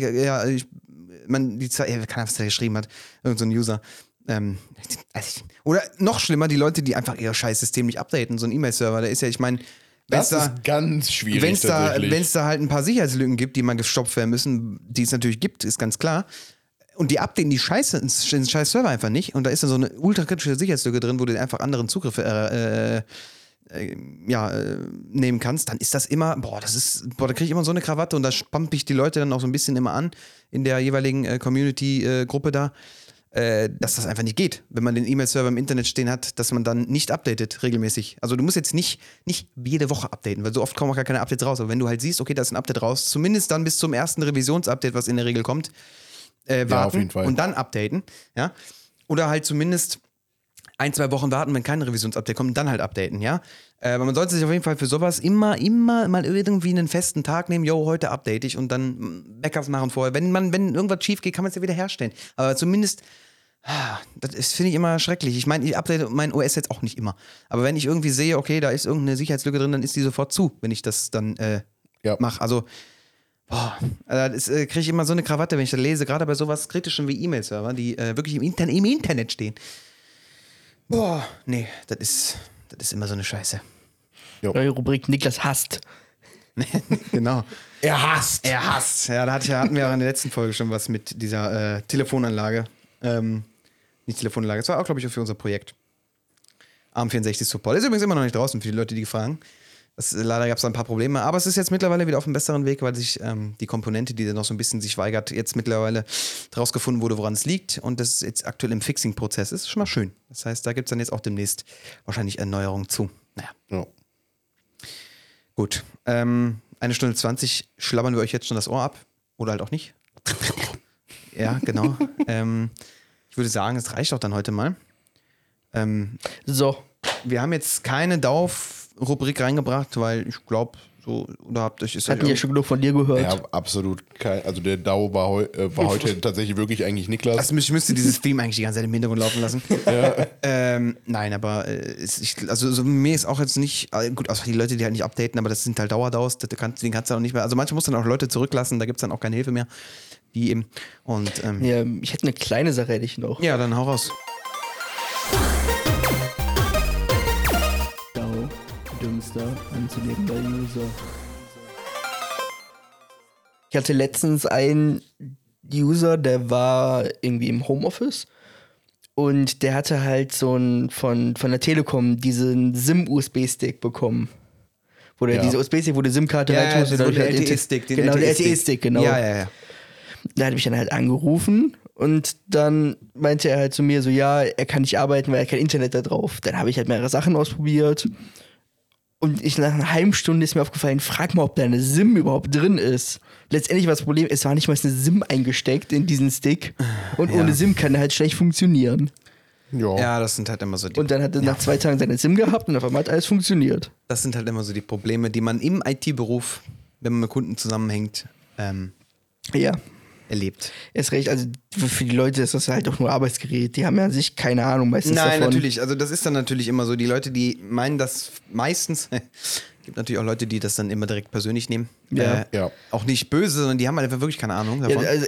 die Zeit, wer kann das da geschrieben hat, irgend so ein User. Oder noch schlimmer, die Leute, die einfach ihr Scheißsystem nicht updaten, so ein E-Mail-Server, der ist ja, ich meine, Das ist ganz schwierig wenn es tatsächlich. da halt ein paar Sicherheitslücken gibt, die mal gestopft werden müssen, die es natürlich gibt, ist ganz klar. Und die updaten die Scheiße, den scheiß Server einfach nicht. Und da ist dann so eine ultrakritische Sicherheitslücke drin, wo du einfach anderen Zugriffe nehmen kannst, dann ist das immer, da kriege ich immer so eine Krawatte und da spampe ich die Leute dann auch so ein bisschen immer an in der jeweiligen Community-Gruppe da, dass das einfach nicht geht, wenn man den E-Mail-Server im Internet stehen hat, dass man dann nicht updatet regelmäßig. Also du musst jetzt nicht jede Woche updaten, weil so oft kommen auch gar keine Updates raus. Aber wenn du halt siehst, okay, da ist ein Update raus, zumindest dann bis zum ersten Revisionsupdate, was in der Regel kommt, warten auf jeden Fall. und dann updaten. Ja? Oder halt zumindest 1-2 Wochen warten, wenn kein Revisionsupdate kommt, und dann halt updaten, ja. Aber man sollte sich auf jeden Fall für sowas immer mal irgendwie einen festen Tag nehmen, heute update ich und dann Backups machen vorher. Wenn irgendwas schief geht, kann man es ja wieder herstellen. Aber zumindest, das finde ich immer schrecklich. Ich meine, ich update mein OS jetzt auch nicht immer. Aber wenn ich irgendwie sehe, okay, da ist irgendeine Sicherheitslücke drin, dann ist die sofort zu, wenn ich das dann mache. Also, kriege ich immer so eine Krawatte, wenn ich das lese, gerade bei sowas Kritischem wie E-Mail-Server, die wirklich im Internet stehen. Nee, das ist immer so eine Scheiße. Neue Rubrik Niklas hasst. Genau. Er hasst. Ja, da hatten wir auch in der letzten Folge schon was mit dieser Telefonanlage. Nicht Telefonanlage, das war auch, glaube ich, für unser Projekt. ARM64 Support. Ist übrigens immer noch nicht draußen für die Leute, die fragen. Leider gab es da ein paar Probleme, aber es ist jetzt mittlerweile wieder auf einem besseren Weg, weil sich die Komponente, die da noch so ein bisschen sich weigert, jetzt mittlerweile rausgefunden wurde, woran es liegt und das jetzt aktuell im Fixing-Prozess ist. Schon mal schön. Das heißt, da gibt es dann jetzt auch demnächst wahrscheinlich Erneuerungen zu. Naja. Ja. Gut. 1 Stunde 20 schlabbern wir euch jetzt schon das Ohr ab. Oder halt auch nicht. Ja, genau. Ich würde sagen, es reicht auch dann heute mal. So. Wir haben jetzt keine Dauf-Rubrik reingebracht, weil ich glaube, so, oder habt euch... Hatten ja schon genug von dir gehört. Ja, absolut kein. Also der DAO war heute tatsächlich wirklich eigentlich Niklas. Also ich müsste dieses Theme eigentlich die ganze Zeit im Hintergrund laufen lassen. Nein, aber mir ist auch jetzt nicht, gut, außer die Leute, die halt nicht updaten, aber das sind halt Dauerdaus, den kannst du dann auch nicht mehr, also manche muss dann auch Leute zurücklassen, da gibt es dann auch keine Hilfe mehr. Die eben. Und, ja, ich hätte eine kleine Sache hätte ich noch. Ja, dann hau raus. DAO, dümmster anzunehmender User. Ich hatte letztens einen User, der war irgendwie im Homeoffice und der hatte halt so ein von der Telekom diesen SIM-USB-Stick bekommen. Wo der diese USB-Stick, wo die SIM-Karte rein tust. Der LTE-Stick. Genau, der LTE-Stick, genau. Ja. Da hat mich dann halt angerufen und dann meinte er halt zu mir so, ja, er kann nicht arbeiten, weil er kein Internet da drauf. Dann habe ich halt mehrere Sachen ausprobiert und nach einer halben Stunde ist mir aufgefallen, frag mal, ob da eine SIM überhaupt drin ist. Letztendlich war das Problem, es war nicht mal eine SIM eingesteckt in diesen Stick und ohne SIM kann er halt schlecht funktionieren. Ja, das sind halt immer so die... Und dann hat er nach 2 Tagen seine SIM gehabt und auf einmal hat alles funktioniert. Das sind halt immer so die Probleme, die man im IT-Beruf, wenn man mit Kunden zusammenhängt, Ja. erlebt. Ist recht, also für die Leute ist das halt auch nur Arbeitsgerät. Die haben ja an sich keine Ahnung meistens Nein, davon. natürlich. Also das ist dann natürlich immer so. Die Leute, die meinen das meistens, gibt natürlich auch Leute, die das dann immer direkt persönlich nehmen. Ja. Auch nicht böse, sondern die haben halt einfach wirklich keine Ahnung Ja, davon. also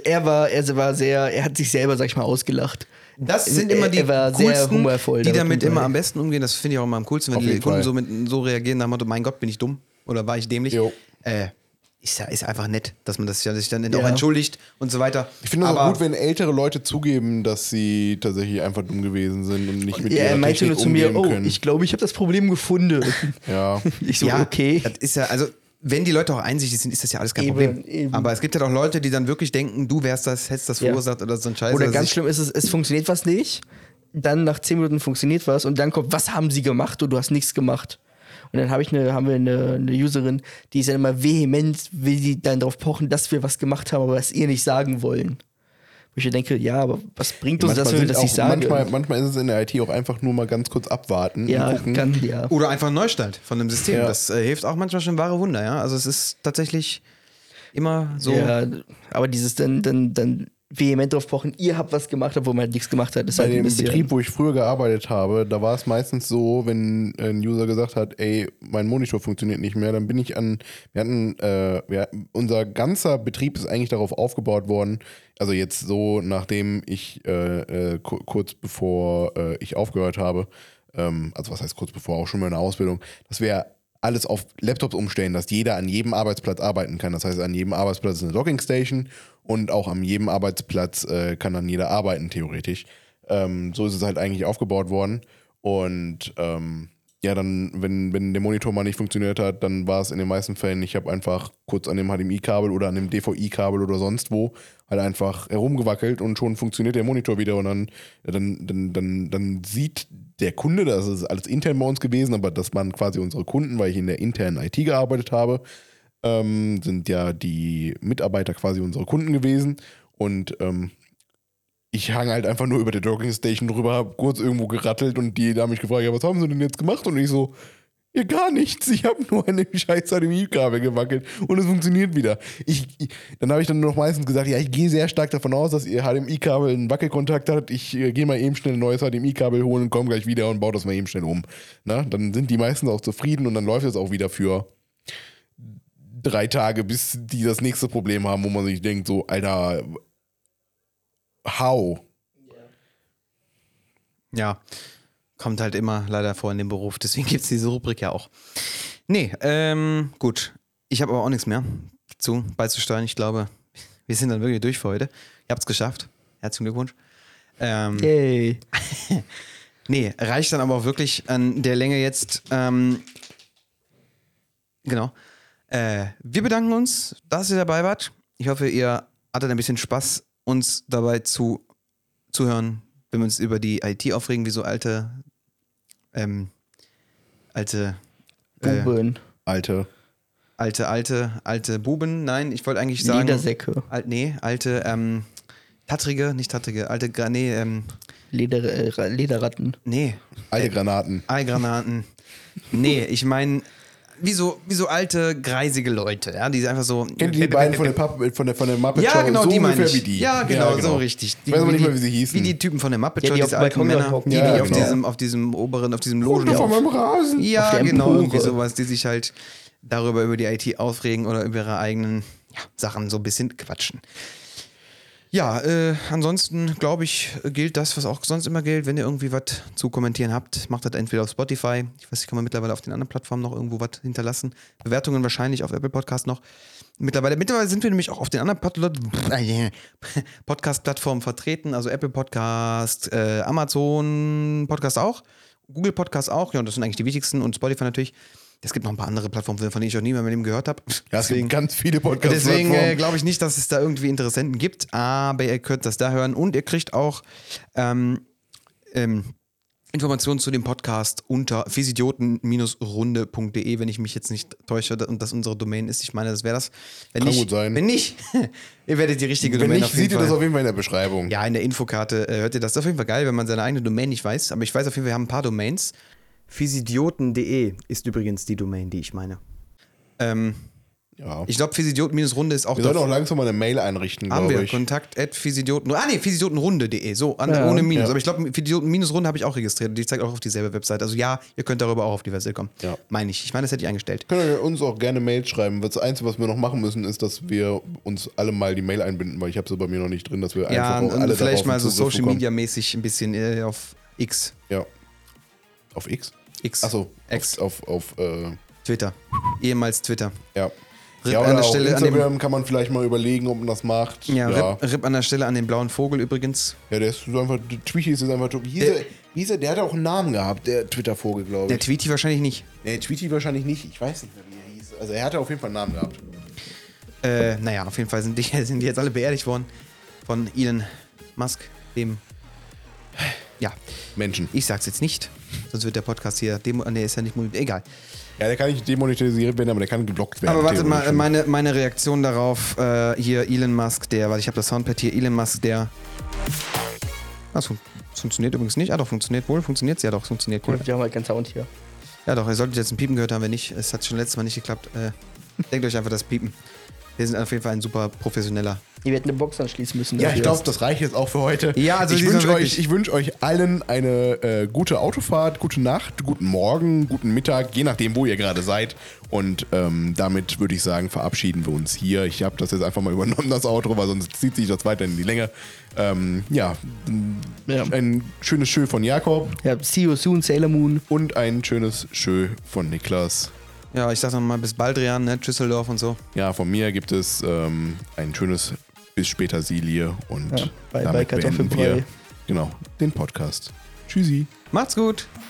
er hat sich selber, sag ich mal, ausgelacht. Das sind immer die er war sehr coolsten, humorvoll die damit damit immer dabei. am besten umgehen. Das finde ich auch immer am coolsten, wenn Auf die jeden Kunden Fall. so reagieren nach dem Motto, mein Gott, bin ich dumm oder war ich dämlich. Jo. Ist einfach nett, dass man das sich dann Ja. auch entschuldigt und so weiter. Ich finde es auch gut, wenn ältere Leute zugeben, dass sie tatsächlich einfach dumm gewesen sind und nicht mit Ja, er ihrer meinte Technik nur zu mir, umgehen können. ich glaube, ich habe das Problem gefunden. Ja. Ich so, Ja, okay. das ist ja, also wenn die Leute auch einsichtig sind, ist das ja alles kein Eben, Problem. eben. Aber es gibt halt auch Leute, die dann wirklich denken, du wärst das, hättest das Ja. verursacht oder so ein Scheiß. Oder Also ganz ich- schlimm ist es funktioniert was nicht. Dann nach 10 Minuten funktioniert was und dann kommt, was haben sie gemacht und du hast nichts gemacht. Und dann haben wir eine Userin, die ist dann immer vehement, will die dann darauf pochen, dass wir was gemacht haben, aber was ihr nicht sagen wollen. Wo ich mir denke, ja, aber was bringt uns das, wenn wir das nicht sagen? Manchmal ist es in der IT auch einfach nur mal ganz kurz abwarten Ja, und gucken. ja. Oder einfach ein Neustart von einem System. Ja. Das hilft auch manchmal schon wahre Wunder, ja. Also es ist tatsächlich immer so. Ja, aber dieses dann vehement drauf pochen, ihr habt was gemacht, obwohl man halt nichts gemacht hat, ist Bei halt ein dem bisschen... Betrieb, wo ich früher gearbeitet habe, da war es meistens so, wenn ein User gesagt hat, ey, mein Monitor funktioniert nicht mehr, dann bin ich unser ganzer Betrieb ist eigentlich darauf aufgebaut worden, also jetzt so, nachdem ich kurz bevor ich aufgehört habe, also was heißt kurz bevor, auch schon mal in der Ausbildung, dass wir alles auf Laptops umstellen, dass jeder an jedem Arbeitsplatz arbeiten kann. Das heißt, an jedem Arbeitsplatz ist eine Dockingstation und auch an jedem Arbeitsplatz kann dann jeder arbeiten, theoretisch. So ist es halt eigentlich aufgebaut worden. Und ja, dann, wenn der Monitor mal nicht funktioniert hat, dann war es in den meisten Fällen, ich habe einfach kurz an dem HDMI-Kabel oder an dem DVI-Kabel oder sonst wo halt einfach herumgewackelt und schon funktioniert der Monitor wieder und dann sieht der Kunde, das ist alles intern bei uns gewesen, aber das waren quasi unsere Kunden, weil ich in der internen IT gearbeitet habe, sind ja die Mitarbeiter quasi unsere Kunden gewesen und ich hang halt einfach nur über der Dockingstation drüber, hab kurz irgendwo gerattelt und die haben mich gefragt, ja, was haben sie denn jetzt gemacht? Und ich so, ja, gar nichts. Ich habe nur an dem scheiß HDMI-Kabel gewackelt und es funktioniert wieder. Dann habe ich dann noch meistens gesagt, ja, ich gehe sehr stark davon aus, dass ihr HDMI-Kabel einen Wackelkontakt hat. Ich gehe mal eben schnell ein neues HDMI-Kabel holen und komme gleich wieder und baue das mal eben schnell um. Na, dann sind die meistens auch zufrieden und dann läuft es auch wieder für 3 Tage, bis die das nächste Problem haben, wo man sich denkt, so, Alter, how? Ja, kommt halt immer leider vor in dem Beruf. Deswegen gibt es diese Rubrik ja auch. Nee, gut. Ich habe aber auch nichts mehr dazu beizusteuern. Ich glaube, wir sind dann wirklich durch für heute. Ihr habt es geschafft. Herzlichen Glückwunsch. Yay. Nee, reicht dann aber auch wirklich an der Länge jetzt. Genau. Wir bedanken uns, dass ihr dabei wart. Ich hoffe, ihr hattet ein bisschen Spaß, uns dabei zuhören, wenn wir uns über die IT aufregen, wie so alte Buben. Alte. alte Buben. Nein, ich wollte eigentlich sagen. Ledersäcke. Tattrige, Lederratten. Nee. Alte Granaten. Eigranaten. Nee, ich meine, wie so alte, greisige Leute, ja, die einfach so. Kennt ihr die beiden von der Muppet Show? Ja, genau, so die meine ungefähr ich. wie die. Ja, genau, so richtig. Ich weiß aber nicht mehr, wie sie hießen. Wie die Typen von der Muppet Ja, Show, die diese auf dem alten Balkon Männer, hocken. die, Ja, auf genau. diesem Logen. Runter von meinem Rasen. Ja, der genau, Empore. irgendwie sowas, die sich halt über die IT aufregen oder über ihre eigenen Sachen so ein bisschen quatschen. Ja, ansonsten glaube ich, gilt das, was auch sonst immer gilt. Wenn ihr irgendwie was zu kommentieren habt, macht das entweder auf Spotify. Ich weiß nicht, kann man mittlerweile auf den anderen Plattformen noch irgendwo was hinterlassen. Bewertungen wahrscheinlich auf Apple Podcast noch. Mittlerweile sind wir nämlich auch auf den anderen Podcast-Plattformen vertreten. Also Apple Podcast, Amazon Podcast auch, Google Podcast auch. Ja, und das sind eigentlich die wichtigsten. Und Spotify natürlich. Es gibt noch ein paar andere Plattformen, von denen ich auch nie mehr in meinem Leben gehört habe. Ja, es gibt ganz viele Podcasts. Deswegen glaube ich nicht, dass es da irgendwie Interessenten gibt, aber ihr könnt das da hören und ihr kriegt auch Informationen zu dem Podcast unter physidioten-runde.de, wenn ich mich jetzt nicht täusche und das unsere Domain ist. Ich meine, das wäre das. Wenn Kann nicht, gut sein. Wenn nicht, ihr werdet die richtige Wenn Domain nicht, auf jeden seht ihr Fall. das auf jeden Fall in der Beschreibung. Ja, in der Infokarte hört ihr das. Das ist auf jeden Fall geil, wenn man seine eigene Domain nicht weiß. Aber ich weiß auf jeden Fall, wir haben ein paar Domains. Physidioten.de ist übrigens die Domain, die ich meine. Ja. Ich glaube, Physidioten-Runde ist auch Wir sollten auch langsam mal eine Mail einrichten, haben glaube wir. ich. Kontakt@physidioten. Physidiotenrunde.de. So, Ja. ohne Minus. Ja. Aber ich glaube, Physidioten-Runde habe ich auch registriert. Die zeigt auch auf dieselbe Website. Also ja, ihr könnt darüber auch auf die Website kommen. Ja. Meine ich. Ich meine, das hätte ich eingestellt. Könnt ihr uns auch gerne Mails schreiben. Das Einzige, was wir noch machen müssen, ist, dass wir uns alle mal die Mail einbinden, weil ich habe sie bei mir noch nicht drin, dass wir Ja, einfach auch und alle vielleicht darauf mal so Zugriff Social bekommen. Media mäßig ein bisschen auf X. Ja. Auf X? X. X. Auf Twitter. Ehemals Twitter. ja. RIP Ja, an oder der auf Stelle an Instagram kann man vielleicht mal überlegen, ob man das macht. Ja, ja. RIP an der Stelle an den blauen Vogel übrigens. Ja, der ist so einfach, der Tweety ist einfach, der hat auch einen Namen gehabt, der Twitter-Vogel, glaube Der ich. Tweety wahrscheinlich nicht. Nee, Tweety wahrscheinlich nicht, ich weiß nicht mehr, wie er hieß. Also er hatte auf jeden Fall einen Namen gehabt. Naja, auf jeden Fall sind die jetzt alle beerdigt worden von Elon Musk, dem. Ja, Menschen. ich sag's jetzt nicht, sonst wird der Podcast hier ist ja nicht egal. Ja, der kann nicht demonetarisiert werden, aber der kann geblockt werden. Aber warte mal, theoretisch. meine Reaktion darauf, hier Elon Musk, weil ich habe das Soundpad hier, Elon Musk, das funktioniert übrigens nicht. Ah doch, funktioniert wohl, funktioniert's? Ja doch, funktioniert cool. Wir haben halt keinen Sound hier. Ja doch, ihr solltet jetzt ein Piepen gehört haben, wenn nicht, es hat schon letztes Mal nicht geklappt. Denkt euch einfach das Piepen. Wir sind auf jeden Fall ein super professioneller. Ihr werdet eine Box anschließen müssen. Ja, dafür. ich glaube, das reicht jetzt auch für heute. Ja, also ich diesmal wünsche wirklich. euch allen eine gute Autofahrt, gute Nacht, guten Morgen, guten Mittag, je nachdem, wo ihr gerade seid. Und damit würde ich sagen, verabschieden wir uns hier. Ich habe das jetzt einfach mal übernommen, das Outro, weil sonst zieht sich das weiter in die Länge. Ja. Ein schönes Schö von Jakob Ja, see you soon, Sailor Moon. und ein schönes Schö von Niklas. Ja, ich sag nochmal bis Baldrian, ne, Düsseldorf und so. Ja, von mir gibt es ein schönes bis später Silie und Ja, bei damit beenden Kartoffelbrei. wir genau den Podcast. Tschüssi. Macht's gut!